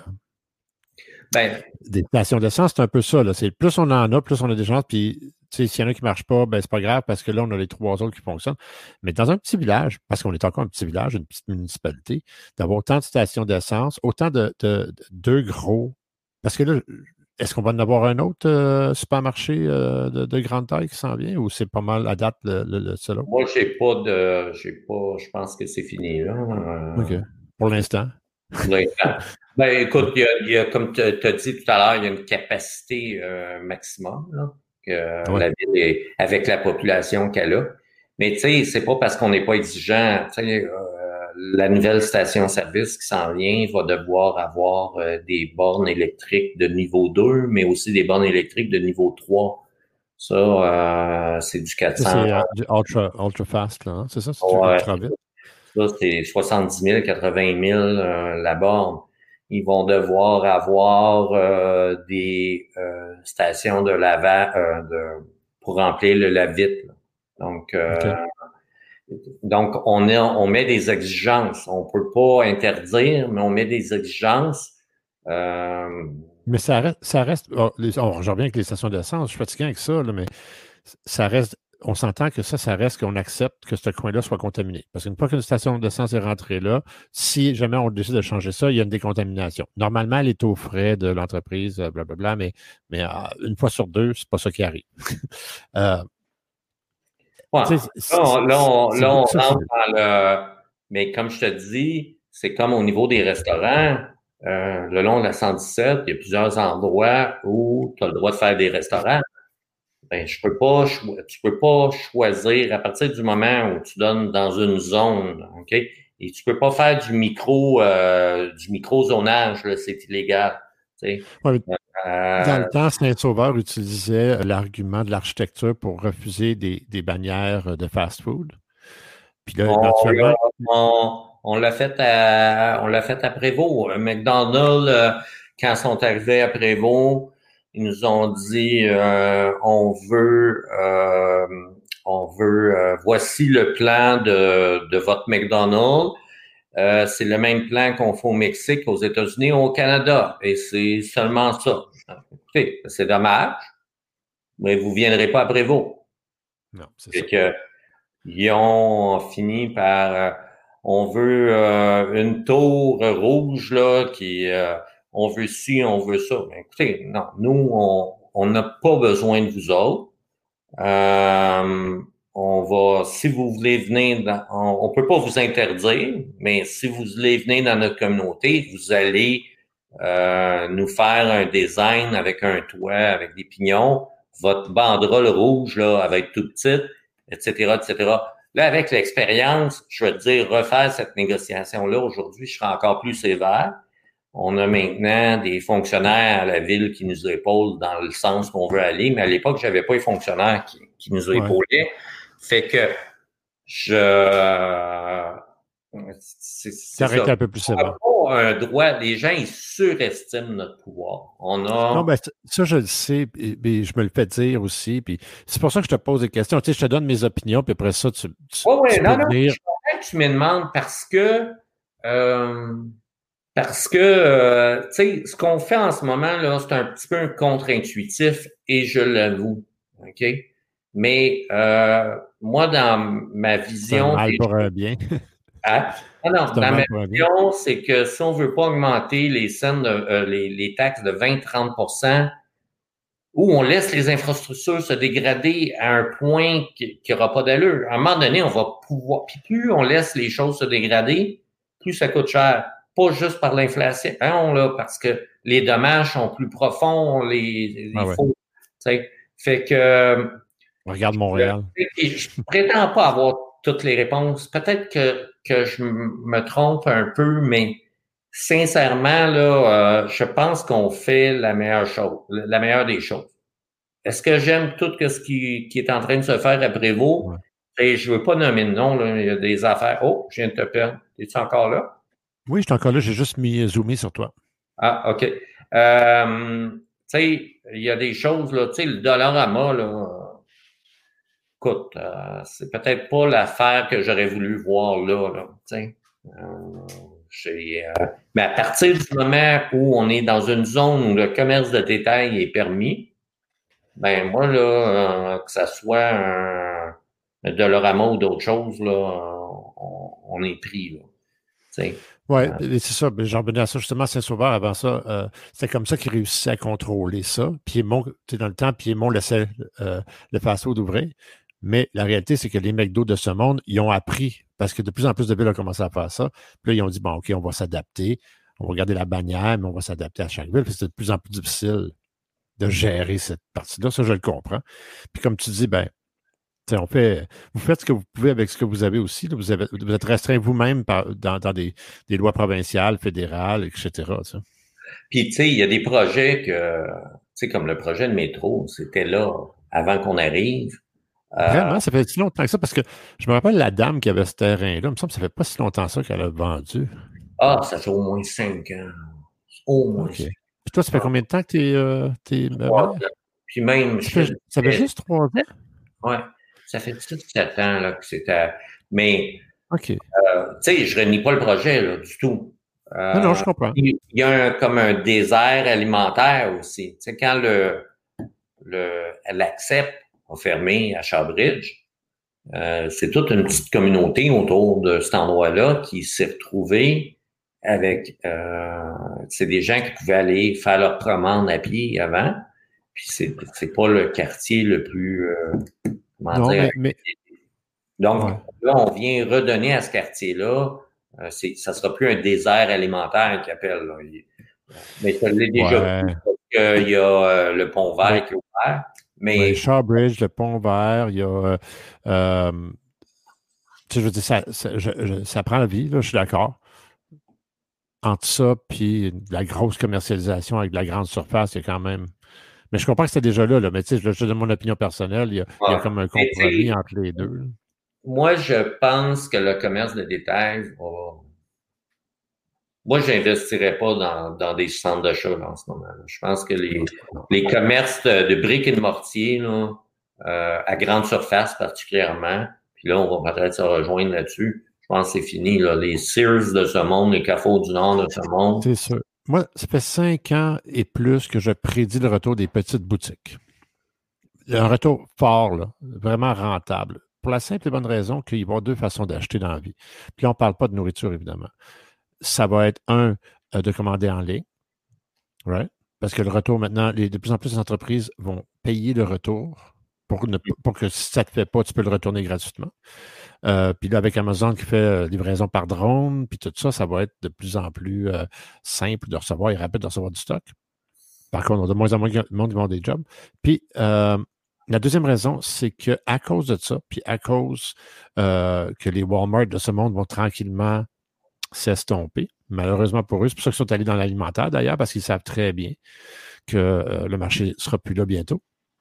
Speaker 2: ben,
Speaker 1: des stations d'essence, c'est un peu ça. Là. C'est plus on en a, plus on a des chances. Puis tu sais, s'il y en a qui ne marchent pas, ben c'est pas grave parce que là, on a les trois autres qui fonctionnent. Mais dans un petit village, parce qu'on est encore un petit village, une petite municipalité, d'avoir autant de stations d'essence, autant de, de, de deux gros. Parce que là, est-ce qu'on va en avoir un autre euh, supermarché euh, de, de grande taille qui s'en vient ou c'est pas mal à date le, le, le seul autre?
Speaker 2: moi, j'ai pas de, j'ai pas, je pense que c'est fini là.
Speaker 1: OK.
Speaker 2: Euh,
Speaker 1: Pour l'instant.
Speaker 2: pour l'instant. Ben, écoute, il y a, il y a, comme tu as dit tout à l'heure, il y a une capacité euh, maximum là, que
Speaker 1: Ouais.
Speaker 2: la ville est avec la population qu'elle a. Mais tu sais, c'est pas parce qu'on n'est pas exigeant. Tu sais, euh, la nouvelle station-service qui s'en vient va devoir avoir euh, des bornes électriques de niveau deux, mais aussi des bornes électriques de niveau trois. Ça, euh, c'est du
Speaker 1: Ça,
Speaker 2: quatre cents.
Speaker 1: c'est euh, du ultra, ultra fast, là. Hein? C'est ça? C'est du
Speaker 2: Ouais,
Speaker 1: ultra vite?
Speaker 2: ça, c'est soixante-dix mille, quatre-vingt mille euh, la borne. Ils vont devoir avoir euh, des euh, stations de lavage euh, de, pour remplir le lave-vite, là. Donc, euh,
Speaker 1: OK.
Speaker 2: donc on, a, on met des exigences. On peut pas interdire, mais on met des exigences. Euh,
Speaker 1: Mais ça reste, ça reste oh, les- on revient avec les stations d'essence, je suis fatigué avec ça, là, mais ça reste, on s'entend que ça, ça reste qu'on accepte que ce coin-là soit contaminé. Parce qu'une fois qu'une station d'essence est rentrée là, si jamais on décide de changer ça, il y a une décontamination. Normalement, elle est au frais de l'entreprise, euh, blablabla, mais, mais euh, une fois sur deux, c'est pas ça qui arrive. euh,
Speaker 2: Ouais.
Speaker 1: tu sais,
Speaker 2: Là,
Speaker 1: c'est
Speaker 2: on, là, on,
Speaker 1: c'est
Speaker 2: là,
Speaker 1: beau,
Speaker 2: on
Speaker 1: ça, c'est
Speaker 2: rentre
Speaker 1: beau.
Speaker 2: dans le... Mais comme je te dis, c'est comme au niveau des restaurants. Euh, le long de la cent dix-sept, il y a plusieurs endroits où tu as le droit de faire des restaurants. Ben, je peux pas, cho- tu peux pas choisir à partir du moment où tu donnes dans une zone, OK? Et tu peux pas faire du micro, euh, du micro-zonage, là, c'est illégal. Tu sais.
Speaker 1: Ouais, dans
Speaker 2: Euh,
Speaker 1: le temps, Saint-Sauveur utilisait l'argument de l'architecture pour refuser des, des bannières de fast-food. Puis là,
Speaker 2: on l'a,
Speaker 1: éventuellement,
Speaker 2: on, on l'a fait à, on l'a fait à Prévost. Euh, McDonald's, euh, quand ils sont arrivés à Prévost, ils nous ont dit, euh, on veut, euh, on veut, euh, voici le plan de, de votre McDonald's. Euh, c'est le même plan qu'on fait au Mexique, aux États-Unis, au Canada. Et c'est seulement ça. Écoutez, c'est dommage, mais vous viendrez pas à Prévost.
Speaker 1: non, c'est ça.
Speaker 2: Fait que, ils ont fini par euh, on veut euh, une tour rouge là qui euh, on veut ci, on veut ça. Ben, écoutez, non, nous, on on n'a pas besoin de vous autres. Euh, on va, si vous voulez venir, dans, on, on peut pas vous interdire, mais si vous voulez venir dans notre communauté, vous allez euh, nous faire un design avec un toit, avec des pignons. Votre banderole rouge là, va être tout petite, et cetera, et cetera. Là, avec l'expérience, je veux te dire, refaire cette négociation-là aujourd'hui, je serai encore plus sévère. On a maintenant des fonctionnaires à la ville qui nous épaulent dans le sens qu'on veut aller, mais à l'époque, j'avais pas les fonctionnaires qui, qui nous
Speaker 1: Ouais.
Speaker 2: épaulaient. Fait que je c'est
Speaker 1: Ça
Speaker 2: c'est
Speaker 1: aurait
Speaker 2: ça.
Speaker 1: été un peu plus
Speaker 2: On n'a
Speaker 1: sévère.
Speaker 2: pas un droit. Les gens, ils surestiment notre pouvoir. On
Speaker 1: Non,
Speaker 2: a.
Speaker 1: ben, c- ça, je le sais, et, et je me le fais dire aussi. Puis c'est pour ça que je te pose des questions. Tu sais, je te donne mes opinions, puis après ça, tu, tu,
Speaker 2: Oui,
Speaker 1: tu
Speaker 2: oui,
Speaker 1: peux
Speaker 2: non, non,
Speaker 1: venir.
Speaker 2: je comprends que tu me demandes parce que euh, parce que euh, tu sais, ce qu'on fait en ce moment, là, c'est un petit peu un contre-intuitif, et je l'avoue. OK? Mais euh, moi, dans ma
Speaker 1: C'est un
Speaker 2: vision
Speaker 1: mal
Speaker 2: des
Speaker 1: pour un
Speaker 2: choses,
Speaker 1: bien.
Speaker 2: hein? Ah non,
Speaker 1: C'est un
Speaker 2: dans ma
Speaker 1: mal pour un bien.
Speaker 2: vision, c'est que si on veut pas augmenter les scènes de, euh, les, les taxes de vingt à trente pour cent, où on laisse les infrastructures se dégrader à un point qui n'aura pas d'allure. À un moment donné, on va pouvoir, puis plus on laisse les choses se dégrader, plus ça coûte cher. Pas juste par l'inflation, hein, là, parce que les dommages sont plus profonds, les,
Speaker 1: Ah
Speaker 2: il
Speaker 1: ouais.
Speaker 2: faut, tu sais. Fait que,
Speaker 1: Regarde
Speaker 2: je,
Speaker 1: Montréal.
Speaker 2: je prétends pas avoir toutes les réponses. Peut-être que, que je me trompe un peu, mais sincèrement, là, euh, je pense qu'on fait la meilleure chose, la meilleure des choses. Est-ce que j'aime tout ce qui, qui est en train de se faire à Prévost?
Speaker 1: Ouais.
Speaker 2: Et je veux pas nommer de nom, là. Il y a des affaires. Oh, je viens de te perdre. Es-tu encore là?
Speaker 1: Oui, je suis encore là, j'ai juste mis zoomé sur toi.
Speaker 2: Ah, OK. Euh, tu sais, il y a des choses, là. Tu sais, le Dollarama, là. Écoute, euh, c'est peut-être pas l'affaire que j'aurais voulu voir là, là. Tu sais. Euh, j'ai, euh, mais à partir du moment où on est dans une zone où le commerce de détail est permis, ben moi, là, euh, que ça soit un, un Dollarama ou d'autres choses, là, on, on est pris, là. Tu sais.
Speaker 1: Oui,
Speaker 2: Euh,
Speaker 1: c'est ça. Ben, j'en revenais à ça justement, Saint-Sauveur, avant ça, euh, c'est comme ça qu'ils réussissaient à contrôler ça. Piémont, tu sais, dans le temps, Piémont laissait euh, le fast-food ouvrir. Mais la réalité, c'est que les McDo de ce monde, ils ont appris, parce que de plus en plus de villes ont commencé à faire ça. Puis là, ils ont dit, bon, OK, on va s'adapter. On va garder la bannière, mais on va s'adapter à chaque ville. Puis c'est de plus en plus difficile de gérer cette partie-là. Ça, je le comprends. Puis comme tu dis, ben, T'sais, on fait, vous faites ce que vous pouvez avec ce que vous avez aussi. Là. Vous, avez, vous êtes restreint vous-même par- dans, dans des, des lois provinciales, fédérales, et cetera. t'sais.
Speaker 2: Puis, tu sais, il y a des projets que, tu sais, comme le projet de métro, c'était là avant qu'on arrive. Euh,
Speaker 1: Vraiment, ça fait si longtemps que ça, parce que je me rappelle la dame qui avait ce terrain-là. Il me semble que ça fait pas si longtemps ça qu'elle a vendu.
Speaker 2: ah, ça fait au moins cinq ans. Au moins
Speaker 1: OK.
Speaker 2: cinq
Speaker 1: Puis toi, ça fait
Speaker 2: ans.
Speaker 1: combien de temps que tu es, euh, t'es
Speaker 2: Trois
Speaker 1: maire?
Speaker 2: ans. Puis même,
Speaker 1: Ça
Speaker 2: je
Speaker 1: fait,
Speaker 2: te
Speaker 1: ça fait
Speaker 2: disais,
Speaker 1: juste trois ans?
Speaker 2: ouais, ça fait six, sept ans là, que c'était. Mais,
Speaker 1: OK.
Speaker 2: euh, tu sais, je renie pas le projet, là, du tout.
Speaker 1: Non, non, je
Speaker 2: Euh,
Speaker 1: comprends.
Speaker 2: il y a un, comme un désert alimentaire aussi. Tu sais, quand le, le, l'Accept a fermé à Shawbridge, euh, c'est toute une petite communauté autour de cet endroit-là qui s'est retrouvée avec, euh, c'est des gens qui pouvaient aller faire leur commande à pied avant, puis c'est, c'est pas le quartier le plus, euh, comment
Speaker 1: Non,
Speaker 2: dire.
Speaker 1: mais, mais
Speaker 2: Donc,
Speaker 1: ouais.
Speaker 2: là, on vient redonner à ce quartier-là, euh, c'est, ça sera plus un désert alimentaire qu'ils appellent, là. Il- mais ça l'est déjà plus,
Speaker 1: Ouais.
Speaker 2: parce qu'il y a euh, le pont
Speaker 1: Ben,
Speaker 2: vert qui est ouvert,
Speaker 1: ouais,
Speaker 2: mais
Speaker 1: Shawbridge, le Pont Vert, il y a. euh, euh, tu sais, je veux dire, ça, ça, je- je- ça prend la vie, là, je suis d'accord. Entre ça puis la grosse commercialisation avec de la grande surface, il y a quand même. Mais je comprends que c'était déjà là, là, mais tu sais, je, je donne mon opinion personnelle, il y a, il y a
Speaker 2: ouais.
Speaker 1: comme un
Speaker 2: Mais tu
Speaker 1: compromis
Speaker 2: sais,
Speaker 1: entre les deux, là.
Speaker 2: moi, je pense que le commerce de détail va... Moi, j'investirais pas dans, dans des centres d'achat là, en ce moment, là. Je pense que les,
Speaker 1: Non.
Speaker 2: les commerces de, de briques et de mortier, là, euh, à grande surface particulièrement, puis là, on va peut-être se rejoindre là-dessus. Je pense que c'est fini, là. Les Sears de ce monde, les Carrefour du Nord de ce monde.
Speaker 1: C'est sûr. Moi, ça fait cinq ans et plus que je prédis le retour des petites boutiques. Un retour fort, là, vraiment rentable. Pour la simple et bonne raison qu'il va y avoir deux façons d'acheter dans la vie. Puis là, on ne parle pas de nourriture, évidemment. Ça va être un, euh, de commander en ligne, right? Parce que le retour maintenant, les, de plus en plus d'entreprises vont payer le retour pour, ne, pour que si ça ne te fait pas, tu peux le retourner gratuitement. Euh, puis là, avec Amazon qui fait euh, livraison par drone, puis tout ça, ça va être de plus en plus euh, simple de recevoir et rapide de recevoir du stock. Par contre, on a de moins en moins de monde qui vont des jobs. Puis, euh, la deuxième raison, c'est qu'à cause de ça, puis à cause euh, que les Walmart de ce monde vont tranquillement s'estomper, malheureusement pour eux, c'est pour ça qu'ils sont allés dans l'alimentaire d'ailleurs, parce qu'ils savent très bien que euh, le marché ne sera plus là bientôt.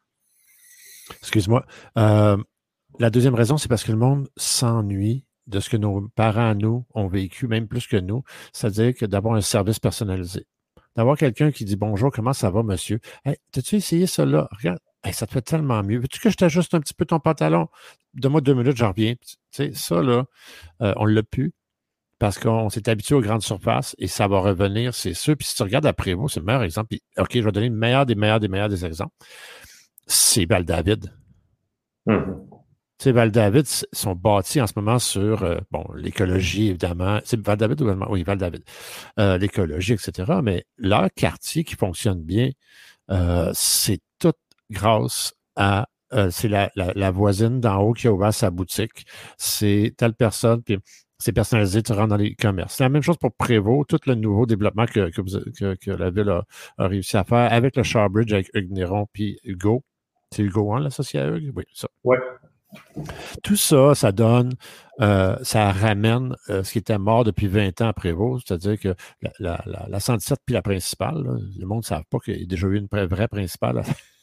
Speaker 1: Excuse-moi. Euh, la deuxième raison, c'est parce que le monde s'ennuie de ce que nos parents, nous, ont vécu, même plus que nous, c'est-à-dire que d'avoir un service personnalisé. D'avoir quelqu'un qui dit bonjour, comment ça va, monsieur? Hey, t'as-tu essayé ça là? Regarde, hey, ça te fait tellement mieux. Veux-tu que je t'ajuste un petit peu ton pantalon? Donne-moi deux minutes, j'en reviens. Tu sais, ça, là, euh, on l'a pu parce qu'on s'est habitué aux grandes surfaces et ça va revenir, c'est sûr. Puis si tu regardes après vous, c'est le meilleur exemple. Puis, OK, je vais donner le meilleur des meilleurs des meilleurs des exemples. C'est Val-David.
Speaker 2: Hum.
Speaker 1: Tu sais, Val-David s- sont bâtis en ce moment sur, euh, bon, l'écologie, évidemment. C'est Val-David ou Val- Oui, Val-David. Euh, l'écologie, et cetera. Mais leur quartier qui fonctionne bien, euh, c'est tout grâce à, euh, c'est la, la, la voisine d'en haut qui a ouvert sa boutique. C'est telle personne, puis c'est personnalisé, tu rentres dans les commerces. C'est la même chose pour Prévost, tout le nouveau développement que, que, vous- que- que la ville a, a réussi à faire avec le Shawbridge, avec Hugues Néron, puis Hugo. C'est Hugo, hein, l'associé à Hugues? Oui, ça.
Speaker 2: Ouais.
Speaker 1: Tout ça, ça donne, euh, ça ramène euh, ce qui était mort depuis vingt ans à Prévost, c'est-à-dire que la, la, la, la cent dix-sept puis la principale, là, le monde ne savent pas qu'il y a déjà eu une vraie, vraie principale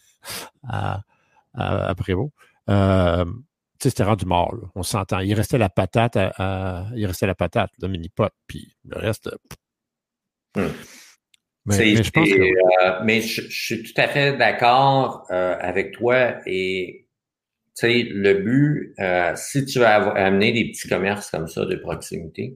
Speaker 1: à, à, à Prévost. Euh, tu sais, c'était rendu mort, là, on s'entend. Il restait la patate, à, à- il restait la patate, le mini-pot, puis le reste.
Speaker 2: Hum.
Speaker 1: Mais,
Speaker 2: C'est,
Speaker 1: mais je pense que
Speaker 2: c'est,
Speaker 1: oui.
Speaker 2: euh, mais je, je suis tout à fait d'accord euh, avec toi et tu sais, le but, euh, si tu veux avoir- amener des petits commerces comme ça de proximité,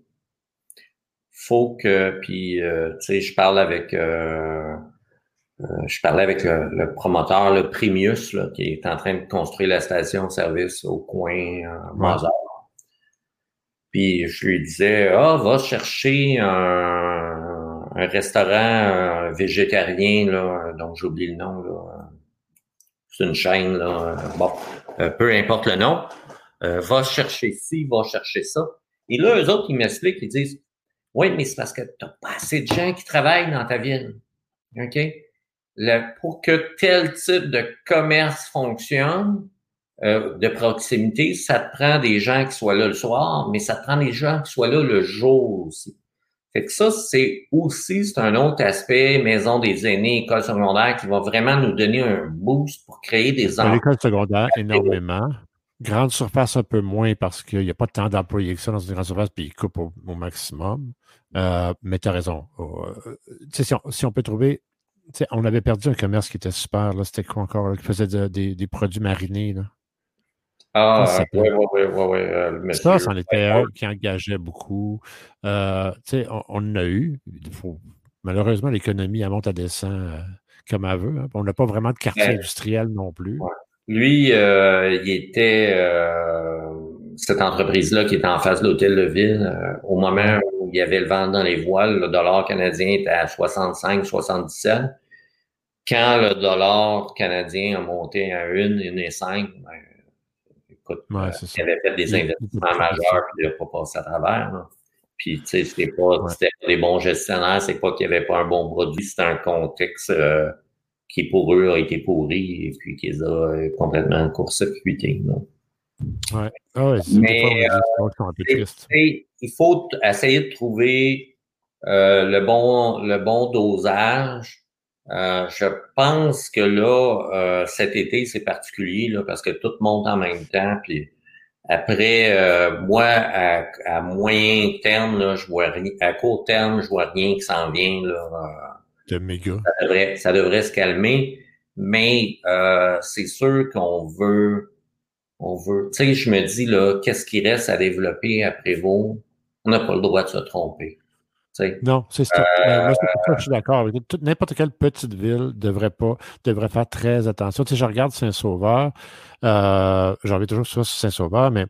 Speaker 2: faut que, puis euh, tu sais, je parle avec, euh, euh, je parlais avec le, le promoteur, le Primius, là, qui est en train de construire la station-service au coin euh,
Speaker 1: Ouais,
Speaker 2: Mozart. Puis je lui disais, ah, va chercher un, un restaurant euh, végétarien, là, dont j'oublie le nom, là. C'est une chaîne, là. Bon, euh, peu importe le nom. Euh, va chercher ci, va chercher ça. Et là, eux autres, ils m'expliquent, ils disent, oui, mais c'est parce que t'as pas assez de gens qui travaillent dans ta ville. OK? Le, pour que tel type de commerce fonctionne, euh, de proximité, ça te prend des gens qui soient là le soir, mais ça te prend des gens qui soient là le jour aussi. Fait que ça, c'est aussi, c'est un autre aspect, maison des aînés, école secondaire, qui va vraiment nous donner un boost pour créer des
Speaker 1: à
Speaker 2: emplois.
Speaker 1: l'école secondaire, énormément. Grande surface, un peu moins parce qu'il n'y a pas tant d'employés que ça dans une grande surface, puis ils coupent au, au maximum. Euh, mais tu as raison. Euh, tu sais, si, on, si on peut trouver. Tu sais, on avait perdu un commerce qui était super. Là, c'était quoi encore? Là, qui faisait de- des, des produits marinés. Là. Comment ça
Speaker 2: Ah,
Speaker 1: s'appelait?
Speaker 2: oui, oui, oui, oui, oui, euh, le
Speaker 1: Ça,
Speaker 2: monsieur.
Speaker 1: c'en était un qui engageait beaucoup. Euh, tu sais, on, on en a eu. Il faut- malheureusement, l'économie, elle monte, à descend euh, comme elle veut. Hein. On n'a pas vraiment de quartier
Speaker 2: Ben,
Speaker 1: industriel non plus.
Speaker 2: ouais. Lui, euh, il était euh, cette entreprise-là qui était en face de l'hôtel de ville. Euh, au
Speaker 1: Ouais.
Speaker 2: moment où il y avait le vent dans les voiles, le dollar canadien était à soixante-cinq, soixante-dix-sept. Quand le dollar canadien a monté à une, une et cinq, ben, écoute, euh,
Speaker 1: Ouais, c'est
Speaker 2: il
Speaker 1: ça.
Speaker 2: avait fait des
Speaker 1: Il, il était
Speaker 2: investissements
Speaker 1: plus habitué.
Speaker 2: majeurs, puis il n'a pas passé à travers. Là. Puis, tu sais, c'était pas,
Speaker 1: Ouais.
Speaker 2: c'était pas des bons gestionnaires, c'est pas qu'il n'y avait pas un bon produit, c'était un contexte euh, qui, pour eux, a été pourri et puis qui les a euh, complètement court-circuités. Là.
Speaker 1: Ouais. Ah ouais, c'est- des fois,
Speaker 2: Mais
Speaker 1: on a des histoires qui sont un peu
Speaker 2: c'est-
Speaker 1: tristes.
Speaker 2: c'est- il faut t- essayer de trouver euh, le bon le bon dosage. Euh, je pense que là, euh, cet été, c'est particulier là, parce que tout monte en même temps. Puis après, euh, moi, à, à moyen terme, là, je vois rien. À court terme, je vois rien qui s'en vient. Là. Euh,
Speaker 1: De méga.
Speaker 2: Ça devrait, ça devrait se calmer. Mais euh, c'est sûr qu'on veut on veut, tu sais, je me dis, là, qu'est-ce qui reste à développer à Prévost? On n'a pas le droit de se tromper, tu sais.
Speaker 1: Non, c'est ça. Ben, moi, c'est pour ça que je suis d'accord avec toi. Toute- N'importe quelle petite ville devrait pas, devrait faire très attention. Tu sais, je regarde Saint-Sauveur, euh, j'en reviens toujours sur Saint-Sauveur, mais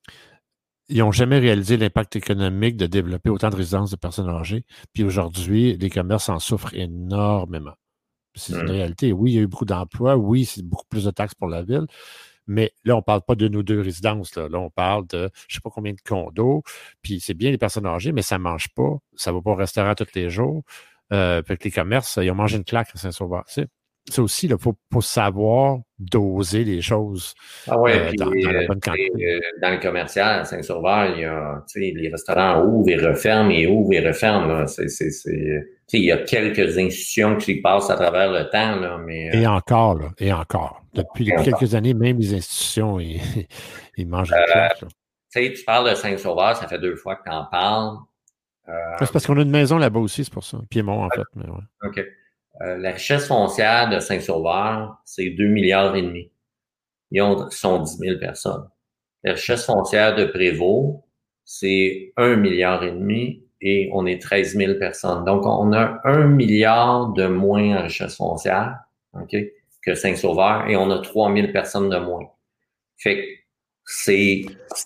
Speaker 1: ils n'ont jamais réalisé l'impact économique de développer autant de résidences de personnes âgées. Puis aujourd'hui, les commerces en souffrent énormément. C'est une
Speaker 2: Hum.
Speaker 1: réalité. Oui, il y a eu beaucoup d'emplois. Oui, c'est beaucoup plus de taxes pour la ville. Mais là, on ne parle pas de nos deux résidences. Là, là on parle de je ne sais pas combien de condos. Puis c'est bien les personnes âgées, mais ça ne mange pas. Ça ne va pas au restaurant tous les jours. Euh, fait que les commerces, ils ont mangé une claque à Saint-Sauveur. Tu sais, ça aussi, il faut, faut savoir doser les choses
Speaker 2: Ah ouais,
Speaker 1: euh,
Speaker 2: puis
Speaker 1: dans, dans la
Speaker 2: euh,
Speaker 1: bonne
Speaker 2: tu sais,
Speaker 1: quantité.
Speaker 2: euh, dans le commercial à Saint-Sauveur, il y a, tu sais, les restaurants ouvrent et referment et ouvrent et referment. Là. C'est, c'est, c'est, tu sais, il y a quelques institutions qui passent à travers le temps, là, mais euh,
Speaker 1: Et encore, là, et encore. Depuis,
Speaker 2: et
Speaker 1: depuis
Speaker 2: encore.
Speaker 1: quelques années, même les institutions, ils, ils mangent une
Speaker 2: Euh,
Speaker 1: claque. Là.
Speaker 2: tu sais, tu parles de Saint-Sauveur, ça fait deux fois que tu en parles.
Speaker 1: C'est
Speaker 2: Euh,
Speaker 1: parce qu'on a une maison là-bas aussi, c'est pour ça. Piémont, en fait. Mais ouais.
Speaker 2: OK. Euh, la richesse foncière de Saint-Sauveur, c'est deux milliards et demi. Ils ont, sont dix mille personnes. La richesse foncière de Prévost, c'est un milliard et demi et on est treize mille personnes. Donc, on a un milliard de moins en richesse foncière, OK, que Saint-Sauveur et on a trois mille personnes de moins. Fait que c'est,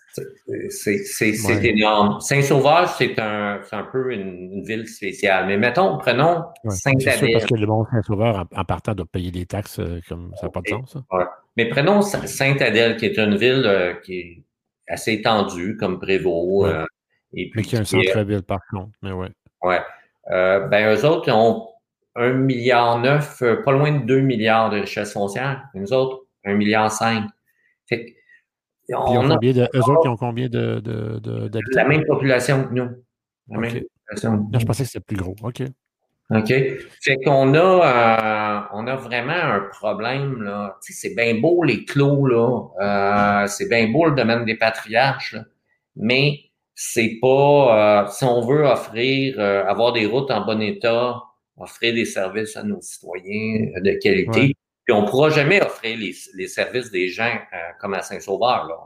Speaker 2: c'est, c'est, c'est
Speaker 1: Ouais,
Speaker 2: énorme. Saint-Sauveur, c'est un, c'est un peu une, une ville spéciale. Mais mettons, prenons
Speaker 1: ouais. C'est sûr, parce
Speaker 2: Sainte-Adèle.
Speaker 1: que le monde Saint-Sauveur, en, en partant, doit payer des taxes euh, comme ça n'a pas de
Speaker 2: Et,
Speaker 1: sens. Ça.
Speaker 2: ouais. Mais prenons Sa- Sainte-Adèle, qui est une ville euh, qui est assez étendue, comme Prévost,
Speaker 1: Ouais.
Speaker 2: euh, et
Speaker 1: Mais
Speaker 2: puis
Speaker 1: qui a un
Speaker 2: qui est,
Speaker 1: centre-ville, par contre. Mais ouais.
Speaker 2: ouais. Euh, ben, eux autres, ils ont un milliard neuf, euh, pas loin de deux milliards de richesse foncière. Et nous autres, un milliard cinq. Fait que
Speaker 1: Puis ils ont
Speaker 2: on a
Speaker 1: combien de. Eux autres, ils ont combien de, de, de-
Speaker 2: la
Speaker 1: d'habitants?
Speaker 2: même population que nous. La
Speaker 1: OK.
Speaker 2: même population que
Speaker 1: Non, je
Speaker 2: nous.
Speaker 1: pensais que c'était plus gros. OK.
Speaker 2: OK? Fait qu'on a, euh, on a vraiment un problème, là. Tu sais, c'est bien beau les clos, là. Euh, c'est bien beau le domaine des patriarches, là. Mais c'est pas, euh, si on veut offrir, euh, avoir des routes en bon état, offrir des services à nos citoyens euh, de
Speaker 1: Ouais.
Speaker 2: qualité, puis on pourra jamais offrir les, les services des gens euh, comme à Saint-Sauveur, là.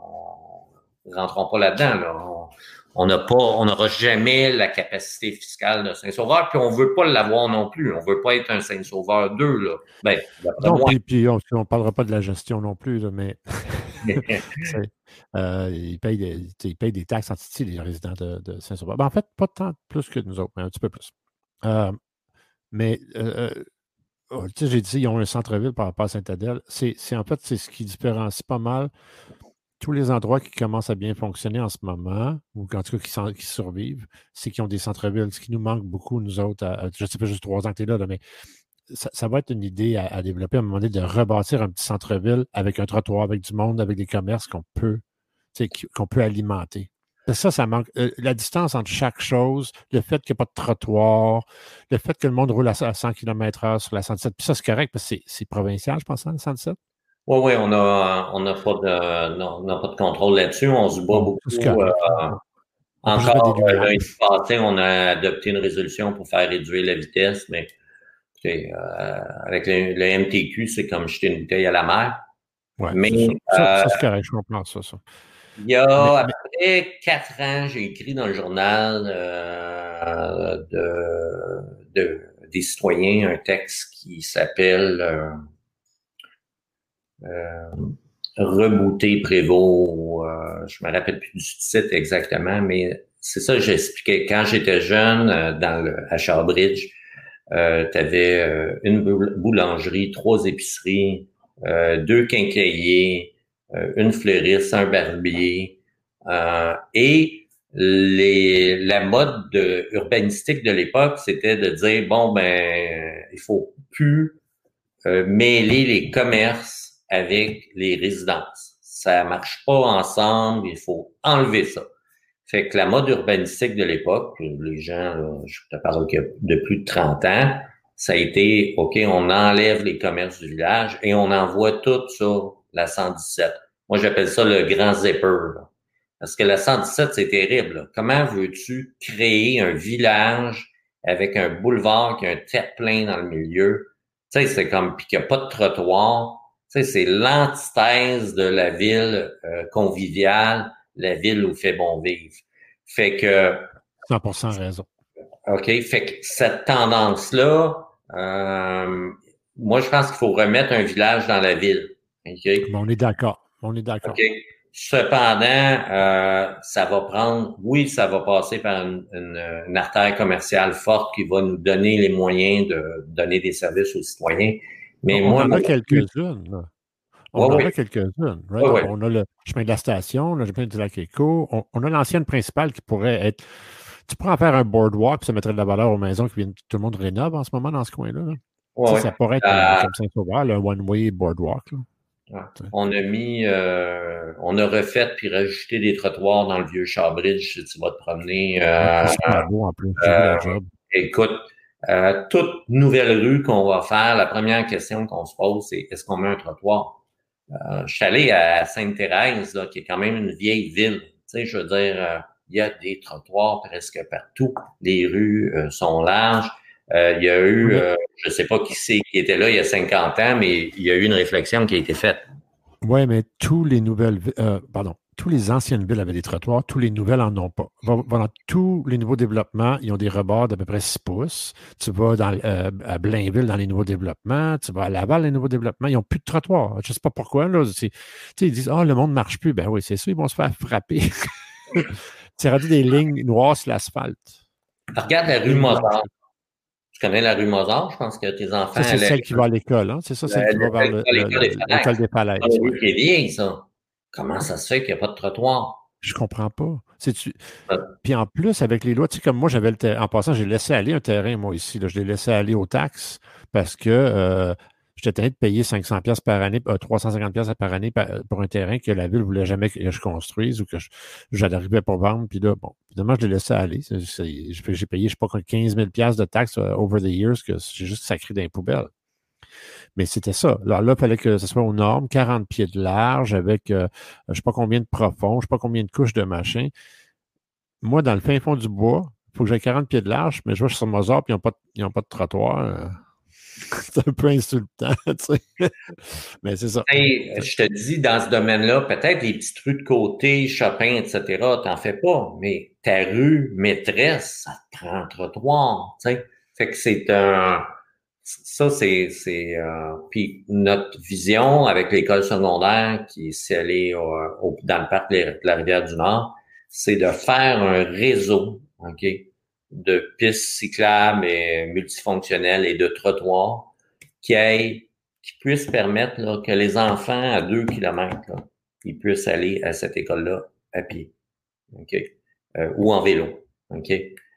Speaker 2: On, rentrons pas là-dedans, là. On, on n'a pas, on n'aura jamais la capacité fiscale de Saint-Sauveur, puis on veut pas l'avoir non plus. On veut pas être un Saint-Sauveur deux, là. Ben, d'après
Speaker 1: Non,
Speaker 2: moi.
Speaker 1: puis, puis on ne parlera pas de la gestion non plus, là, mais c'est, euh, ils, payent des, tu sais, ils payent des taxes en Titi, les résidents de, de Saint-Sauveur. Ben, en fait, pas tant plus que nous autres, mais un petit peu plus. Euh, mais euh, euh, oh, tu sais, j'ai dit, ils ont un centre-ville par rapport à Sainte-Adèle. C'est, c'est en fait, c'est ce qui différencie pas mal tous les endroits qui commencent à bien fonctionner en ce moment, ou en tout cas qui, s'en- qui survivent, c'est qu'ils ont des centres-villes. Ce qui nous manque beaucoup, nous autres, à- à- je ne sais pas juste trois ans que tu es là, là, mais ça, ça va être une idée à, à développer à un moment donné de rebâtir un petit centre-ville avec un trottoir, avec du monde, avec des commerces qu'on peut, tu sais, qui- qu'on peut alimenter. Parce que ça, ça manque. Euh, la distance entre chaque chose, le fait qu'il n'y a pas de trottoir, le fait que le monde roule à, à cent kilomètres heure sur la cent dix-sept, puis ça, c'est correct parce que c'est c'est provincial, je pense, hein, la cent dix-sept.
Speaker 2: Oui, oui, on a, on n'a pas de, non, on n'a pas de contrôle là-dessus. On se bat
Speaker 1: Bon, ça, c'est
Speaker 2: beaucoup. euh,
Speaker 1: correct. On on peut juste mettre des
Speaker 2: encore, euh,
Speaker 1: lumières.
Speaker 2: lundi passé, on a adopté une résolution pour faire réduire la vitesse, mais tu sais, euh, avec le, le M T Q, c'est comme jeter une bouteille à la mer.
Speaker 1: Oui,
Speaker 2: Mais
Speaker 1: c'est ça. Ça,
Speaker 2: euh,
Speaker 1: ça c'est correct, je comprends ça, ça.
Speaker 2: il y a
Speaker 1: Mais,
Speaker 2: à
Speaker 1: mais
Speaker 2: peu près quatre ans, j'ai écrit dans le journal euh, de, de- des citoyens un texte qui s'appelle euh, euh, Rebooter Prévost. Ou, euh, je me rappelle plus du titre exactement, mais c'est ça que j'expliquais. Quand j'étais jeune, euh, dans le, à Shawbridge, euh, tu avais euh, une boulangerie, trois épiceries, euh, deux quincailliers, euh, une fleuriste, un barbier. Euh, et les, la mode de, urbanistique de l'époque, c'était de dire, bon, ben, il faut plus euh, mêler les commerces avec les résidences. Ça marche pas ensemble, il faut enlever ça. Fait que la mode urbanistique de l'époque, les gens, là, je te parle de plus de trente ans, ça a été, OK, on enlève les commerces du village et on envoie tout sur la cent dix-sept. Moi, j'appelle ça le grand zipper, là. Parce que la cent dix-sept, c'est terrible, là. Comment veux-tu créer un village avec un boulevard qui a un terre-plein dans le milieu? Tu sais, c'est comme, puis qu'il n'y a pas de trottoir. Tu sais, c'est l'antithèse de la ville euh, conviviale, la ville où fait bon vivre. Fait que,
Speaker 1: cent pour cent raison.
Speaker 2: OK, fait que cette tendance-là, euh, moi, je pense qu'il faut remettre un village dans la ville. OK?
Speaker 1: Mais on est d'accord. On est
Speaker 2: OK.
Speaker 1: d'accord.
Speaker 2: Cependant, euh, ça va prendre, oui, ça va passer par une, une, une artère commerciale forte qui va nous donner les moyens de donner des services aux citoyens.
Speaker 1: On,
Speaker 2: Mais
Speaker 1: on
Speaker 2: moi,
Speaker 1: en a
Speaker 2: mon but,
Speaker 1: quelques-unes, là.
Speaker 2: oui,
Speaker 1: On en
Speaker 2: oui,
Speaker 1: a quelques-unes, right?
Speaker 2: oui,
Speaker 1: On,
Speaker 2: oui.
Speaker 1: on a le chemin de la station, le chemin du lac Éco. On, on a l'ancienne principale qui pourrait être. Tu pourrais en faire un boardwalk, puis ça mettrait de la valeur aux maisons que tout le monde rénove en ce moment dans ce coin-là, là.
Speaker 2: Oui,
Speaker 1: Tu sais,
Speaker 2: oui.
Speaker 1: ça pourrait être euh,
Speaker 2: Euh,
Speaker 1: comme Saint-Sauveur, un one-way boardwalk, là.
Speaker 2: ouais.
Speaker 1: Tu sais.
Speaker 2: On a mis, euh, on a refait puis rajouté des trottoirs dans le vieux Shawbridge si tu vas te promener.
Speaker 1: Ouais,
Speaker 2: Euh,
Speaker 1: c'est super beau en plus. J'ai vu
Speaker 2: euh,
Speaker 1: la job.
Speaker 2: écoute, euh, toute nouvelle rue qu'on va faire, la première question qu'on se pose, c'est est-ce qu'on met un trottoir? Euh, je suis allé à Sainte-Thérèse, là, qui est quand même une vieille ville. Tu sais, je veux dire, euh, il y a des trottoirs presque partout. Les rues euh, sont larges. Euh, il y a eu,
Speaker 1: Mais,
Speaker 2: euh, je sais pas qui c'est qui était là il y a cinquante ans, mais il y a eu une réflexion qui a été faite.
Speaker 1: ouais, mais tous les nouvelles, vi- euh, pardon, tous les anciennes villes avaient des trottoirs, tous les nouvelles en ont pas. Va, va dans tous les nouveaux développements, ils ont des rebords d'à peu près six pouces. Tu vas dans, euh, à Blainville dans les nouveaux développements, tu vas à Laval, les nouveaux développements, ils n'ont plus de trottoirs. Je ne sais pas pourquoi, là. C'est- tu sais, ils disent, ah, le monde ne marche plus. Ben oui, c'est ça, ils vont se faire frapper. C'est rendu des lignes noires sur l'asphalte.
Speaker 2: Regarde la rue
Speaker 1: Lignes blanches.
Speaker 2: Mozart. Tu connais la rue Mozart? Je pense que tes enfants
Speaker 1: Ça, c'est
Speaker 2: allaient
Speaker 1: celle qui va à l'école, hein? C'est ça, celle
Speaker 2: à
Speaker 1: qui va vers le- le-
Speaker 2: l'école des
Speaker 1: le- l'école
Speaker 2: Falaises.
Speaker 1: des
Speaker 2: C'est
Speaker 1: Falaises,
Speaker 2: une
Speaker 1: ouais.
Speaker 2: rue qui est vieille, ça. Comment ça se fait qu'il n'y a pas de trottoir?
Speaker 1: Je comprends pas. C'est-tu.
Speaker 2: Euh,
Speaker 1: Puis en plus, avec les lois, tu sais, comme moi, j'avais le terrain. En passant, j'ai laissé aller un terrain, moi, ici. Là. Je l'ai laissé aller aux taxes parce que euh, j'étais train de payer cinq cents pièces par année, euh, trois cent cinquante pièces par année par- pour un terrain que la ville voulait jamais que je construise ou que je- j'arrivais pour vendre. Puis là, bon, évidemment, je l'ai laissé aller. C'est- c'est- J'ai payé, je sais pas, quinze mille pièces de taxes euh, over the years que j'ai juste sacré dans les poubelles. Mais c'était ça. Alors là, il fallait que ce soit aux normes, quarante pieds de large avec euh, je sais pas combien de profond, je ne sais pas combien de couches de machin. Moi, dans le fin fond du bois, il faut que j'ai quarante pieds de large, mais je vois sur Mozart, puis ils n'ont pas, de- ils ont pas de trottoir. euh, C'est un peu insultant, tu sais. Mais c'est ça.
Speaker 2: Hey,
Speaker 1: Tu sais.
Speaker 2: je te dis, dans ce domaine-là, peut-être les petites rues de côté, Chopin, et cetera, t'en fais pas, mais ta rue maîtresse, ça te prend un trottoir, tu sais. Fait que c'est un... Ça, c'est... c'est euh, puis notre vision avec l'école secondaire qui est scellée au, au- dans le parc de la Rivière-du-Nord, c'est de faire un réseau, OK, de pistes cyclables et multifonctionnelles et de trottoirs qui aillent qui puisse permettre là, que les enfants à deux kilomètres, là, ils puissent aller à cette école-là à pied, ok, euh, ou en vélo, ok.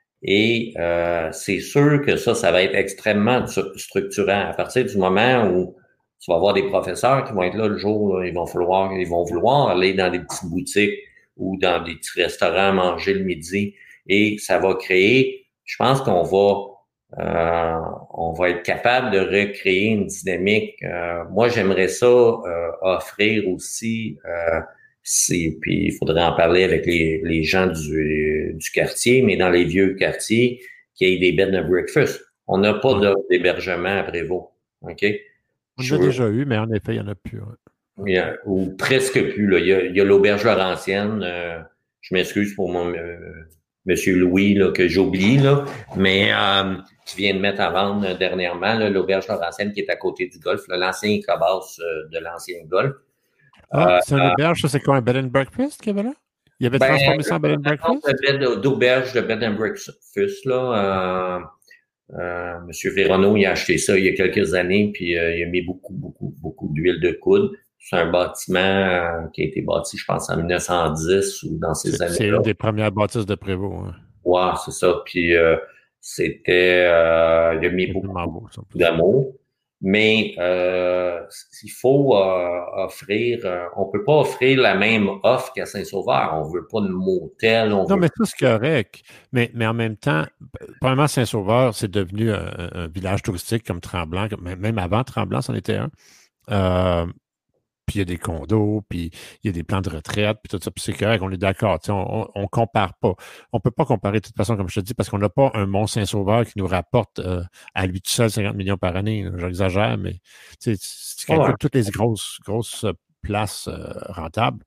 Speaker 2: Et euh, c'est sûr que ça, ça va être extrêmement structurant à partir du moment où tu vas avoir des professeurs qui vont être là le jour, là, ils vont falloir, ils vont vouloir aller dans des petites boutiques ou dans des petits restaurants manger le midi, et ça va créer, je pense qu'on va euh, on va être capable de recréer une dynamique. Euh, moi, j'aimerais ça euh, offrir aussi, euh, c'est, puis il faudrait en parler avec les, les gens du, du quartier, mais dans les vieux quartiers, qu'il y ait des beds de breakfast. On n'a pas
Speaker 1: Ouais.
Speaker 2: d'hébergement à Prévost. OK?
Speaker 1: On
Speaker 2: Je
Speaker 1: l'a
Speaker 2: veux
Speaker 1: déjà eu, mais en effet, il n'y en a plus. Ouais.
Speaker 2: Il y a- ou presque plus. Là. Il y a, il y a l'auberge Laurentienne. Euh, je m'excuse pour mon euh, Monsieur Louis là, que j'oublie, là, mais euh, qui vient de mettre à vendre euh, dernièrement là, l'auberge Laurentienne qui est à côté du golf, là, l'ancien Icabas euh, de l'ancien golf.
Speaker 1: Ah,
Speaker 2: Euh,
Speaker 1: c'est une auberge, ça c'est quoi, un bed and breakfast qu'il y avait là? Il avait
Speaker 2: ben,
Speaker 1: transformé ça en bed and
Speaker 2: un
Speaker 1: breakfast?
Speaker 2: bed d'auberge de bed and breakfast, là. Euh, euh, Monsieur Véronneau, il a acheté ça il y a quelques années, puis euh, il a mis beaucoup, beaucoup, beaucoup d'huile de coude. C'est un bâtiment euh, qui a été bâti, je pense, en mille neuf cent dix ou dans ces
Speaker 1: C'est c'est
Speaker 2: années-là.
Speaker 1: une des premières bâtisses de Prévost. Hein.
Speaker 2: Ouais, c'est ça. Puis euh, c'était, euh, il a mis
Speaker 1: C'est
Speaker 2: beaucoup,
Speaker 1: tellement beau,
Speaker 2: beaucoup
Speaker 1: ça, en plus.
Speaker 2: d'amour. Mais euh, il faut euh, offrir, euh, on peut pas offrir la même offre qu'à Saint-Sauveur. On veut pas de motel, on
Speaker 1: Non,
Speaker 2: veut.
Speaker 1: mais ça, c'est correct. Mais, mais en même temps, probablement Saint-Sauveur, c'est devenu un, un village touristique comme Tremblant, comme- même avant Tremblant, c'en était un. Euh, puis il y a des condos, puis il y a des plans de retraite, puis tout ça, puis c'est correct, on est d'accord. Tu sais, On, on, on compare pas. On peut pas comparer de toute façon, comme je te dis, parce qu'on n'a pas un Mont-Saint-Sauveur qui nous rapporte euh, à lui tout seul cinquante millions par année. là. J'exagère, mais tu sais, si tu
Speaker 2: Ouais.
Speaker 1: calcules toutes les grosses, grosses euh, places euh, rentables,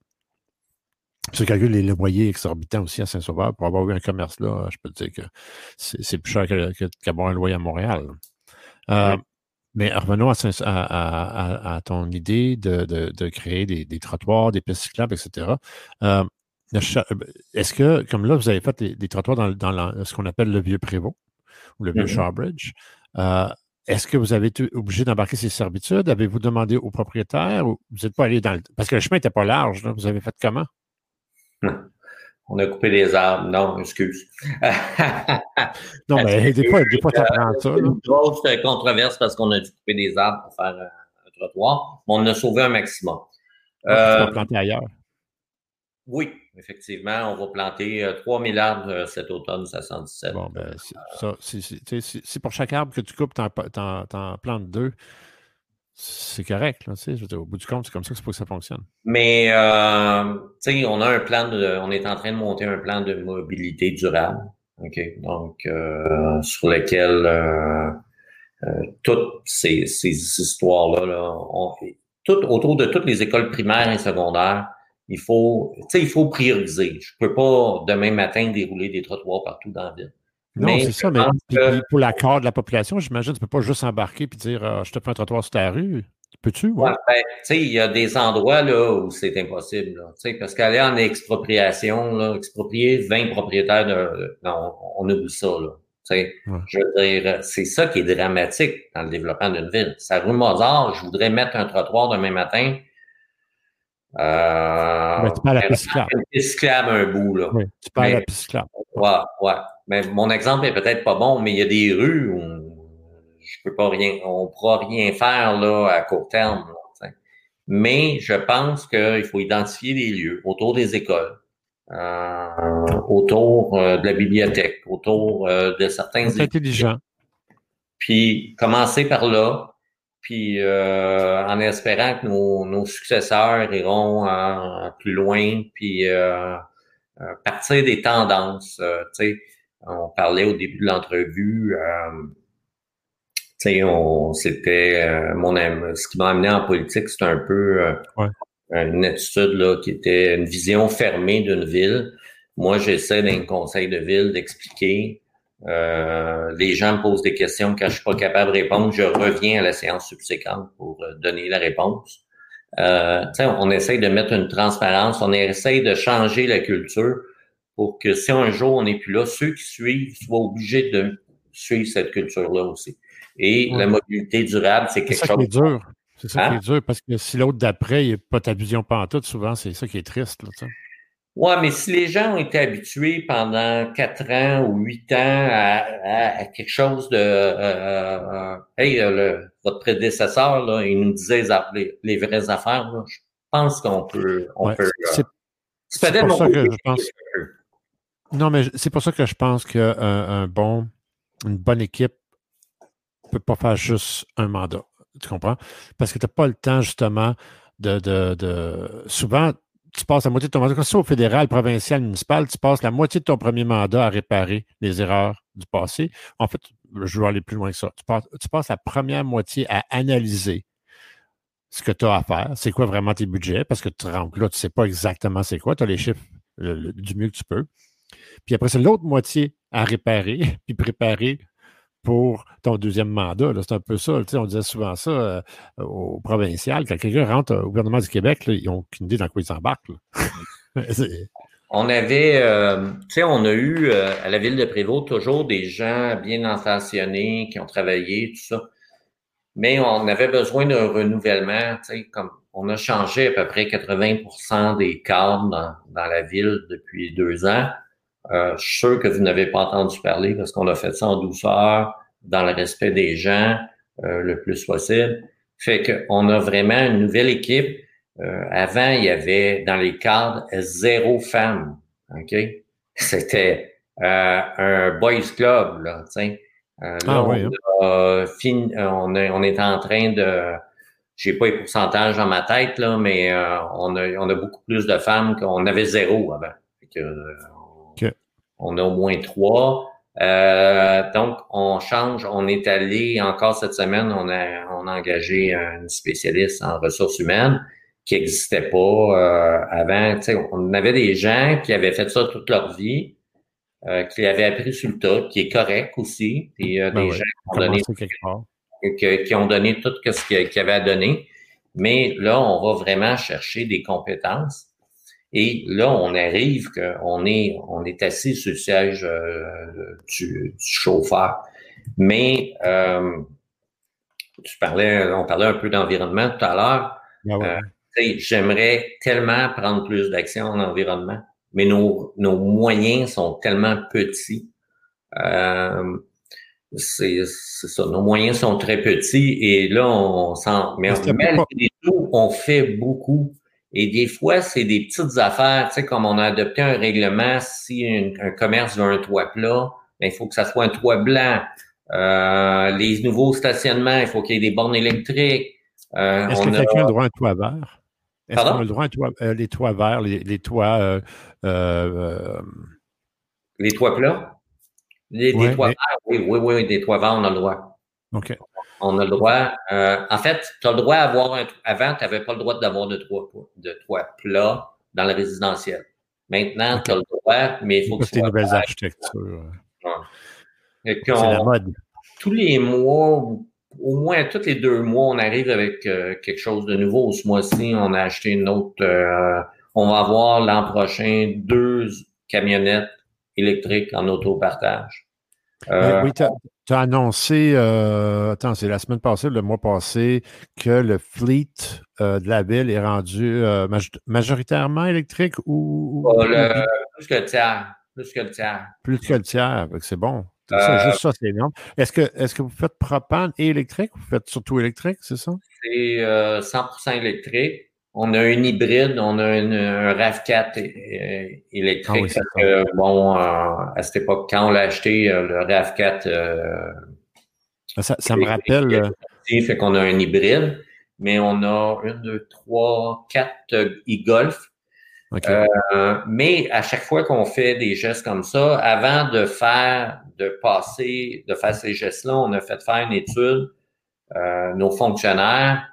Speaker 1: tu calcules les loyers exorbitants aussi à Saint-Sauveur. Pour avoir eu un commerce là, je peux te dire que c'est c'est plus cher que- que- qu'avoir un loyer à Montréal. Euh,
Speaker 2: Ouais.
Speaker 1: mais revenons à, Saint- à- à- à- à ton idée de, de- de créer des, des trottoirs, des pistes cyclables, et cetera. Euh, le cha- Est-ce que, comme là, vous avez fait des, des trottoirs dans, dans la- ce qu'on appelle le vieux Prévost ou le vieux
Speaker 2: Mhm.
Speaker 1: Shawbridge, euh, est-ce que vous avez été obligé d'embarquer ces servitudes? Avez-vous demandé au propriétaire ou vous n'êtes pas allé dans le... Parce que le chemin n'était pas large, là. Vous avez fait comment?
Speaker 2: On a coupé des arbres. Non, excuse.
Speaker 1: Non, mais des fois, des fois, ça prend ça,
Speaker 2: C'est
Speaker 1: là.
Speaker 2: une grosse controverse parce qu'on a dû couper des arbres pour faire un, un trottoir, mais on en a sauvé un maximum.
Speaker 1: Ah, puis tu
Speaker 2: Euh,
Speaker 1: vas planter ailleurs.
Speaker 2: oui, effectivement, on va planter euh, trois mille arbres euh, cet automne, ça sent dix-sept.
Speaker 1: Bon, ben, c'est ça. c'est- c'est- tu sais, Si si pour chaque arbre que tu coupes, t'en, t'en, t'en plantes deux, c'est correct, là, tu sais. Je veux dire, au bout du compte, c'est comme ça que c'est pour que ça fonctionne.
Speaker 2: Mais euh, tu sais, on a un plan de, on est en train de monter un plan de mobilité durable, ok, donc euh, sur lequel euh, euh, toutes ces, ces histoires-là, là, on- tout autour de toutes les écoles primaires et secondaires, il faut, tu sais, il faut prioriser. Je peux pas demain matin dérouler des trottoirs partout dans la ville,
Speaker 1: Non,
Speaker 2: mais
Speaker 1: c'est
Speaker 2: je
Speaker 1: ça, mais
Speaker 2: pense
Speaker 1: puis,
Speaker 2: que
Speaker 1: puis pour l'accord de la population, j'imagine, tu peux pas juste embarquer et dire ah, je te fais un trottoir sur ta rue. Peux-tu,
Speaker 2: ouais,
Speaker 1: oui?
Speaker 2: ben, tu sais, il y a des endroits là où c'est impossible, là, tu sais, parce qu'aller en expropriation, là, exproprier vingt propriétaires de, non, on, on oublie ça, là. Tu sais,
Speaker 1: Ouais.
Speaker 2: je veux dire, c'est ça qui est dramatique dans le développement d'une ville. Ça rue Mozart, je voudrais mettre un trottoir demain matin,
Speaker 1: Ben,
Speaker 2: euh,
Speaker 1: tu parles à la piste cyclable.
Speaker 2: une piste cyclable un bout, là.
Speaker 1: Oui, tu parles à la
Speaker 2: Mais,
Speaker 1: piste cyclable. Ouais.
Speaker 2: ouais, ouais. Mais mon exemple est peut-être pas bon, mais il y a des rues où je peux pas rien, on pourra rien faire, là, à court terme, là, tu sais. Mais je pense qu'il faut identifier des lieux autour des écoles, euh, autour euh, de la bibliothèque, autour euh, de certains
Speaker 1: C'est
Speaker 2: édifices,
Speaker 1: intelligent.
Speaker 2: puis commencer par là, puis euh, en espérant que nos, nos successeurs iront euh, plus loin, puis euh, euh, partir des tendances. Euh, tu sais, on parlait au début de l'entrevue. Euh, tu sais, on c'était euh, mon am- ce qui m'a amené en politique, c'est un peu euh,
Speaker 1: Ouais.
Speaker 2: une attitude là qui était une vision fermée d'une ville. Moi, j'essaie dans le conseil de ville d'expliquer. Euh, les gens me posent des questions quand je suis pas capable de répondre, je reviens à la séance subséquente pour euh, donner la réponse. Euh, on essaye de mettre une transparence, on essaye de changer la culture pour que si un jour on n'est plus là, ceux qui suivent soient obligés de suivre cette culture-là aussi. Et
Speaker 1: Ouais.
Speaker 2: la mobilité durable, c'est
Speaker 1: C'est
Speaker 2: quelque
Speaker 1: ça
Speaker 2: chose.
Speaker 1: qui est dur. C'est ça qui
Speaker 2: Hein?
Speaker 1: est dur parce que si l'autre d'après, il n'a pas ta vision pantoute, souvent, c'est ça qui est triste. Là, tu sais.
Speaker 2: Ouais, mais si les gens ont été habitués pendant quatre ans ou huit ans à, à, à quelque chose de euh, euh, hey, euh, le, votre prédécesseur, là, il nous disait les, les vraies affaires, là, je pense qu'on peut on
Speaker 1: Ouais.
Speaker 2: peut. Euh,
Speaker 1: C'est
Speaker 2: c'est
Speaker 1: c'est
Speaker 2: peut-être
Speaker 1: pour
Speaker 2: mon
Speaker 1: ça que
Speaker 2: côté
Speaker 1: je pense. Non, mais c'est pour ça que je pense qu'un un bon, une bonne équipe ne peut pas faire juste un mandat. Tu comprends? Parce que tu n'as pas le temps, justement, de, de, de. Souvent, tu passes la moitié de ton mandat. Quand c'est au fédéral, provincial, municipal, tu passes la moitié de ton premier mandat à réparer les erreurs du passé. En fait, je vais aller plus loin que ça. Tu passes, tu passes la première moitié à analyser ce que tu as à faire, c'est quoi vraiment tes budgets, parce que tu rentres là, tu ne sais pas exactement c'est quoi, tu as les chiffres le, le, du mieux que tu peux. Puis après, c'est l'autre moitié à réparer, puis préparer pour ton deuxième mandat. C'est un peu ça. On disait souvent ça euh, au provincial. Quand quelqu'un rentre au gouvernement du Québec, là, ils n'ont aucune idée dans quoi ils s'embarquent.
Speaker 2: On avait, euh, tu sais, on a eu euh, à la ville de Prévost toujours des gens bien intentionnés qui ont travaillé, tout ça. Mais on avait besoin d'un renouvellement, tu sais, comme on a changé à peu près quatre-vingts pour cent des cadres dans, dans la ville depuis deux ans. Euh, je suis sûr que vous n'avez pas entendu parler parce qu'on a fait ça en douceur, dans le respect des gens, euh, le plus possible. Fait qu'on a vraiment une nouvelle équipe. Euh, avant, il y avait dans les cadres zéro femme. OK? C'était euh, un boys club, là, tu sais. Euh, là,
Speaker 1: ah
Speaker 2: on
Speaker 1: oui, hein?
Speaker 2: a fini, on, a, on est en train de, j'ai pas les pourcentages dans ma tête, là, mais euh, on, a, on a beaucoup plus de femmes qu'on avait zéro avant. Fait que, euh,
Speaker 1: Okay.
Speaker 2: on a au moins trois. Euh, donc, on change. On est allé, encore cette semaine, on a, on a engagé une spécialiste en ressources humaines qui n'existait pas euh, avant. Tu sais, on avait des gens qui avaient fait ça toute leur vie, euh, qui avaient appris sur le tas, qui est correct aussi. Et euh,
Speaker 1: Ben
Speaker 2: des
Speaker 1: ouais.
Speaker 2: gens qui ont donné,
Speaker 1: Commencer quelque part.
Speaker 2: qui, qui ont donné tout ce qu'il y avait à donner. Mais là, on va vraiment chercher des compétences. Et là, on arrive qu'on est, on est assis sur le siège euh, du, du chauffeur. Mais euh, tu parlais, on parlait un peu d'environnement tout à l'heure.
Speaker 1: Ben ouais.
Speaker 2: Euh, j'aimerais tellement prendre plus d'action en environnement, mais nos, nos moyens sont tellement petits. Euh, c'est, c'est ça, nos moyens sont très petits et là, on s'en, mais
Speaker 1: Mais
Speaker 2: malgré tout, on fait beaucoup. Et des fois, c'est des petites affaires, tu sais, comme on a adopté un règlement, si un, un commerce veut un toit plat, ben, il faut que ça soit un toit blanc. Euh, les nouveaux stationnements, il faut qu'il y ait des bornes électriques.
Speaker 1: Euh, Est-ce que
Speaker 2: a...
Speaker 1: quelqu'un a le droit à un toit vert? Est-ce
Speaker 2: Pardon?
Speaker 1: qu'on a le droit à un toit, euh, les toits verts, les, les toits... Euh, euh,
Speaker 2: les toits plats? Les,
Speaker 1: ouais,
Speaker 2: des toits
Speaker 1: mais...
Speaker 2: verts, oui, oui, oui, des toits verts, on a le droit.
Speaker 1: OK.
Speaker 2: On a le droit. Euh, en fait, tu as le droit d'avoir un. Avant, tu n'avais pas le droit d'avoir de toit, de toit plat dans le résidentiel. Maintenant,
Speaker 1: Okay.
Speaker 2: tu as le droit, mais il faut que ce
Speaker 1: soit.
Speaker 2: soit.
Speaker 1: Nouvelles architectures.
Speaker 2: Ouais.
Speaker 1: C'est la mode.
Speaker 2: Tous les mois, au moins tous les deux mois, on arrive avec euh, quelque chose de nouveau. Ce mois-ci, on a acheté une autre. Euh, on va avoir l'an prochain deux camionnettes électriques en autopartage.
Speaker 1: Euh, oui, tu as annoncé, euh, attends, c'est la semaine passée, le mois passé, que le fleet euh, de la ville est rendu euh, maj- majoritairement électrique ou,
Speaker 2: ou
Speaker 1: le,
Speaker 2: ou, plus que le tiers. Plus que le tiers.
Speaker 1: Plus que le tiers. C'est bon.
Speaker 2: Euh,
Speaker 1: ça, juste ça, c'est énorme. Est-ce que, est-ce que vous faites propane et électrique ou vous faites surtout électrique, c'est ça?
Speaker 2: C'est euh, cent pour cent électrique. On a un hybride, on a une, un RAV quatre électrique. Ah oui, parce que, bon, euh, à cette époque, quand on l'a acheté, le RAV quatre... Euh,
Speaker 1: ça, ça me rappelle...
Speaker 2: Fait qu'on a un hybride, mais on a une, deux, trois, quatre e-Golf. Okay. Euh, mais à chaque fois qu'on fait des gestes comme ça, avant de faire, de passer, de faire ces gestes-là, on a fait faire une étude. Euh, nos fonctionnaires,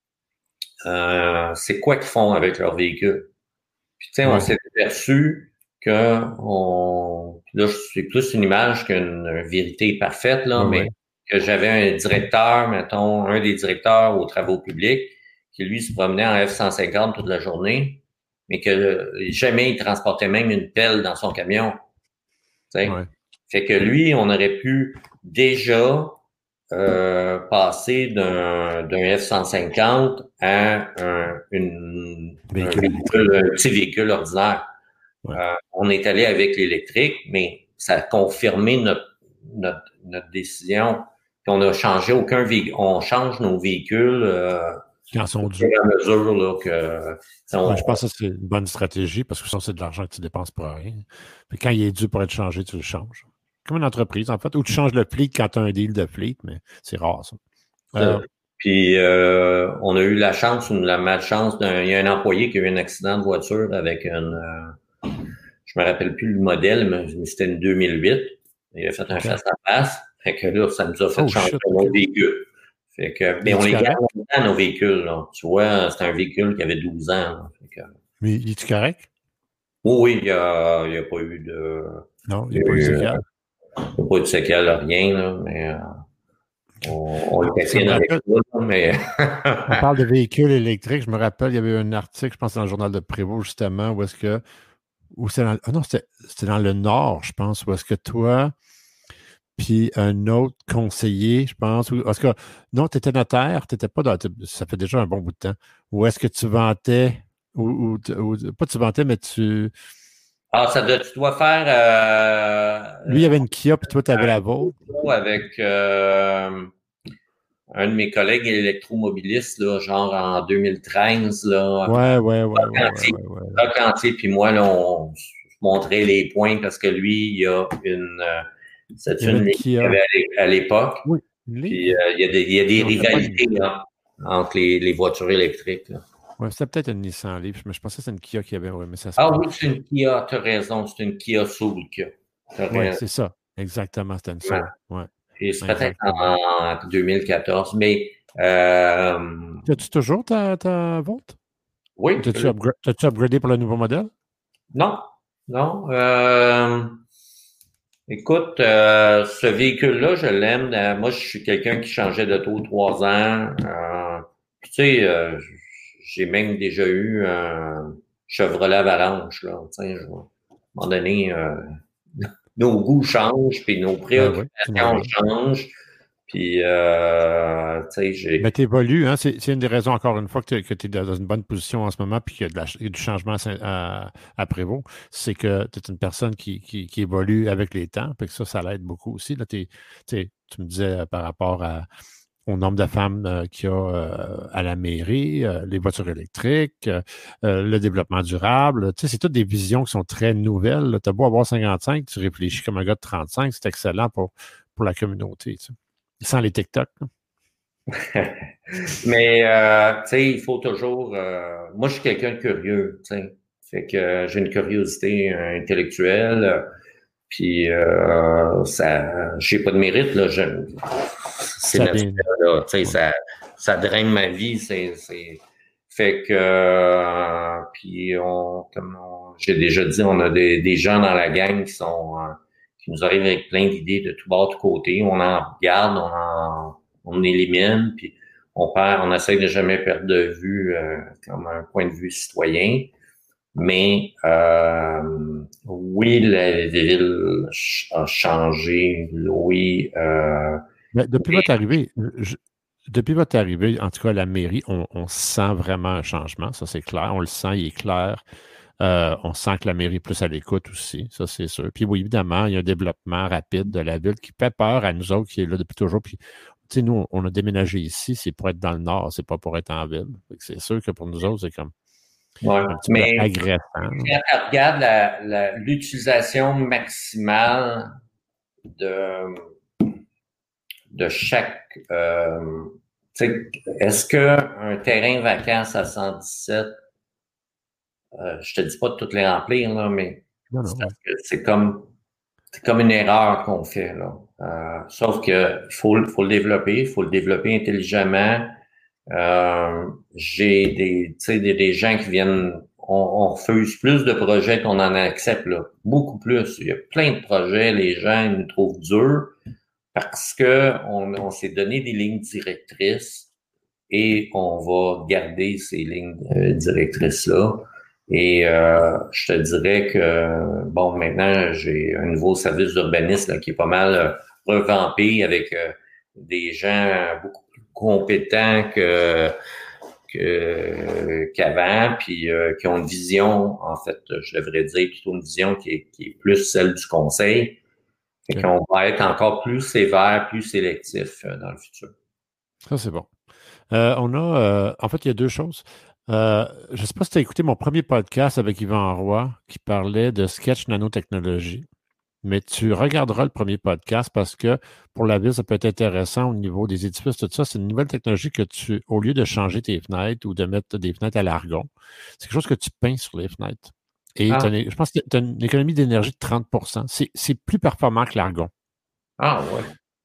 Speaker 2: euh, c'est quoi qu'ils font avec leur véhicule. Puis tu sais, ouais. On s'est aperçu que on, là, c'est plus une image qu'une vérité parfaite, là, ouais, mais ouais. Que j'avais un directeur, mettons, un des directeurs aux travaux publics, qui lui se promenait en F cent cinquante toute la journée, mais que jamais il transportait même une pelle dans son camion. Tu sais. Ouais. Fait que lui, on aurait pu déjà Euh, passer d'un, d'un F cent cinquante à un, une, véhicule. Un, véhicule, un petit véhicule ordinaire. Ouais. Euh, on est allé avec l'électrique, mais ça a confirmé notre, notre, notre décision. Puis on a changé aucun véhicule. On change nos véhicules euh,
Speaker 1: quand sont dus.
Speaker 2: À mesure là, que.
Speaker 1: On... Ouais, je pense que c'est une bonne stratégie parce que ça, c'est de l'argent que tu dépenses pour rien. Puis quand il est dû pour être changé, tu le changes. Comme une entreprise, en fait, où tu changes le fleet quand tu as un deal de fleet, mais c'est rare, ça.
Speaker 2: Euh, puis, euh, on a eu la chance ou la malchance d'un... Il y a un employé qui a eu un accident de voiture avec une... Euh, je me rappelle plus le modèle, mais c'était une deux mille huit. Il a fait un okay. face-à-face. Fait que là, ça nous a fait oh, changer shit, mon okay. véhicule. Fait que, mais on les garde longtemps, nos véhicules. Là. Tu vois, c'est un véhicule qui avait douze ans. Là. Fait que,
Speaker 1: Mais il est-tu correct?
Speaker 2: oui, oui, il n'y a, il y a pas eu de.
Speaker 1: Non, il
Speaker 2: Il
Speaker 1: n'y a
Speaker 2: n'y
Speaker 1: pas eu de
Speaker 2: a,
Speaker 1: séquelles.
Speaker 2: il y a pas eu de séquelles, rien, là, mais euh, on, on le
Speaker 1: Ça me
Speaker 2: taquine avec
Speaker 1: rappelle,
Speaker 2: ça, là, mais.
Speaker 1: on parle de véhicules électriques. Je me rappelle, il y avait eu un article, je pense, dans le journal de Prévost, justement, où est-ce que. Où c'est dans, ah non, c'était c'était dans le Nord, je pense, où est-ce que toi, puis un autre conseiller, je pense, ou, parce que, non, tu étais notaire, tu n'étais pas dans. Ça fait déjà un bon bout de temps. Où est-ce que tu vantais, ou, ou- ou- pas tu vantais, mais tu.
Speaker 2: Ah, ça doit, tu dois faire
Speaker 1: Lui, il y
Speaker 2: euh,
Speaker 1: avait une Kia, puis toi, tu avais
Speaker 2: un
Speaker 1: la vôtre.
Speaker 2: topo avec euh, un de mes collègues électromobilistes, là, genre en deux mille treize, là,
Speaker 1: Ouais, ouais, ouais, ouais, ouais,
Speaker 2: entier,
Speaker 1: ouais, ouais.
Speaker 2: bloc entier, puis moi, là, on se montrait les points parce que lui, il y a une, euh, c'est
Speaker 1: Il y avait
Speaker 2: une
Speaker 1: une
Speaker 2: ligne qu'il y
Speaker 1: Kia.
Speaker 2: avait à l'é- à l'époque,
Speaker 1: Oui, une
Speaker 2: puis
Speaker 1: Leaf.
Speaker 2: euh, il y a des, il y a des
Speaker 1: Non, c'était pas une
Speaker 2: rivalités
Speaker 1: Nissan.
Speaker 2: là, entre les, les voitures électriques. Là.
Speaker 1: Ouais, c'était peut-être une Nissan Leaf, mais je pensais que c'était une Kia qui avait, oui, mais ça se
Speaker 2: Ah
Speaker 1: peut.
Speaker 2: oui, c'est une Kia, tu as raison, c'est une Kia Soul Kia. T'as
Speaker 1: Oui,
Speaker 2: raison.
Speaker 1: c'est ça. Exactement, c'était une Soul. Ouais,
Speaker 2: Puis c'est peut-être
Speaker 1: exactement.
Speaker 2: en deux mille quatorze, mais euh,
Speaker 1: As-tu toujours ta, ta vôtre? Ou
Speaker 2: oui,
Speaker 1: t'as-tu upgra- t'as-tu upgradé pour le nouveau modèle?
Speaker 2: non, non. Euh, écoute, euh, ce véhicule-là, je l'aime. Euh, moi, je suis quelqu'un qui changeait d'auto trois ans. Euh, puis tu sais, euh, j'ai même déjà eu un Chevrolet Avalanche, là. Tu sais, je- à un moment donné, euh, nos goûts changent, puis nos
Speaker 1: Ben oui,
Speaker 2: préoccupations
Speaker 1: j'imagine.
Speaker 2: changent. Puis, euh, tu sais,
Speaker 1: Mais
Speaker 2: j'ai...
Speaker 1: tu évolues, hein? C'est c'est une des raisons, encore une fois, que tu es dans une bonne position en ce moment, puis qu'il y a, de la ch- il y a du changement à, Saint- à- à Prévost. C'est que tu es une personne qui, qui, qui évolue avec les temps, puis que ça, ça l'aide beaucoup aussi. Là, t'es- tu sais, tu me disais euh, par rapport à, au nombre de femmes euh, qu'il y a euh, à la mairie, euh, les voitures électriques, euh, euh, le développement durable. Tu sais, c'est toutes des visions qui sont très nouvelles. Tu as beau avoir cinquante-cinq, tu réfléchis comme un gars de trente-cinq, c'est excellent pour, pour la communauté. Tu sais. Sans les TikTok. Là.
Speaker 2: Mais, euh, tu sais, il faut toujours... euh, moi, je suis quelqu'un de curieux, tu sais. Fait que euh, j'ai une curiosité euh, intellectuelle. euh, Puis, euh, ça... J'ai pas de mérite, là. Je, c'est
Speaker 1: Ça
Speaker 2: naturel,
Speaker 1: vient.
Speaker 2: là. Tu sais,
Speaker 1: Ouais.
Speaker 2: ça, ça draine ma vie. C'est, c'est... Fait que... euh, puis, on, comme on- j'ai déjà dit, on a des, des gens dans la gang qui sont... euh, qui nous arrivent avec plein d'idées de tout bord, de côté. On en regarde, on en... on élimine, puis on perd, on essaie de jamais perdre de vue euh, comme un point de vue citoyen. Mais euh, oui, la ville a changé. Oui, euh,
Speaker 1: Mais depuis
Speaker 2: mais
Speaker 1: votre arrivée, je- depuis votre arrivée, en tout cas, à la mairie, on, on sent vraiment un changement. Ça, c'est clair. On le sent, il est clair. Euh, on sent que la mairie est plus à l'écoute aussi. Ça, c'est sûr. Puis oui, évidemment, il y a un développement rapide de la ville qui fait peur à nous autres qui est là depuis toujours. Puis, tu sais, nous, on a déménagé ici, c'est pour être dans le nord, c'est pas pour être en ville. Fait que c'est sûr que pour nous autres, c'est comme
Speaker 2: ouais,
Speaker 1: un petit peu
Speaker 2: mais
Speaker 1: agressant.
Speaker 2: quand on regarde la, la- l'utilisation maximale de de chaque, euh, tu sais, est-ce que un terrain vacances à cent dix-sept, euh, je te dis pas de toutes les remplir là, mais
Speaker 1: Non,
Speaker 2: c'est
Speaker 1: non, ouais.
Speaker 2: parce que c'est comme c'est comme une erreur qu'on fait là. Euh, sauf que il faut, faut le développer, il faut le développer intelligemment. Euh, j'ai des, tu sais, des, des gens qui viennent, on, on refuse plus de projets qu'on en accepte là, beaucoup plus. Il y a plein de projets, les gens ils nous trouvent durs parce que on, on s'est donné des lignes directrices et on va garder ces lignes euh, directrices-là. Et euh, je te dirais que, bon, maintenant, j'ai un nouveau service d'urbanisme là, qui est pas mal euh, revampé avec euh, des gens beaucoup plus compétents que que- qu'avant, puis euh, qui ont une vision, en fait, je devrais dire plutôt une vision qui est, qui est plus celle du conseil. Fait
Speaker 1: OK.
Speaker 2: qu'on va être encore plus sévère, plus sélectif euh, dans le futur.
Speaker 1: Ça, c'est bon. Euh, on a, euh, en fait, il y a deux choses. Euh, je ne sais pas si tu as écouté mon premier podcast avec Yvan Roy qui parlait de sketch nanotechnologie, mais tu regarderas le premier podcast parce que pour la ville, ça peut être intéressant au niveau des édifices, tout ça. C'est une nouvelle technologie que tu, au lieu de changer tes fenêtres ou de mettre des fenêtres à l'argon, c'est quelque chose que tu peins sur les fenêtres. Et
Speaker 2: Ah,
Speaker 1: t'as une- je pense que tu as une économie d'énergie de trente pour cent. C'est c'est plus performant que l'argon.
Speaker 2: ah ouais.
Speaker 1: Ouais.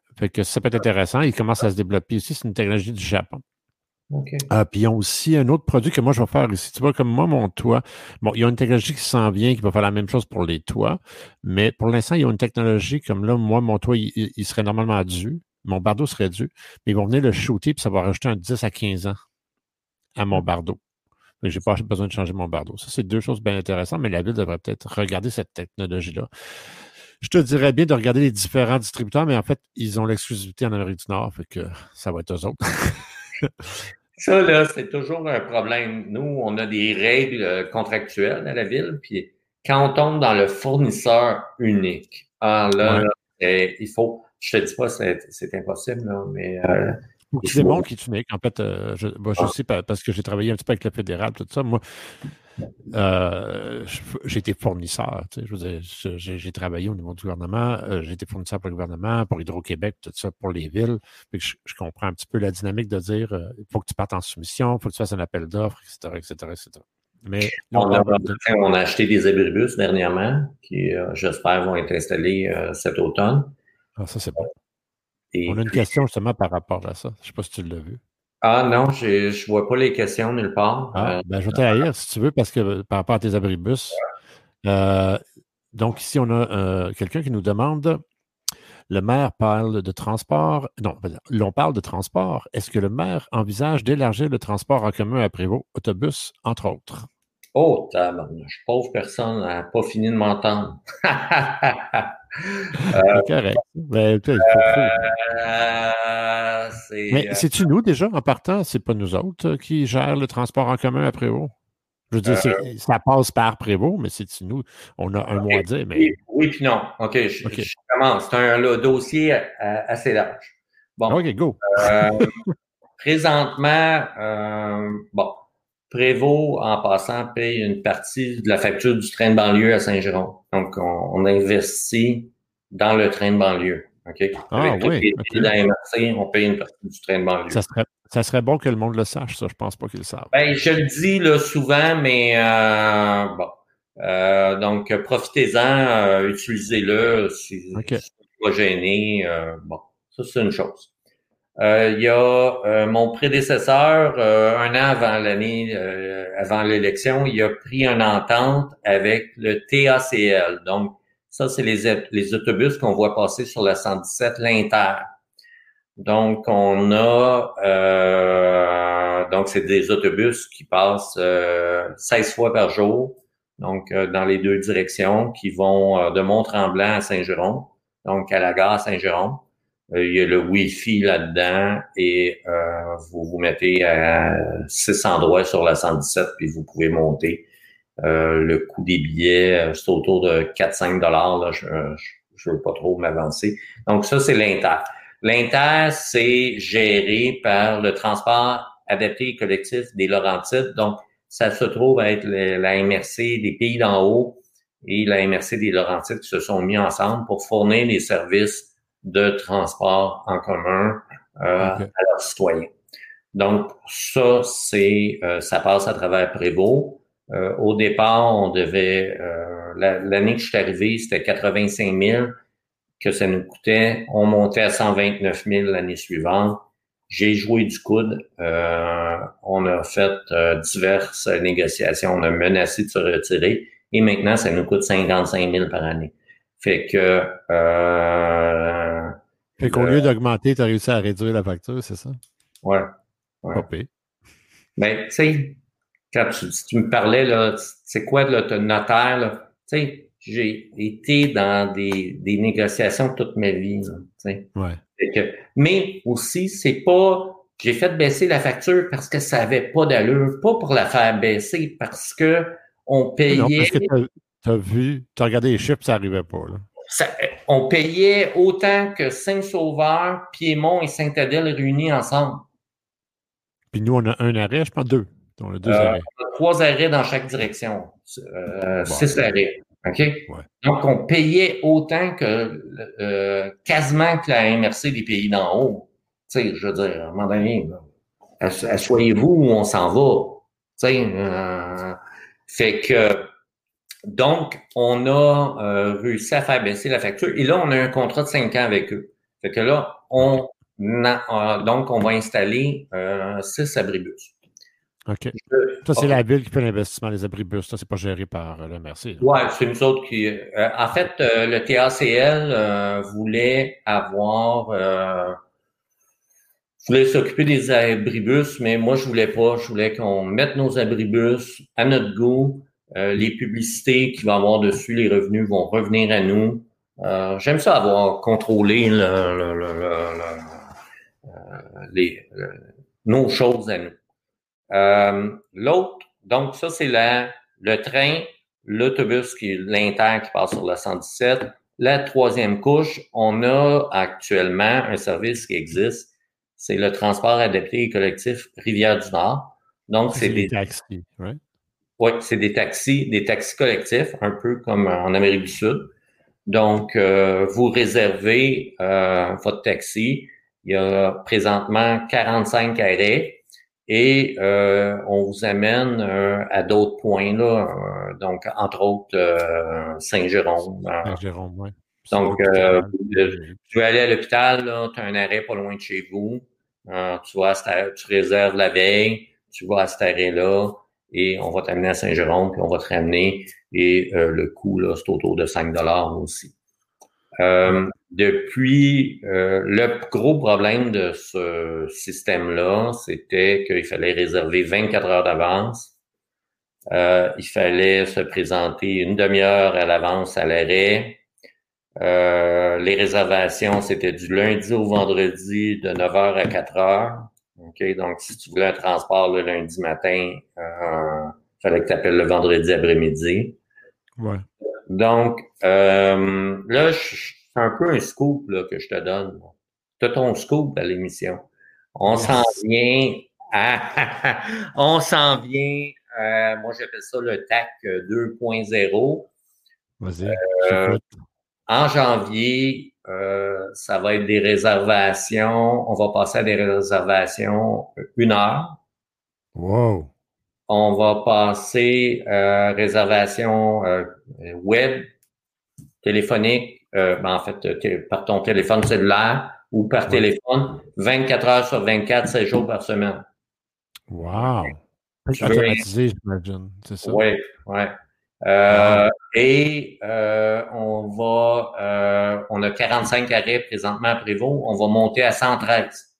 Speaker 1: Fait que ça peut être intéressant. Il commence à se développer ici. C'est une technologie du Japon.
Speaker 2: OK.
Speaker 1: Ah, puis ils ont aussi un autre produit que moi, je vais faire ici. Tu vois, comme moi, mon toit. Bon, il y a une technologie qui s'en vient, qui va faire la même chose pour les toits. Mais pour l'instant, il y a une technologie comme là, moi, mon toit, il, il serait normalement dû. Mon bardeau serait dû. Mais ils vont venir le shooter, puis ça va rajouter un dix à quinze ans à mon bardeau. Je n'ai pas besoin de changer mon bardeau. Ça, c'est deux choses bien intéressantes, mais la ville devrait peut-être regarder cette technologie-là. Je te dirais bien de regarder les différents distributeurs, mais en fait, ils ont l'exclusivité en Amérique du Nord, fait que ça va être eux autres.
Speaker 2: Ça, là, c'est toujours un problème. Nous, on a des règles contractuelles à la ville, puis quand on tombe dans le fournisseur unique, ah là,
Speaker 1: Ouais.
Speaker 2: là eh, il faut, je te dis pas c'est, c'est impossible, là, mais euh,
Speaker 1: Faut que
Speaker 2: il
Speaker 1: tu
Speaker 2: faut.
Speaker 1: démontres qu'il est unique. En fait, euh, je, bon, je sais pas, parce que j'ai travaillé un petit peu avec le fédéral, tout ça. Moi, euh, je- j'ai été fournisseur. Tu sais, je veux dire, je- j'ai j'ai travaillé au niveau du gouvernement. Euh, j'ai été fournisseur pour le gouvernement, pour Hydro-Québec, tout ça, pour les villes. Fait que je, je comprends un petit peu la dynamique de dire euh, il faut que tu partes en soumission, il faut que tu fasses un appel d'offres, et cetera, et cetera, et cetera. Mais là, on
Speaker 2: On a,
Speaker 1: parle de.
Speaker 2: on a acheté des abribus dernièrement, qui, euh, j'espère, vont être installés euh, cet automne.
Speaker 1: Ah, ça, c'est bon. On
Speaker 2: Et
Speaker 1: a une
Speaker 2: puis,
Speaker 1: question justement par rapport à ça. Je ne sais pas si tu l'as vu.
Speaker 2: ah non, je je vois pas les questions nulle part.
Speaker 1: Ah,
Speaker 2: Euh,
Speaker 1: ben, je vais te la lire si tu veux, parce que euh, par rapport à tes abribus. Euh, donc, ici, on a euh, quelqu'un qui nous demande le maire parle de transport. Non, l'on parle de transport. Est-ce que le maire envisage d'élargir le transport en commun à Prévost, autobus, entre autres?
Speaker 2: oh, tabarnouche, pauvre personne, n'a pas fini de m'entendre.
Speaker 1: C'est correct. Ben, tu sais, il faut, faut.
Speaker 2: Euh,
Speaker 1: Mais
Speaker 2: c'est euh,
Speaker 1: c'est-tu nous déjà, en partant? C'est pas nous autres euh, qui gèrent le transport en commun à Prévost? Je veux dire,
Speaker 2: euh,
Speaker 1: c'est, ça passe par Prévost, mais c'est nous. On a un mot à dire, mais
Speaker 2: oui, oui puis non. OK, je,
Speaker 1: OK.
Speaker 2: je commence. C'est un là, dossier euh, assez large. Bon,
Speaker 1: OK, go.
Speaker 2: euh, présentement, euh, bon, Prévost, en passant, paye une partie de la facture du train de banlieue à Saint-Jérôme. Donc, on, on investit dans le train de banlieue. OK?
Speaker 1: Ah
Speaker 2: Avec tous
Speaker 1: oui,
Speaker 2: les prix
Speaker 1: OK.
Speaker 2: de la M R C, on paye une partie du train de
Speaker 1: Ça
Speaker 2: banlieue.
Speaker 1: serait, ça serait bon que le monde le sache, ça. Je pense pas qu'ils le savent.
Speaker 2: Ben, je le dis là souvent, mais euh, bon. Euh, donc, profitez-en, euh, utilisez-le, si,
Speaker 1: OK.
Speaker 2: si vous n'êtes pas gêné. Euh, bon, ça, c'est une chose. Euh, il y a euh, mon prédécesseur, euh, un an avant l'année, euh, avant l'élection, il a pris une entente avec le T A C L. Donc, ça, c'est les, les autobus qu'on voit passer sur la cent dix-sept, l'Inter. Donc, on a euh, donc c'est des autobus qui passent euh, seize fois par jour, donc euh, dans les deux directions, qui vont euh, de Mont-Tremblant à Saint-Jérôme, donc à la gare Saint-Jérôme. Euh, il y a le Wi-Fi là-dedans et euh, vous vous mettez à six endroits sur la cent dix-sept, puis vous pouvez monter. Euh, le coût des billets, euh, c'est autour de quatre à cinq dollars. Là, je ne veux pas trop m'avancer. Donc, ça, c'est l'Inter. L'Inter, c'est géré par le transport adapté et collectif des Laurentides. Donc, ça se trouve être le, la M R C des Pays d'en haut et la M R C des Laurentides qui se sont mis ensemble pour fournir les services de transport en commun euh,
Speaker 1: OK.
Speaker 2: à leurs citoyens. Donc, ça, c'est euh, ça passe à travers Prévost. Euh, au départ, on devait euh, l'année que je suis arrivé, c'était quatre-vingt-cinq mille que ça nous coûtait. On montait à cent vingt-neuf mille l'année suivante. J'ai joué du coude. Euh, on a fait euh, diverses négociations. On a menacé de se retirer. Et maintenant, ça nous coûte cinquante-cinq mille par année. Fait que euh,
Speaker 1: Fait qu'au
Speaker 2: le,
Speaker 1: lieu d'augmenter, tu as réussi à réduire la facture, c'est ça?
Speaker 2: ouais, ouais.
Speaker 1: Pas pire.
Speaker 2: Ben, tu sais, quand tu, tu me parlais, là, c'est quoi le notaire, là? Tu sais, j'ai été dans des, des négociations toute ma vie, là, tu sais.
Speaker 1: Ouais.
Speaker 2: Fait que, mais aussi, c'est pas, j'ai fait baisser la facture parce que ça avait pas d'allure, pas pour la faire baisser, parce que on
Speaker 1: Non,
Speaker 2: payait,
Speaker 1: parce que tu as vu, tu as regardé les chiffres, ça n'arrivait pas, là.
Speaker 2: ça, on payait autant que Saint-Sauveur, Piémont et Saint-Adèle réunis ensemble.
Speaker 1: Puis nous, on a un arrêt, je pense deux. On a deux
Speaker 2: Euh,
Speaker 1: arrêts.
Speaker 2: Trois arrêts dans chaque direction, euh,
Speaker 1: Bon,
Speaker 2: six arrêts. OK?
Speaker 1: ouais.
Speaker 2: Donc, on payait autant que euh, quasiment que la M R C des pays d'en haut. Tu sais, je veux dire, à un moment donné, assoyez-vous où on s'en va. Tu sais, euh, fait que donc, on a euh, réussi à faire baisser la facture. Et là, on a un contrat de cinq ans avec eux. Fait que là, on a, donc, on va installer euh, six abribus.
Speaker 1: OK.
Speaker 2: Je,
Speaker 1: Ça, c'est
Speaker 2: OK.
Speaker 1: la ville qui fait l'investissement des abribus. Ça, c'est pas géré par euh, le M R C.
Speaker 2: Ouais, c'est nous autres qui. Euh, en fait, euh, le T A C L euh, voulait avoir, euh, voulait s'occuper des abribus, mais moi je voulais pas. Je voulais qu'on mette nos abribus à notre goût. Euh, les publicités qu'il va y avoir dessus, les revenus vont revenir à nous. Euh, j'aime ça avoir contrôlé le, le, le, le, le, les, le, nos choses à nous. Euh, l'autre, donc ça c'est la, le train, l'autobus qui est l'inter qui passe sur la cent dix-sept. La troisième couche, on a actuellement un service qui existe, c'est le transport adapté et collectif Rivière-du-Nord. Donc
Speaker 1: Ça,
Speaker 2: c'est
Speaker 1: c'est les
Speaker 2: des,
Speaker 1: taxis, right?
Speaker 2: ouais, c'est des taxis, des taxis collectifs, un peu comme en Amérique du Sud. Donc euh, vous réservez euh, votre taxi. Il y a présentement quarante-cinq arrêts. Et euh, on vous amène euh, à d'autres points, là, euh, donc entre autres euh, Saint-Jérôme. Euh,
Speaker 1: Saint-Jérôme, oui. C'est
Speaker 2: donc, euh,
Speaker 1: l'hôpital.
Speaker 2: tu veux aller à l'hôpital, tu as un arrêt pas loin de chez vous. Euh, tu vas à cette, tu réserves la veille, tu vas à cet arrêt-là et on va t'amener à Saint-Jérôme, puis on va te ramener. Et euh, le coût, là, c'est autour de cinq dollars aussi. Euh, depuis, euh, le gros problème de ce système-là, c'était qu'il fallait réserver vingt-quatre heures d'avance. Euh, il fallait se présenter une demi-heure à l'avance à l'arrêt. Euh, les réservations, c'était du lundi au vendredi de neuf heures à quatre heures. OK? Donc, si tu voulais un transport le lundi matin, euh, il fallait que tu appelles le vendredi après-midi.
Speaker 1: Ouais.
Speaker 2: Donc, euh, là, je c'est un peu un scoop là, que je te donne. Tu as ton scoop à l'émission. On
Speaker 1: Yes.
Speaker 2: s'en vient à... on s'en vient, euh, moi j'appelle ça le T A C deux point zéro.
Speaker 1: Vas-y,
Speaker 2: Euh,
Speaker 1: j'écoute.
Speaker 2: en janvier, euh, ça va être des réservations. On va passer à des réservations une heure.
Speaker 1: Wow.
Speaker 2: On va passer euh, réservation euh, web, téléphonique, euh, ben, en fait, t- par ton téléphone cellulaire ou par
Speaker 1: Ouais.
Speaker 2: téléphone, vingt-quatre heures sur vingt-quatre, sept jours par semaine.
Speaker 1: Wow.
Speaker 2: Tu veux,
Speaker 1: Automatisé, j'imagine. C'est ça?
Speaker 2: ouais, ouais. Euh,
Speaker 1: Wow.
Speaker 2: et euh, on va, euh, on a quarante-cinq arrêts présentement à Prévost, on va monter à cent treize.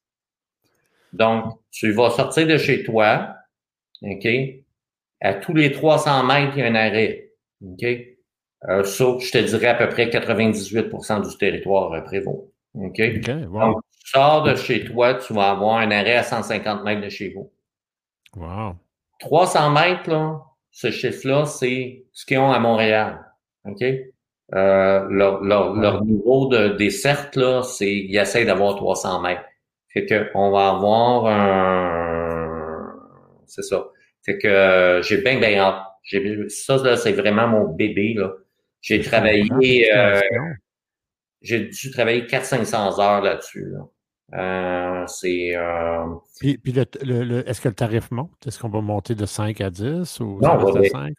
Speaker 2: Donc, tu vas sortir de chez toi, OK? À tous les trois cents mètres, il y a un arrêt, OK? Euh, sauf, je te dirais, à peu près quatre-vingt-dix-huit pour cent du territoire à Prévost, OK?
Speaker 1: OK, wow.
Speaker 2: Donc, tu sors de chez toi, tu vas avoir un arrêt à cent cinquante mètres de chez vous.
Speaker 1: Wow.
Speaker 2: trois cents mètres, là, ce chiffre-là, c'est ce qu'ils ont à Montréal, OK? Euh, leur, leur,
Speaker 1: Ouais.
Speaker 2: leur niveau de desserte, là, c'est, ils essaient d'avoir trois cents mètres. Fait que, on va avoir un, c'est ça. Fait que, euh, j'ai bien, bien hâte. J'ai, ça, là, c'est vraiment mon bébé, là. J'ai
Speaker 1: Je comprends.
Speaker 2: travaillé, euh,
Speaker 1: Félicitations.
Speaker 2: j'ai dû travailler quatre cents à cinq cents heures là-dessus, là. Euh, c'est, euh,
Speaker 1: Puis, puis le, le- le- est-ce que le tarif monte? Est-ce qu'on va monter de cinq à dix ou ça
Speaker 2: non, on
Speaker 1: reste
Speaker 2: va
Speaker 1: à cinq?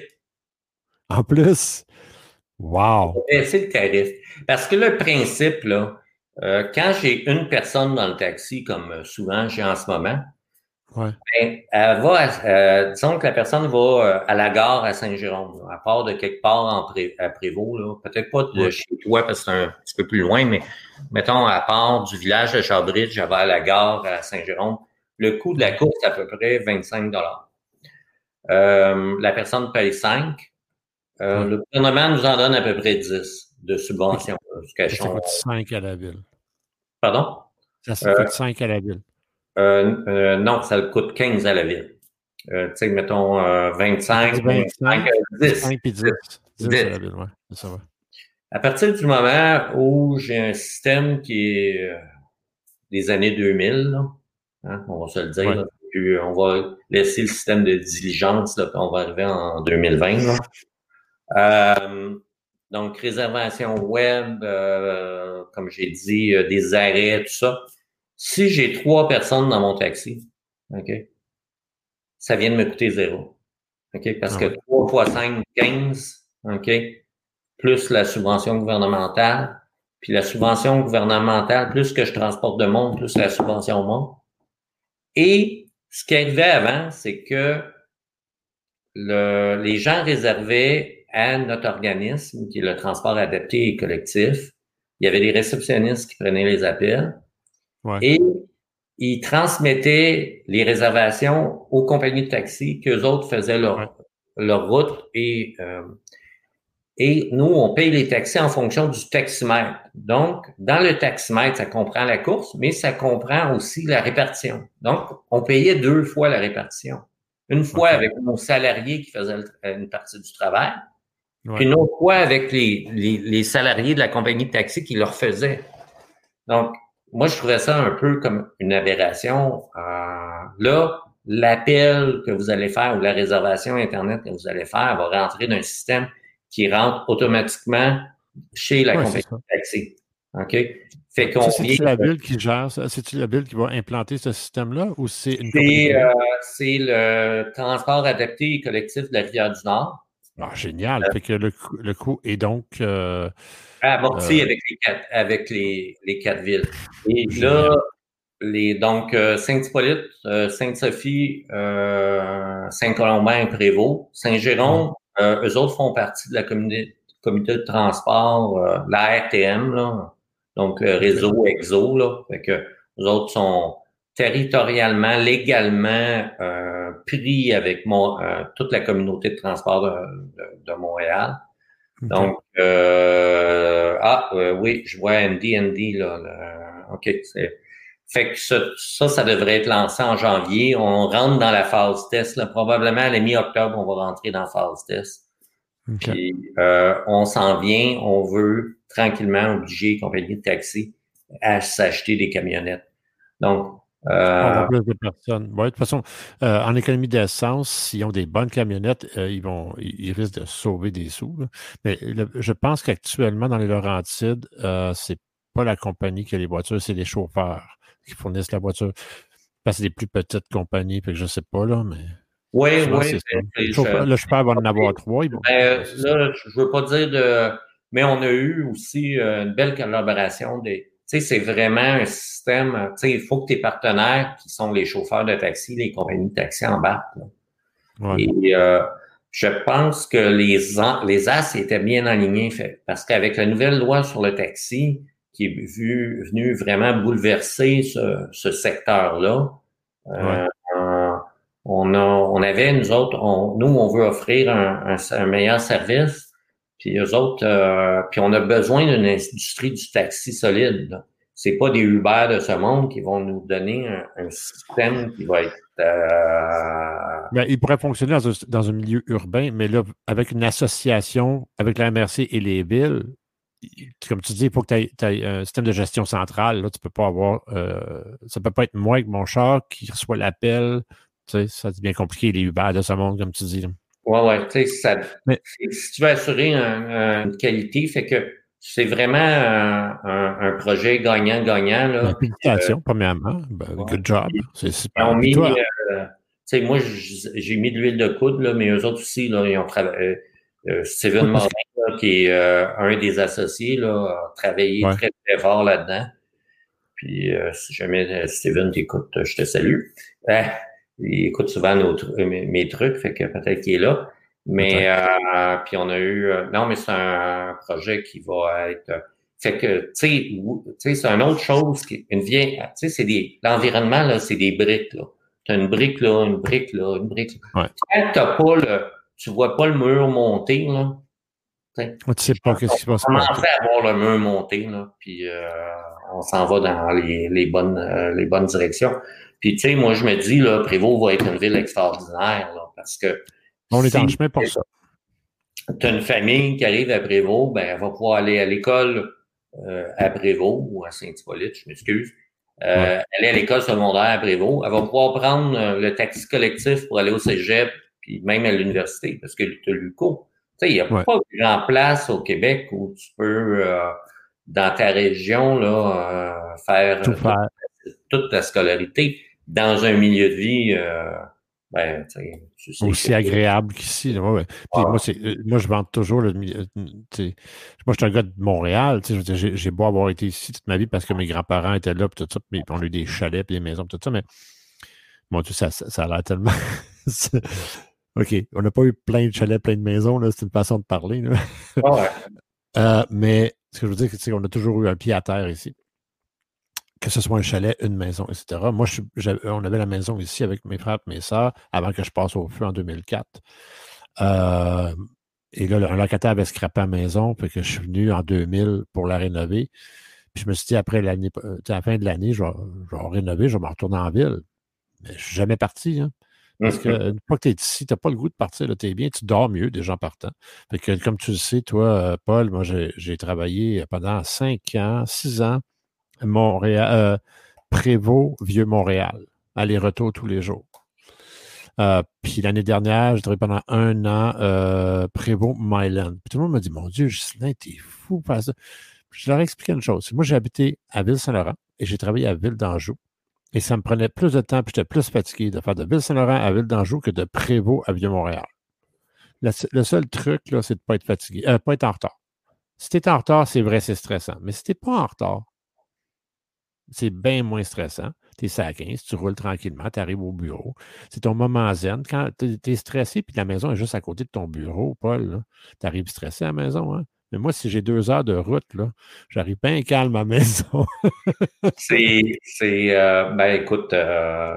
Speaker 1: En plus? Wow.
Speaker 2: baisser le tarif. Parce que le principe, là, euh, quand j'ai une personne dans le taxi, comme euh, souvent j'ai en ce moment,
Speaker 1: Ouais.
Speaker 2: ben, elle va, euh, disons que la personne va euh, à la gare à Saint-Jérôme, là, à part de quelque part en Pré- à Prévost, là, peut-être pas de
Speaker 1: Ouais.
Speaker 2: chez toi parce que c'est un petit peu plus loin, mais mettons à part du village de Charbridge, j'avais à la gare à Saint-Jérôme, le coût de la
Speaker 1: Ouais.
Speaker 2: course c'est à peu près vingt-cinq dollars. Euh, la personne paye cinq. Euh,
Speaker 1: Ouais.
Speaker 2: le gouvernement nous en donne à peu près dix de
Speaker 1: Fait que,
Speaker 2: subventions. là, ce
Speaker 1: fait que ça
Speaker 2: cachons.
Speaker 1: coûte cinq à la ville.
Speaker 2: Pardon?
Speaker 1: Ça, ça
Speaker 2: Euh,
Speaker 1: coûte cinq à la ville.
Speaker 2: euh, euh, non, ça le coûte quinze à la ville. Euh, tu sais, mettons euh,
Speaker 1: Ah, tu
Speaker 2: vingt-cinq,
Speaker 1: dis
Speaker 2: vingt-cinq,
Speaker 1: vingt-cinq,
Speaker 2: euh, dix.
Speaker 1: cinq puis dix. dix à
Speaker 2: dix.
Speaker 1: la ville, ouais. Ça va.
Speaker 2: À partir du moment où j'ai un système qui est euh, des années deux mille, là, hein, on va se le dire,
Speaker 1: Ouais.
Speaker 2: là, puis on va laisser le système de diligence, là, puis on va arriver en deux mille vingt. Là. Euh, donc, réservation web, euh, comme j'ai dit, euh, des arrêts, tout ça. Si j'ai trois personnes dans mon taxi, OK, ça vient de me coûter zéro. OK, parce
Speaker 1: Ah
Speaker 2: que
Speaker 1: ouais.
Speaker 2: trois fois cinq, quinze, OK, plus la subvention gouvernementale, puis la subvention gouvernementale, plus que je transporte de monde, plus la subvention monte. Et ce qui arrivait avant, c'est que le, les gens réservaient à notre organisme, qui est le transport adapté et collectif. Il y avait des réceptionnistes qui prenaient les appels.
Speaker 1: Ouais.
Speaker 2: Et ils transmettaient les réservations aux compagnies de taxi, qu'eux autres faisaient leur, ouais. leur route et euh, et nous, on paye les taxis en fonction du taximètre. Donc, dans le taximètre, ça comprend la course, mais ça comprend aussi la répartition. Donc, on payait deux fois la répartition. Une fois okay. avec nos salariés qui faisaient une partie du travail, ouais. puis une autre fois avec les, les, les salariés de la compagnie de taxi qui leur faisaient. Donc, moi, je trouvais ça un peu comme une aberration. Euh, là, l'appel que vous allez faire ou la réservation Internet que vous allez faire va rentrer dans un système qui rentre automatiquement chez la ouais, compagnie de taxi. OK? Fait qu'on
Speaker 1: ça, c'est-tu la ville qui gère ça? C'est-tu la ville qui va implanter ce système-là ou c'est une
Speaker 2: c'est,
Speaker 1: compagnie?
Speaker 2: Euh, c'est le transport adapté et collectif de la Rivière-du-Nord.
Speaker 1: Ah, génial. Euh, fait que le, le coût est donc... Euh,
Speaker 2: amorti euh, avec, les quatre, avec les, les quatre villes. Et génial. Là, les, donc, euh, Saint-Hippolyte, euh, Sainte-Sophie, euh, Saint-Colombin, Prévost, Saint-Jérôme, ouais. Euh, eux autres font partie de la communauté, communauté de transport, euh, la R T M, là, donc le réseau okay. EXO, là, fait que eux autres sont territorialement, légalement euh, pris avec mon, euh, toute la communauté de transport de, de, de Montréal. Okay. Donc, euh, ah euh, oui, je vois N D N D, là, là OK, c'est... Fait que ça, ça, ça devrait être lancé en janvier. On rentre dans la phase test. Là. Probablement à la mi-octobre, on va rentrer dans la phase test. Okay. Puis euh, on s'en vient, on veut tranquillement obliger les compagnies de taxi à s'acheter des camionnettes. Donc, euh,
Speaker 1: on va plus de personnes. Ouais, de toute façon, euh, en économie d'essence, s'ils ont des bonnes camionnettes, euh, ils vont, ils risquent de sauver des sous. Là. Mais le, je pense qu'actuellement, dans les Laurentides, euh, c'est pas la compagnie qui a les voitures, c'est les chauffeurs qui fournissent la voiture. Parce que c'est des plus petites compagnies, fait que je sais pas, là, mais.
Speaker 2: Oui, oui.
Speaker 1: Le chauffeur, le chauffeur va en avoir trois. Bon,
Speaker 2: ben, là, je veux pas dire de. Mais on a eu aussi une belle collaboration des. Tu sais, c'est vraiment un système. Tu sais, il faut que tes partenaires, qui sont les chauffeurs de taxi, les compagnies de taxi embarquent. Ouais. Et euh, je pense que les, les as étaient bien alignés, fait, parce qu'avec la nouvelle loi sur le taxi, qui est vu, venu vraiment bouleverser ce, ce secteur-là. Euh, ouais. on, a, on avait, nous autres, on, nous, on veut offrir un, un, un meilleur service, puis eux autres, euh, puis on a besoin d'une industrie du taxi solide. Là. C'est pas des Uber de ce monde qui vont nous donner un, un système qui va être... Euh...
Speaker 1: Ben, il pourrait fonctionner dans un, dans un milieu urbain, mais là, avec une association, avec la M R C et les villes, comme tu dis, il faut que tu aies un système de gestion centrale. Là, tu peux pas avoir. Euh, ça peut pas être moi avec mon char qui reçoit l'appel. Tu sais, ça devient compliqué, les Uber de ce monde, comme tu dis. Là.
Speaker 2: Ouais, ouais. Tu sais, ça, mais, si tu veux assurer un, un, une qualité, fait que c'est vraiment un, un, un projet gagnant-gagnant. Là.
Speaker 1: Félicitations, euh, premièrement. Ben, ouais. Good job. C'est super.
Speaker 2: Ils ont mis, euh, tu sais, moi, j'ai mis de l'huile de coude, là, mais eux autres aussi, là, ils ont travaillé. Euh, Steven Morin, là, qui est euh, un des associés, là, a travaillé ouais. très, très fort là-dedans. Puis, euh, si jamais euh, Steven t'écoute, je te salue. Euh, il écoute souvent nos, mes, mes trucs, fait que peut-être qu'il est là. Mais, euh, puis on a eu... Euh, non, mais c'est un projet qui va être... Euh, fait que, tu sais, c'est une autre chose, qui, une vieille... Tu sais, c'est des... L'environnement, là, c'est des briques, là. T'as une brique là, une brique là, une brique là. Ouais. Quand t'as pas le... Tu vois pas le mur monter, là.
Speaker 1: T'sais, tu sais pas qu'est-ce qui va se
Speaker 2: passer. On commence à voir le mur monter, là, puis euh, on s'en va dans les, les bonnes euh, les bonnes directions. Puis, tu sais, moi, je me dis, là, Prévost va être une ville extraordinaire, là, parce que...
Speaker 1: On si est en chemin pour ça.
Speaker 2: Tu as une famille qui arrive à Prévost, ben, elle va pouvoir aller à l'école euh, à Prévost ou à Saint-Hippolyte, je m'excuse. Euh, ouais. Aller à l'école secondaire à Prévost. Elle va pouvoir prendre euh, le taxi collectif pour aller au cégep, puis même à l'université, parce que tu as l'U Q O. Tu sais, il n'y a ouais. pas de grand place au Québec où tu peux, euh, dans ta région, là, euh, faire,
Speaker 1: Tout faire.
Speaker 2: Toute, toute ta scolarité dans un milieu de vie euh, Ben, tu sais, tu sais que...
Speaker 1: Aussi agréable qu'ici. Ouais, ouais. Puis moi,
Speaker 2: Ah,
Speaker 1: c'est, euh, moi, je vante toujours le. euh, tu sais, moi, je suis un gars de Montréal. Tu sais, je veux dire, J'ai j'ai beau avoir été ici toute ma vie parce que mes grands-parents étaient là, puis tout ça, puis on a eu des chalets, puis des maisons, puis tout ça, mais mon Dieu, ça, ça, ça a l'air tellement. c'est- OK, on n'a pas eu plein de chalets, plein de maisons, là, c'est une façon de parler. Là.
Speaker 2: ah ouais.
Speaker 1: Euh, mais ce que je veux dire, c'est qu'on a toujours eu un pied à terre ici. Que ce soit un chalet, une maison, et cetera. Moi, je, j'avais- on avait la maison ici avec mes frères et mes sœurs avant que je passe au feu en deux mille quatre. Euh, et là, un locataire avait scrappé la maison, puis que je suis venu en deux mille pour la rénover. Puis je me suis dit, après l'année, euh, à la fin de l'année, je vais, je vais rénover, je vais me retourner en ville. Mais je ne suis jamais parti, hein. Parce que une fois que tu es ici, tu n'as pas le goût de partir, tu es bien, tu dors mieux des gens partant. Fait que, comme tu le sais, toi, euh, Paul, moi, j'ai j'ai travaillé pendant cinq ans, six ans, Montréal, euh, Prévost, Vieux-Montréal. Aller-retour tous les jours. Euh, puis l'année dernière, j'ai travaillé pendant un an euh, Prévost Myland. Puis tout le monde m'a dit, mon Dieu, Ghislain, t'es fou faire ça. Puis je leur ai expliqué une chose. Moi, j'ai habité à Ville-Saint-Laurent et j'ai travaillé à Ville d'Anjou. Et ça me prenait plus de temps, puis j'étais plus fatigué de faire de Ville-Saint-Laurent à Ville d'Anjou que de Prévost à Vieux-Montréal. Le, le seul truc, là, c'est de ne pas être fatigué, euh, pas être en retard. Si tu es en retard, c'est vrai, c'est stressant. Mais si tu n'es pas en retard, c'est bien moins stressant. Tu es à quinze, tu roules tranquillement, tu arrives au bureau. C'est ton moment zen. Quand tu es stressé, puis la maison est juste à côté de ton bureau, Paul, tu arrives stressé à la maison. Hein? Mais moi, si j'ai deux heures de route, là, j'arrive bien calme à la maison.
Speaker 2: C'est, c'est, euh, ben écoute, euh,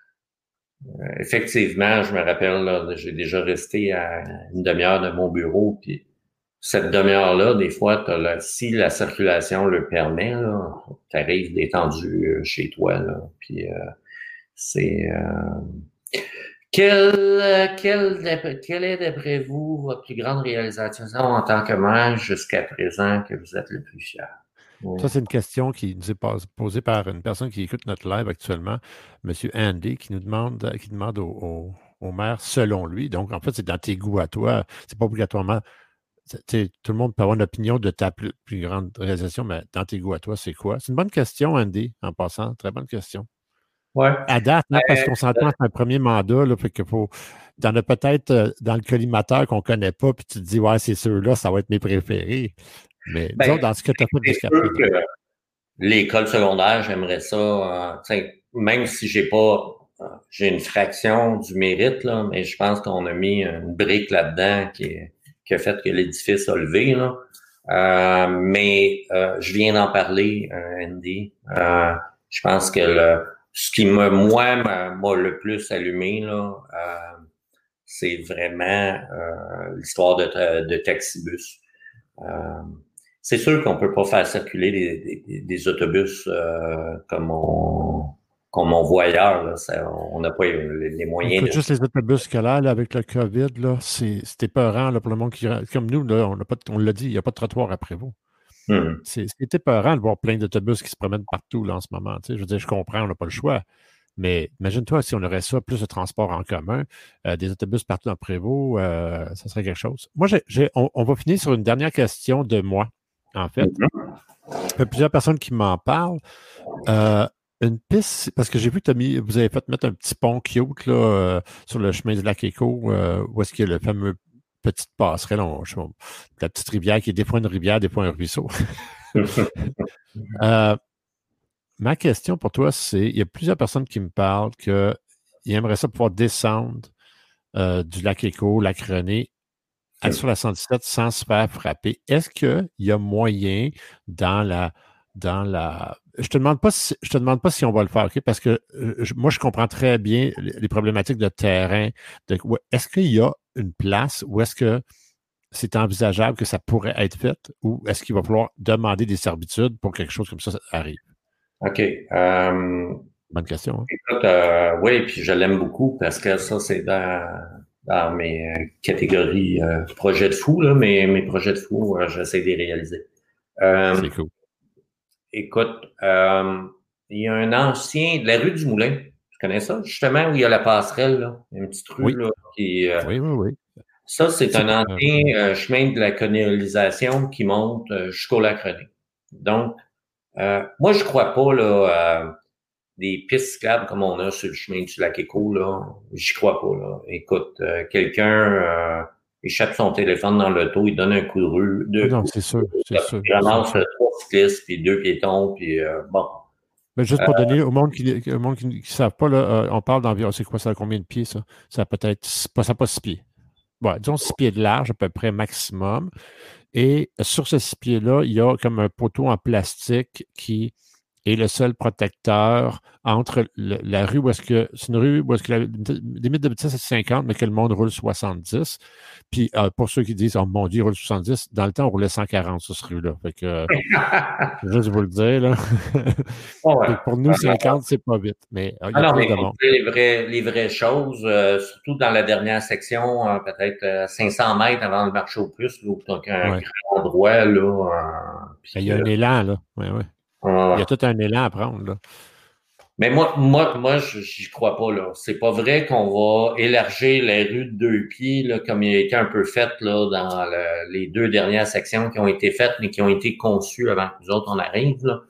Speaker 2: effectivement, je me rappelle, là, j'ai déjà resté à une demi-heure de mon bureau, puis cette demi-heure-là, des fois, t'as la- si la circulation le permet, tu arrives détendu euh, chez toi, là, puis euh, c'est... euh, quel, euh, quel, d'après- quelle est, d'après vous, votre plus grande réalisation en tant que mère jusqu'à présent que vous êtes le plus fier? Oui.
Speaker 1: Ça, c'est une question qui nous est pas- posée par une personne qui écoute notre live actuellement, M. Andy, qui nous demande, qui demande au, au, au maire, selon lui. Donc, en fait, c'est dans tes goûts à toi. C'est pas obligatoirement. Tu sais, tout le monde peut avoir une opinion de ta plus, plus grande réalisation, mais dans tes goûts à toi, c'est quoi? C'est une bonne question, Andy, en passant. Très bonne question.
Speaker 2: Ouais.
Speaker 1: À date, hein, parce
Speaker 2: Euh,
Speaker 1: qu'on s'entend, c'est un premier mandat, là, fait qu'il faut. T'en as peut-être euh, dans le collimateur qu'on connaît pas, puis tu te dis, ouais, c'est ceux-là, ça va être mes préférés. Mais disons,
Speaker 2: ben,
Speaker 1: dans ce que tu as fait
Speaker 2: c'est
Speaker 1: jusqu'à
Speaker 2: sûr
Speaker 1: présent.
Speaker 2: que l'école secondaire, j'aimerais ça, euh, tu sais, même si j'ai pas, euh, j'ai une fraction du mérite, là, mais je pense qu'on a mis une brique là-dedans qui, qui a fait que l'édifice a levé, là. Euh, mais euh, je viens d'en parler, euh, Andy. Euh, je pense que le, ce qui me, moi, m'a m'a le plus allumé, là, euh, c'est vraiment euh, l'histoire de, de Taxibus. Euh, c'est sûr qu'on peut pas faire circuler des, des, des autobus euh, comme on comme on voit ailleurs. Là. Ça, on n'a pas les, les moyens
Speaker 1: Écoute,
Speaker 2: de.
Speaker 1: juste les autobus scolaires, là, avec le COVID, là, c'est c'est épeurant là, pour le monde qui. Comme nous, là, on n'a pas de- on l'a dit, il n'y a pas de trottoir après vous.
Speaker 2: Hmm.
Speaker 1: C'est c'est épeurant de voir plein d'autobus qui se promènent partout là, en ce moment. Tu sais, je veux dire, je comprends, on n'a pas le choix. Mais imagine-toi si on aurait ça, plus de transport en commun, euh, des autobus partout dans Prévost, euh, ça serait quelque chose. Moi, j'ai, j'ai- on, on va finir sur une dernière question de moi, en fait.
Speaker 2: Mhm.
Speaker 1: Il y a plusieurs personnes qui m'en parlent. Euh, une piste, parce que j'ai vu que t'as mis, vous avez fait mettre un petit pont cute là, euh, sur le chemin du lac Éco, euh, où est-ce qu'il y a le fameux petite passerelle, on- je sais pas, la petite rivière qui est des fois une rivière, des fois un ruisseau. Euh, ma question pour toi, c'est, il y a plusieurs personnes qui me parlent qu'ils aimeraient ça pouvoir descendre euh, du lac Éco, lac René, à- sur la cent dix-sept sans se faire frapper. Est-ce qu'il y a moyen dans la dans la. Je te demande pas si je te demande pas si on va le faire, OK? Parce que euh, je- moi, je comprends très bien les, les problématiques de terrain. De, ouais, est-ce qu'il y a une place où est-ce que c'est envisageable que ça pourrait être fait ou est-ce qu'il va falloir demander des servitudes pour que quelque chose comme ça, ça arrive?
Speaker 2: OK. Euh,
Speaker 1: Bonne question, hein?
Speaker 2: écoute, euh, oui, puis je l'aime beaucoup parce que ça, c'est dans, dans mes euh, catégories euh, projets de fou, là, mais mes projets de fou, euh, j'essaie de les réaliser. Euh,
Speaker 1: C'est cool.
Speaker 2: écoute, euh, il y a un ancien de la rue du Moulin. Tu connais ça? Justement, où il y a la passerelle, là. Une petite rue,
Speaker 1: Oui,
Speaker 2: là, qui, euh,
Speaker 1: oui, oui, oui.
Speaker 2: ça, c'est
Speaker 1: C'est
Speaker 2: un
Speaker 1: quoi? Euh,
Speaker 2: ancien euh, chemin de la colonisation qui monte euh, jusqu'au lac René. Donc, euh, moi, je crois pas, là, des pistes cyclables comme on a sur le chemin du lac Éco, là, j'y crois pas, là. Écoute, euh, quelqu'un euh, échappe son téléphone dans l'auto, il donne un coup de rue,
Speaker 1: Ah
Speaker 2: deux
Speaker 1: non,
Speaker 2: coups
Speaker 1: c'est sûr,
Speaker 2: de
Speaker 1: c'est
Speaker 2: rue,
Speaker 1: sûr.
Speaker 2: il ramasse
Speaker 1: C'est sûr.
Speaker 2: euh, trois cyclistes, puis deux piétons, puis euh, bon.
Speaker 1: Mais juste
Speaker 2: Euh,
Speaker 1: pour donner au monde qui au monde qui ne savent pas, là, euh, on parle d'environ, c'est quoi, ça a combien de pieds, ça? Ça a peut-être, six- pas, ça n'a pas six pieds. Bon, disons six pieds de large, à peu près maximum. Et sur ce six pieds-là, il y a comme un poteau en plastique qui est le seul protecteur entre le- la rue où est-ce que, c'est une rue où est-ce que la limite de vitesse est cinquante, mais que le monde roule soixante-dix. Puis euh, pour ceux qui disent, oh mon Dieu, il roule soixante-dix, dans le temps, on roulait cent quarante sur cette rue-là. Fait que, euh, juste vous le dire, là.
Speaker 2: ouais. Ouais.
Speaker 1: Fait que pour nous, cinquante, c'est pas vite, mais euh, il y
Speaker 2: Ah
Speaker 1: a
Speaker 2: non, mais
Speaker 1: plus
Speaker 2: il
Speaker 1: de
Speaker 2: faut
Speaker 1: monde.
Speaker 2: dire les vraies, les vraies choses, euh, surtout dans la dernière section, euh, peut-être euh, cinq cents mètres avant le marché au plus, là, où t'as un
Speaker 1: Ouais.
Speaker 2: grand endroit, là, euh,
Speaker 1: Mais
Speaker 2: puis
Speaker 1: il y a
Speaker 2: que,
Speaker 1: un élan, là. Ouais, ouais. Il
Speaker 2: euh,
Speaker 1: y a tout un élan à prendre, là.
Speaker 2: mais moi, moi, moi, je- j'y crois pas, là. C'est pas vrai qu'on va élargir les rues de deux pieds, là, comme il a été un peu fait, là, dans le- les deux dernières sections qui ont été faites, mais qui ont été conçues avant que nous autres on arrive, là.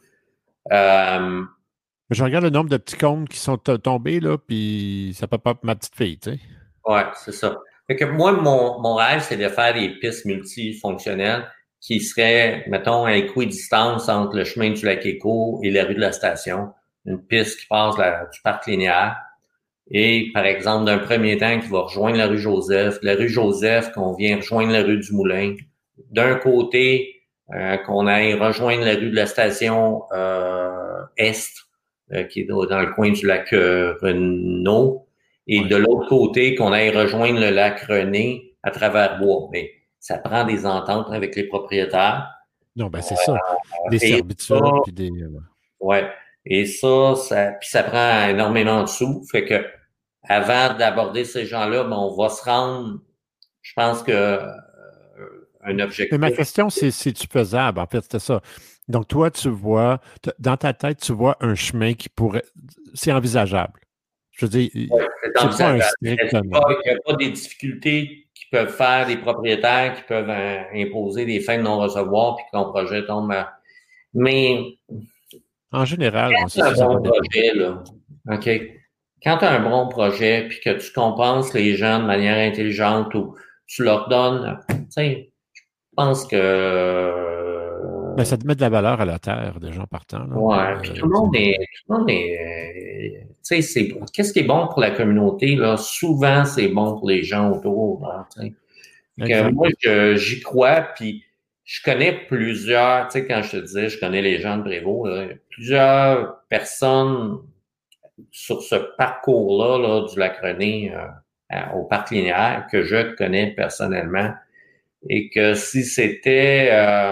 Speaker 2: Euh,
Speaker 1: Je regarde le nombre de petits cônes qui sont to- tombés, là, puis ça peut pas ma petite fille, tu sais.
Speaker 2: Ouais, c'est ça. Fait que moi, mon, mon rêve, c'est de faire des pistes multifonctionnelles qui seraient, mettons, à équidistance entre le chemin du lac Éco et la rue de la Station. Une piste qui passe la- du parc linéaire. Et, par exemple, d'un premier temps, qui va rejoindre la rue Joseph, de la rue Joseph, qu'on vient rejoindre la rue du Moulin. D'un côté, euh, qu'on aille rejoindre la rue de la Station euh, Est, euh, qui est dans dans le coin du lac euh, Renault. Et
Speaker 1: Ouais.
Speaker 2: de l'autre côté, qu'on aille rejoindre le lac René à travers bois. Mais ça prend des ententes avec les propriétaires.
Speaker 1: Non, ben c'est ça. Des
Speaker 2: Et ça,
Speaker 1: servitudes, puis des. euh,
Speaker 2: ouais. Et ça, ça, puis ça prend énormément de sous. Fait que avant d'aborder ces gens-là, ben, on va se rendre, je pense que euh, un
Speaker 1: Mais ma
Speaker 2: objectif.
Speaker 1: question, c'est si tu faisable. En fait, c'était ça. Donc, toi, tu vois, t- dans ta tête, tu vois un chemin qui pourrait. C'est envisageable. Je veux dire,
Speaker 2: Ouais,
Speaker 1: il-
Speaker 2: c'est
Speaker 1: c'est pas un
Speaker 2: envisageable.
Speaker 1: strict
Speaker 2: Est-ce qu'il n'y
Speaker 1: non.
Speaker 2: a, il y a pas des difficultés qui peuvent faire des propriétaires qui peuvent euh, imposer des fins de non-recevoir puis que ton projet tombe à... Mais
Speaker 1: En général, moi, c'est
Speaker 2: c'est un
Speaker 1: ça, ça va
Speaker 2: bon
Speaker 1: dépendre.
Speaker 2: projet, là. OK? Quand tu as un bon projet puis que tu compenses les gens de manière intelligente ou tu leur donnes, tu sais, je pense que
Speaker 1: Mais
Speaker 2: euh,
Speaker 1: ça te met de la valeur à la terre, des gens partant, là.
Speaker 2: ouais, puis
Speaker 1: Euh,
Speaker 2: tout le monde
Speaker 1: c'est-
Speaker 2: est, tout le monde est, euh, tu sais, c'est, qu'est-ce qui est bon pour la communauté, là? Souvent, c'est bon pour les gens autour, là, tu sais. Fait que
Speaker 1: exact.
Speaker 2: moi, je- j'y crois, puis je connais plusieurs, tu sais, quand je te disais, je connais les gens de Prévost, là, plusieurs personnes sur ce parcours-là, là, du lac René euh, à- au parc linéaire, que je connais personnellement, et que si c'était, euh,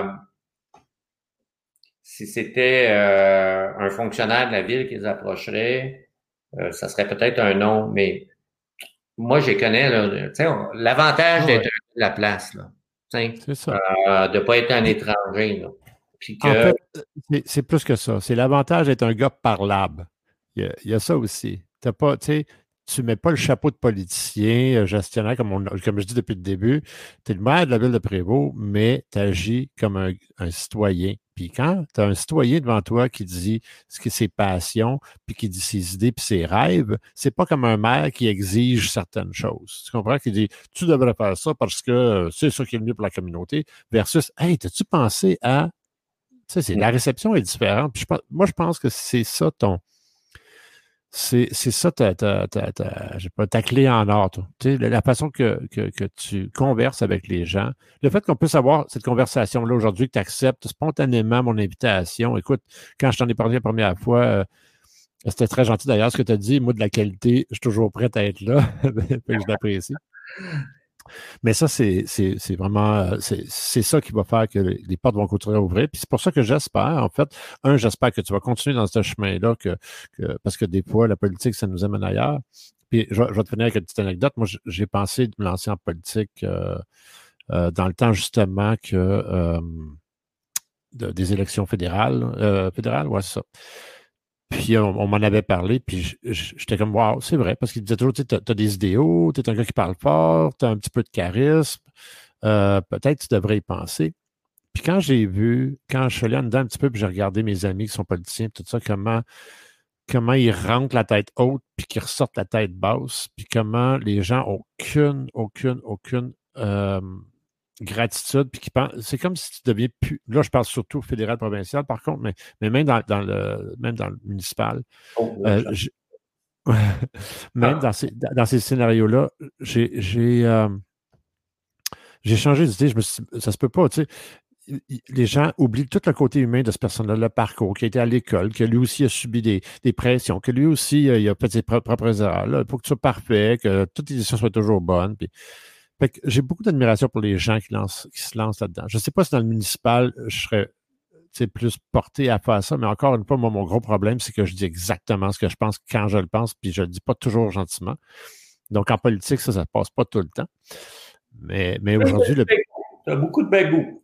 Speaker 2: si c'était euh, un fonctionnaire de la ville qui les approcherait, euh, ça serait peut-être un nom, mais moi, je les connais, là, tu sais, on- l'avantage
Speaker 1: Ah
Speaker 2: d'être
Speaker 1: ouais,
Speaker 2: un de la place, là, tu sais,
Speaker 1: c'est ça.
Speaker 2: euh, de pas être un
Speaker 1: Puis,
Speaker 2: étranger, là. Puis
Speaker 1: en
Speaker 2: que,
Speaker 1: fait, c'est c'est plus que ça. C'est l'avantage d'être un gars parlable. Il y a, il y a ça aussi. T'as pas, tu sais, tu mets pas le chapeau de politicien, euh, gestionnaire, comme, on, comme je dis depuis le début. Tu es le maire de la ville de Prévost, mais tu agis comme un, un citoyen. Puis quand tu as un citoyen devant toi qui dit ce que ses passions, puis qui dit ses idées, puis ses rêves, c'est pas comme un maire qui exige certaines choses. Tu comprends? Qui dit tu devrais faire ça parce que euh, c'est ça qui est le mieux pour la communauté, versus hey, t'as-tu pensé à tu sais, c'est, la réception est différente. Puis je pense- moi, je pense que c'est ça ton. C'est, c'est ça ta, ta, ta, ta, je sais pas, ta clé en or, toi. Tu sais, la, la façon que, que, que tu converses avec les gens. Le fait qu'on puisse avoir cette conversation-là aujourd'hui, que tu acceptes spontanément mon invitation. Écoute, quand je t'en ai parlé la première fois, euh, c'était très gentil d'ailleurs ce que tu as dit. Moi, de la qualité, je suis toujours prêt à être là. Fait que je l'apprécie. Mais ça, c'est c'est- c'est vraiment, euh, c'est c'est ça qui va faire que les les portes vont continuer à ouvrir. Puis c'est pour ça que j'espère, en fait, un, j'espère que tu vas continuer dans ce chemin-là, que, que, parce que des fois, la politique, ça nous amène ailleurs. Puis je, vais je vais te finir avec une petite anecdote. Moi, j- j'ai pensé de me lancer en politique euh, euh, dans le temps justement que euh, de- des élections fédérales. Euh, fédérales, ouais, c'est ça. Puis on, on m'en avait parlé, puis j- j- j'étais comme, wow, c'est vrai, parce qu'il disait toujours, tu as, des idéaux, tu es un gars qui parle fort, tu as un petit peu de charisme, euh, peut-être tu devrais y penser. Puis quand j'ai vu, quand je suis allé en dedans un petit peu, puis j'ai regardé mes amis qui sont politiciens, tout ça, comment comment ils rentrent la tête haute, puis qu'ils ressortent la tête basse, puis comment les gens n'ont aucune, aucune, aucune euh, gratitude, puis qui pensent, c'est comme si tu deviens plus, là je parle surtout fédéral, provincial par contre, mais, mais même dans, dans le même dans le municipal,
Speaker 2: Oh,
Speaker 1: euh,
Speaker 2: là,
Speaker 1: je- même
Speaker 2: ah,
Speaker 1: dans ces, dans ces scénarios-là, j'ai, j'ai, euh, j'ai changé d'idée, je me suis dit, ça se peut pas, tu sais, il- il- les gens oublient tout le côté humain de ce personnage-là, le parcours, qui a été à l'école, que lui aussi a subi des, des pressions, que lui aussi euh, il a fait ses pro- propres erreurs. Là. Il faut que tu sois parfait, que toutes les décisions soient toujours bonnes. Puis, fait que j'ai beaucoup d'admiration pour les gens qui, lancent, qui se lancent là-dedans. Je ne sais pas si dans le municipal, je serais tu sais, plus porté à faire ça, mais encore une fois, moi, mon gros problème, c'est que je dis exactement ce que je pense quand je le pense, puis je le dis pas toujours gentiment. Donc, en politique, ça, ça ne passe pas tout le temps. Mais, mais aujourd'hui, le.
Speaker 2: tu as beaucoup de bagou.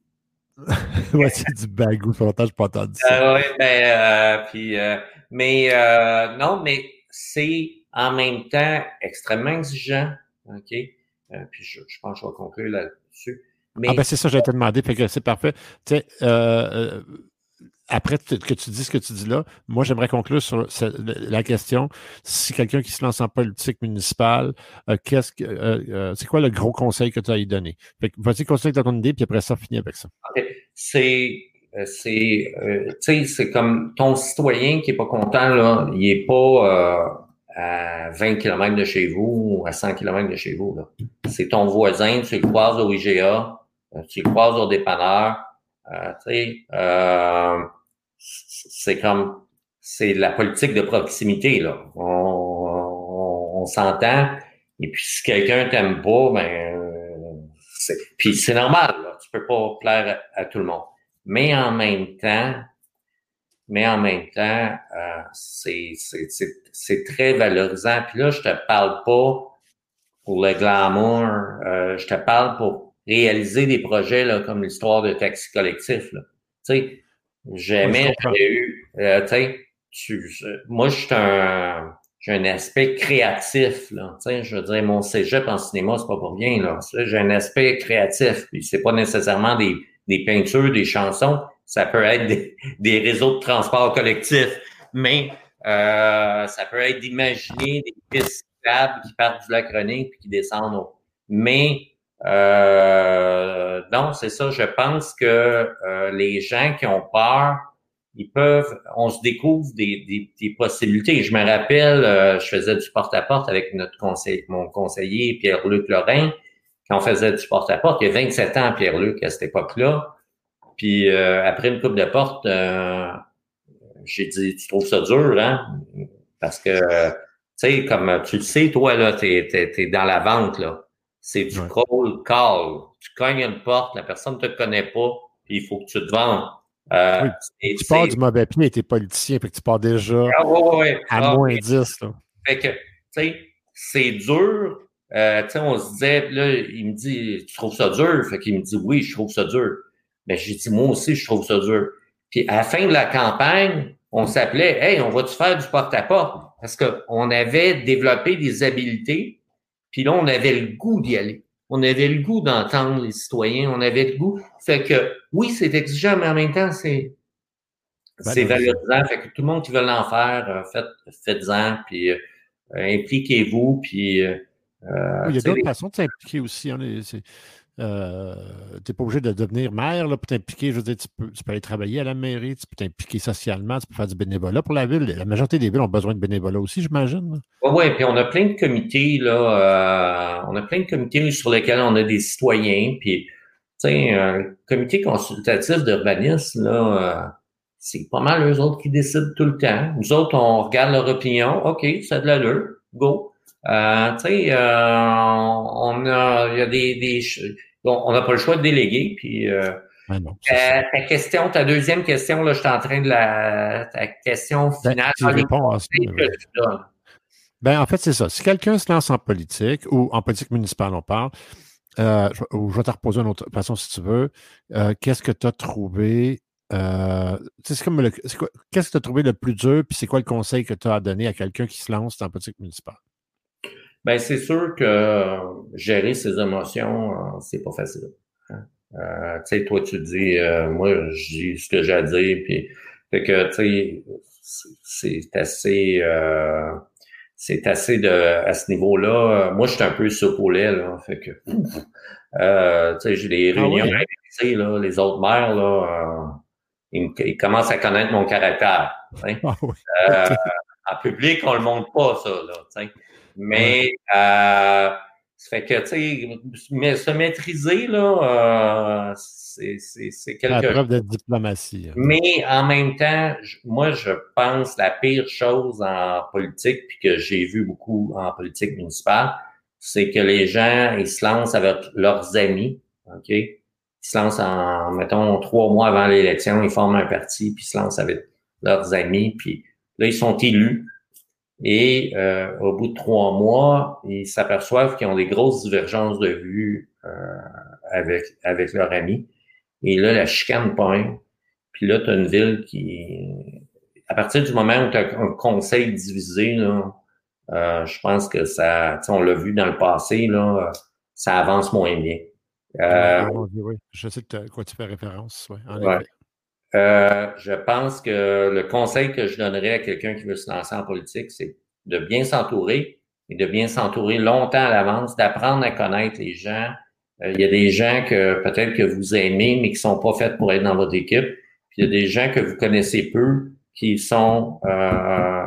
Speaker 1: Ouais, c'est du bagou, ça fait longtemps que je n'ai pas entendu ça.
Speaker 2: Euh, ouais, ben, euh, puis, euh, mais euh, non, mais c'est en même temps extrêmement exigeant, ok. Euh, puis je, je pense que je vais conclure là-dessus.
Speaker 1: Ah ben
Speaker 2: Mais
Speaker 1: c'est ça, j'ai été demandé, fait que c'est parfait. Tu sais, euh, euh, après que tu dis ce que tu dis là, moi j'aimerais conclure sur ce- la question. Si quelqu'un qui se lance en politique municipale, euh, qu'est-ce que euh, euh, c'est quoi le gros conseil que tu as à y donner? Fait que vas-y, continue avec ton idée, puis après ça, finis avec ça.
Speaker 2: ok, c'est euh, c'est euh, tu sais, c'est comme ton citoyen qui est pas content là, il est pas euh, à vingt kilomètres de chez vous ou à cent kilomètres de chez vous là. C'est ton voisin, tu le croises au I G A, euh, tu le croises au dépanneur, euh, tu sais, euh, c'est comme c'est la politique de proximité là. On, on, on s'entend. Et puis si quelqu'un t'aime pas, ben euh, c'est, puis c'est normal là. Tu peux pas plaire à, à tout le monde. Mais en même temps, mais en même temps, euh, c'est, c'est, c'est, c'est très valorisant. Puis là, je te parle pas pour le glamour, euh, je te parle pour réaliser des projets là, comme l'histoire de Taxi Collectif. Là. Tu sais,
Speaker 1: Oui, je
Speaker 2: jamais
Speaker 1: comprends.
Speaker 2: j'aurais eu, euh, tu sais, tu- je- moi, je suis un, j'ai un aspect créatif. Là, tu sais, je veux dire, mon cégep en cinéma, c'est pas pour rien. Là, Tu sais, j'ai un aspect créatif. Puis c'est pas nécessairement des, des peintures, des chansons. Ça peut être des, des réseaux de transport collectif, mais euh, ça peut être d'imaginer des pistes cyclables qui partent du lac René puis qui descendent. Au... Mais euh, non, c'est ça. Je pense que euh, les gens qui ont peur, ils peuvent, on se découvre des, des, des possibilités. Je me rappelle, euh, je faisais du porte-à-porte avec notre conseil, mon conseiller Pierre-Luc Lorrain, quand on faisait du porte-à-porte. Il y a vingt-sept ans, Pierre-Luc, à cette époque-là. Puis euh, après une coupe de porte, euh, j'ai dit, tu trouves ça dur, hein? Parce que, tu sais, comme tu le sais, toi, là, t'es, t'es, t'es dans la vente, là. C'est du
Speaker 1: Ouais.
Speaker 2: cold call. Tu cognes une porte, la personne ne te connaît pas, puis il faut que tu te vendes. Euh,
Speaker 1: Oui.
Speaker 2: c'est,
Speaker 1: Tu pars
Speaker 2: c'est,
Speaker 1: du mauvais pied et t'es politicien, fait que tu pars déjà
Speaker 2: ah, ouais, ouais, ouais.
Speaker 1: à
Speaker 2: Ah,
Speaker 1: moins dix là.
Speaker 2: fait que, tu sais, c'est dur. Euh, tu sais, on se disait, là, il me dit, tu trouves ça dur? Fait qu'il me dit, oui, je trouve ça dur. Ben, j'ai dit, moi aussi, je trouve ça dur. Puis, à la fin de la campagne, on s'appelait, hey, on va-tu faire du porte-à-porte? Parce qu'on avait développé des habiletés, puis là, on avait le goût d'y aller. On avait le goût d'entendre les citoyens, on avait le goût. Fait que, oui, c'est exigeant, mais en même temps, c'est, c'est
Speaker 1: Valorisant.
Speaker 2: valorisant. Fait que tout le monde qui veut en faire, euh, faites, faites-en, puis euh, impliquez-vous, puis euh,
Speaker 1: Oui, il y
Speaker 2: tu
Speaker 1: a
Speaker 2: sais,
Speaker 1: d'autres
Speaker 2: les-
Speaker 1: façons de s'impliquer aussi. Hein, les- c'est- euh, tu n'es pas obligé de devenir maire là, pour t'impliquer. Je veux dire, tu peux, tu peux aller travailler à la mairie, tu peux t'impliquer socialement, tu peux faire du bénévolat pour la ville. La majorité des villes ont besoin de bénévolat aussi, j'imagine. Là.
Speaker 2: ouais, ouais, puis on a plein de comités là, euh, on a plein de comités sur lesquels on a des citoyens, puis tu sais, un comité consultatif d'urbanisme là, euh, c'est pas mal eux autres qui décident tout le temps. Nous autres, on regarde leur opinion, ok, ça a de l'allure, go. Euh, tu sais, euh, on a, il y a des, des, ch- bon, on n'a pas le choix de déléguer, puis euh,
Speaker 1: Ah non, c'est ça.
Speaker 2: ta, ta question, ta deuxième question, là, je suis en train de la, ta question
Speaker 1: Ben,
Speaker 2: finale,
Speaker 1: tu
Speaker 2: ah, les
Speaker 1: réponds à ça,
Speaker 2: conseils
Speaker 1: mais
Speaker 2: que
Speaker 1: vas-y.
Speaker 2: tu donnes.
Speaker 1: Ben, en fait, c'est ça. Si quelqu'un se lance en politique ou en politique municipale, on parle, euh, je, ou je vais te reposer une autre façon si tu veux. Euh, qu'est-ce que tu as trouvé? Euh, tu sais, c'est comme le, c'est quoi- qu'est-ce que tu as trouvé le plus dur, puis c'est quoi le conseil que tu as à donner à quelqu'un qui se lance en politique municipale?
Speaker 2: Ben, c'est sûr que euh, gérer ses émotions, euh, c'est pas facile. Hein. Euh, tu sais, toi, tu dis, euh, moi, je dis ce que j'ai à dire, puis fait que, tu sais, c'est assez... Euh, c'est assez de... À ce niveau-là, moi, je suis un peu soupe au lait, là. Fait que... Euh, tu sais, j'ai des
Speaker 1: Ah
Speaker 2: réunions
Speaker 1: oui, hein?
Speaker 2: avec là, les autres maires, là, euh, ils, ils commencent à connaître mon caractère.
Speaker 1: Ah oui,
Speaker 2: Euh,
Speaker 1: OK.
Speaker 2: en public, on le montre pas, ça, là, t'sais.
Speaker 1: Ouais.
Speaker 2: Mais euh, ça fait que, tu sais, mais se maîtriser, là, euh, c'est, c'est, c'est
Speaker 1: À la
Speaker 2: quelque
Speaker 1: preuve de
Speaker 2: chose.
Speaker 1: diplomatie. Hein.
Speaker 2: Mais en même temps, je- moi, je pense la pire chose en politique, puis que j'ai vu beaucoup en politique municipale, c'est que les gens, ils se lancent avec leurs amis, OK? Ils se lancent en, mettons, trois mois avant l'élection, ils forment un parti, puis ils se lancent avec leurs amis, puis là, ils sont élus. Et euh, au bout de trois mois, ils s'aperçoivent qu'ils ont des grosses divergences de vues euh, avec, avec leurs amis. Et là, la chicane pogne. Puis là, tu as une ville qui... À partir du moment où tu as un conseil divisé, là, euh, je pense que ça... Tu sais, on l'a vu dans le passé, là, ça avance moins bien.
Speaker 1: Oui,
Speaker 2: Euh,
Speaker 1: oh mon Dieu, oui. Je sais de quoi tu fais référence, oui, en
Speaker 2: ouais.
Speaker 1: effet.
Speaker 2: Euh, je pense que le conseil que je donnerais à quelqu'un qui veut se lancer en politique, c'est de bien s'entourer et de bien s'entourer longtemps à l'avance, d'apprendre à connaître les gens. Euh, il y a des gens que peut-être que vous aimez, mais qui sont pas faits pour être dans votre équipe. Puis il y a des gens que vous connaissez peu, qui sont, euh,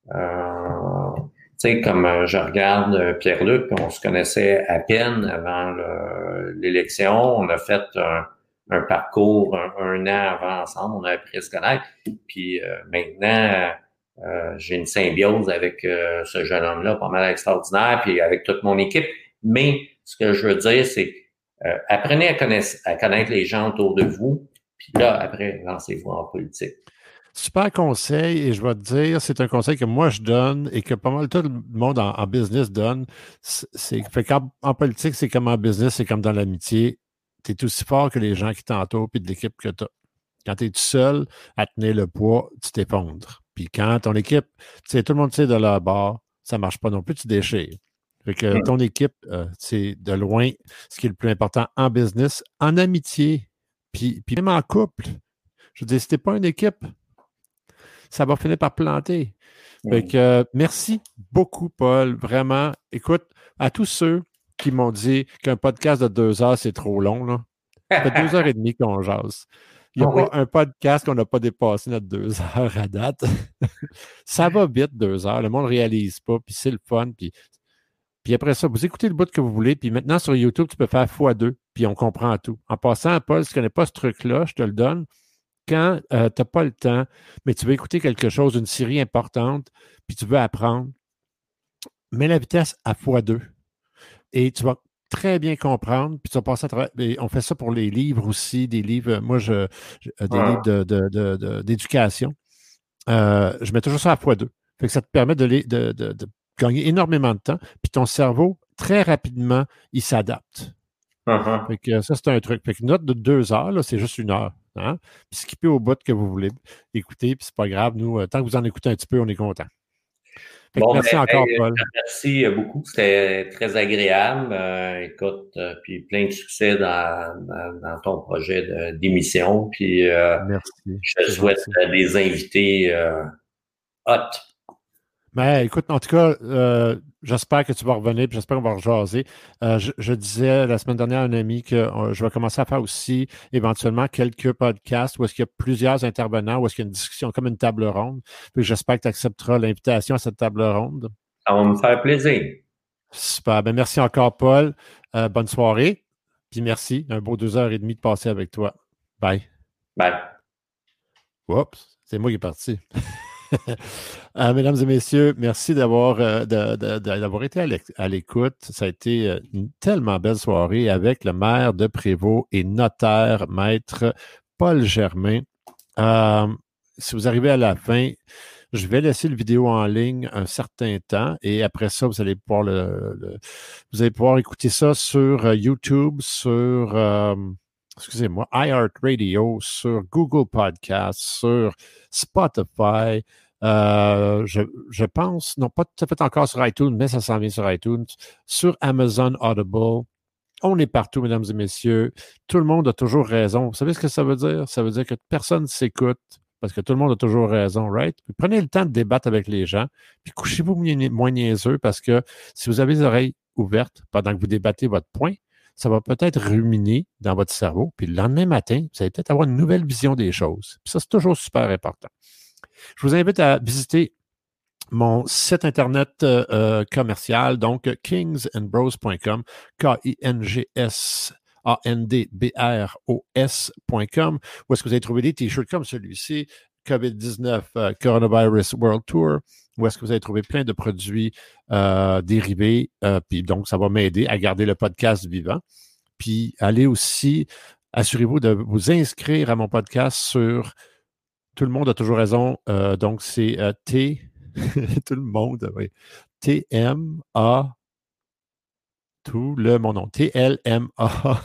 Speaker 2: euh, tu sais, comme euh, je regarde euh, Pierre-Luc, on se connaissait à peine avant le- l'élection. On a fait un un parcours un, un an avant ensemble, on a appris à se connaître. Puis euh, maintenant, euh, j'ai une symbiose avec euh, ce jeune homme-là, pas mal extraordinaire, puis avec toute mon équipe. Mais ce que je veux dire, c'est euh, apprenez à connaître, à connaître les gens autour de vous, puis là, après, lancez-vous en politique.
Speaker 1: Super conseil, et je vais te dire, c'est un conseil que moi je donne et que pas mal tout le monde en, en business donne. C'est fait qu'en en politique, c'est comme en business, c'est comme dans l'amitié. Tu es aussi fort que les gens qui t'entourent et de l'équipe que tu as. Quand tu es tout seul à tenir le poids, tu t'effondres. Puis quand ton équipe, tu sais, tout le monde sait de leur bord, ça ne marche pas non plus, tu déchires. Fait que
Speaker 2: Hum,
Speaker 1: ton équipe, euh, c'est de loin ce qui est le plus important en business, en amitié, puis, puis même en couple. Je veux dire, si t'es pas une équipe, ça va finir par planter. Fait
Speaker 2: hum.
Speaker 1: que euh, merci beaucoup, Paul. Vraiment. Écoute, à tous ceux qui m'ont dit qu'un podcast de deux heures, c'est trop long, là. Ça fait deux heures et demie qu'on jase. Il n'y a
Speaker 2: Ah oui.
Speaker 1: pas un podcast qu'on n'a pas dépassé notre deux heures à date. Ça va vite, deux heures. Le monde ne réalise pas, puis c'est le fun. Puis, puis après ça, vous écoutez le bout que vous voulez. Puis maintenant, sur YouTube, tu peux faire fois deux, puis on comprend tout. En passant, Paul, si tu ne connais pas ce truc-là, je te le donne. Quand euh, tu n'as pas le temps, mais tu veux écouter quelque chose, une série importante, puis tu veux apprendre, mets la vitesse à fois deux et tu vas très bien comprendre, puis tu vas passer à travers. Et on fait ça pour les livres aussi, des livres, moi, je, je- euh, des livres
Speaker 2: Hum,
Speaker 1: de, de- de- de- d'éducation. Euh, je mets toujours ça à fois deux. Fait que ça te permet de, les- de, de- de gagner énormément de temps, puis ton cerveau, très rapidement, il s'adapte.
Speaker 2: hum, hum.
Speaker 1: Fait que ça, c'est un truc. Fait que une note de deux heures, là, c'est juste une heure. Hein? Puis skipper au bout que vous voulez écouter, puis c'est pas grave. Nous, euh, tant que vous en écoutez un petit peu, on est content. Fait que
Speaker 2: Bon, ben,
Speaker 1: merci
Speaker 2: hey,
Speaker 1: encore,
Speaker 2: je
Speaker 1: Paul.
Speaker 2: te remercie beaucoup. C'était très agréable. Euh, écoute, euh, puis plein de succès dans, dans, dans ton projet de- d'émission. Puis euh,
Speaker 1: Merci.
Speaker 2: je te
Speaker 1: C'est
Speaker 2: souhaite
Speaker 1: gentil.
Speaker 2: euh, des invités euh, hot.
Speaker 1: Mais écoute, en tout cas, euh, j'espère que tu vas revenir, puis j'espère qu'on va rejaser. Euh, je, je disais la semaine dernière à un ami que euh, je vais commencer à faire aussi éventuellement quelques podcasts où est-ce qu'il y a plusieurs intervenants, où est-ce qu'il y a une discussion comme une table ronde. Puis j'espère que tu accepteras l'invitation à cette table ronde.
Speaker 2: Ça va me faire plaisir.
Speaker 1: Super. Ben, merci encore, Paul. Euh, bonne soirée. Puis merci. Un beau deux heures et demie de passer avec toi. Bye.
Speaker 2: Bye.
Speaker 1: Oups, c'est moi qui est parti. Euh, mesdames et messieurs, merci d'avoir euh, de- de- de- d'avoir été à l'éc- à l'écoute. Ça a été euh, une tellement belle soirée avec le maire de Prévost et notaire, maître Paul Germain. Euh, si vous arrivez à la fin, je vais laisser le vidéo en ligne un certain temps et après ça, vous allez pouvoir le, le- vous allez pouvoir écouter ça sur euh, YouTube, sur euh, excusez-moi, iHeartRadio, sur Google Podcasts, sur Spotify. Euh, je, je pense, non pas tout à fait encore sur iTunes, mais ça s'en vient sur iTunes, sur Amazon Audible. On est partout, mesdames et messieurs. Tout le monde a toujours raison. Vous savez ce que ça veut dire? Ça veut dire que personne ne s'écoute parce que tout le monde a toujours raison, right? Puis prenez le temps de débattre avec les gens, puis couchez-vous moins niaiseux, parce que si vous avez les oreilles ouvertes pendant que vous débattez votre point, ça va peut-être ruminer dans votre cerveau, puis le lendemain matin, vous allez peut-être avoir une nouvelle vision des choses. Puis ça, c'est toujours super important. Je vous invite à visiter mon site Internet euh, euh, commercial, donc kings and bros point com, K I N G S A N D B R O S point com, où est-ce que vous allez trouver des t-shirts comme celui-ci, COVID dix-neuf euh, Coronavirus World Tour, où est-ce que vous allez trouver plein de produits euh, dérivés, euh, puis donc ça va m'aider à garder le podcast vivant. Puis allez aussi, assurez-vous de vous inscrire à mon podcast sur Tout le monde a toujours raison, euh, donc c'est euh, T... tout le monde, oui. T M A, tout le, mon nom, T L M A,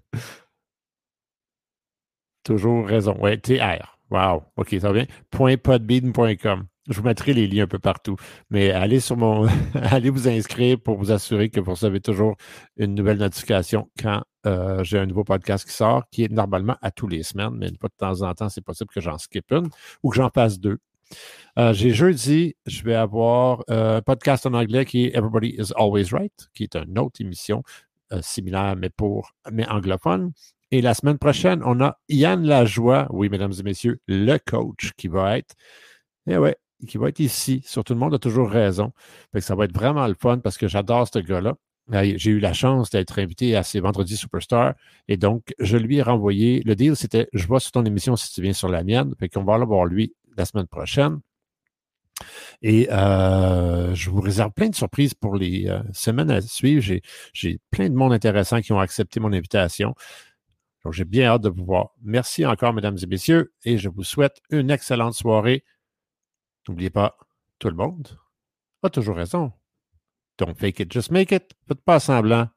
Speaker 1: toujours raison, oui, T R. Wow, OK, ça va bien. .podbean point com. Je vous mettrai les liens un peu partout. Mais allez sur mon, allez vous inscrire pour vous assurer que vous recevez toujours une nouvelle notification quand euh, j'ai un nouveau podcast qui sort, qui est normalement à tous les semaines, mais une fois de temps en temps, c'est possible que j'en skip une ou que j'en fasse deux. Euh, j'ai jeudi, je vais avoir euh, un podcast en anglais qui est Everybody is Always Right, qui est une autre émission euh, similaire, mais pour mais anglophone. Et la semaine prochaine, on a Yann Lajoie, oui, mesdames et messieurs, le coach qui va être, eh ouais, qui va être ici. Sur Tout le monde a toujours raison. Fait que ça va être vraiment le fun parce que j'adore ce gars-là. J'ai eu la chance d'être invité à ces Vendredis Superstar et donc je lui ai renvoyé. Le deal, c'était je vais sur ton émission si tu viens sur la mienne. Fait qu'on va aller voir lui la semaine prochaine. Et euh, je vous réserve plein de surprises pour les euh, semaines à suivre. J'ai, j'ai plein de monde intéressant qui ont accepté mon invitation. Donc, j'ai bien hâte de vous voir. Merci encore, mesdames et messieurs, et je vous souhaite une excellente soirée. N'oubliez pas, tout le monde a toujours raison. Don't fake it, just make it. Faites pas semblant.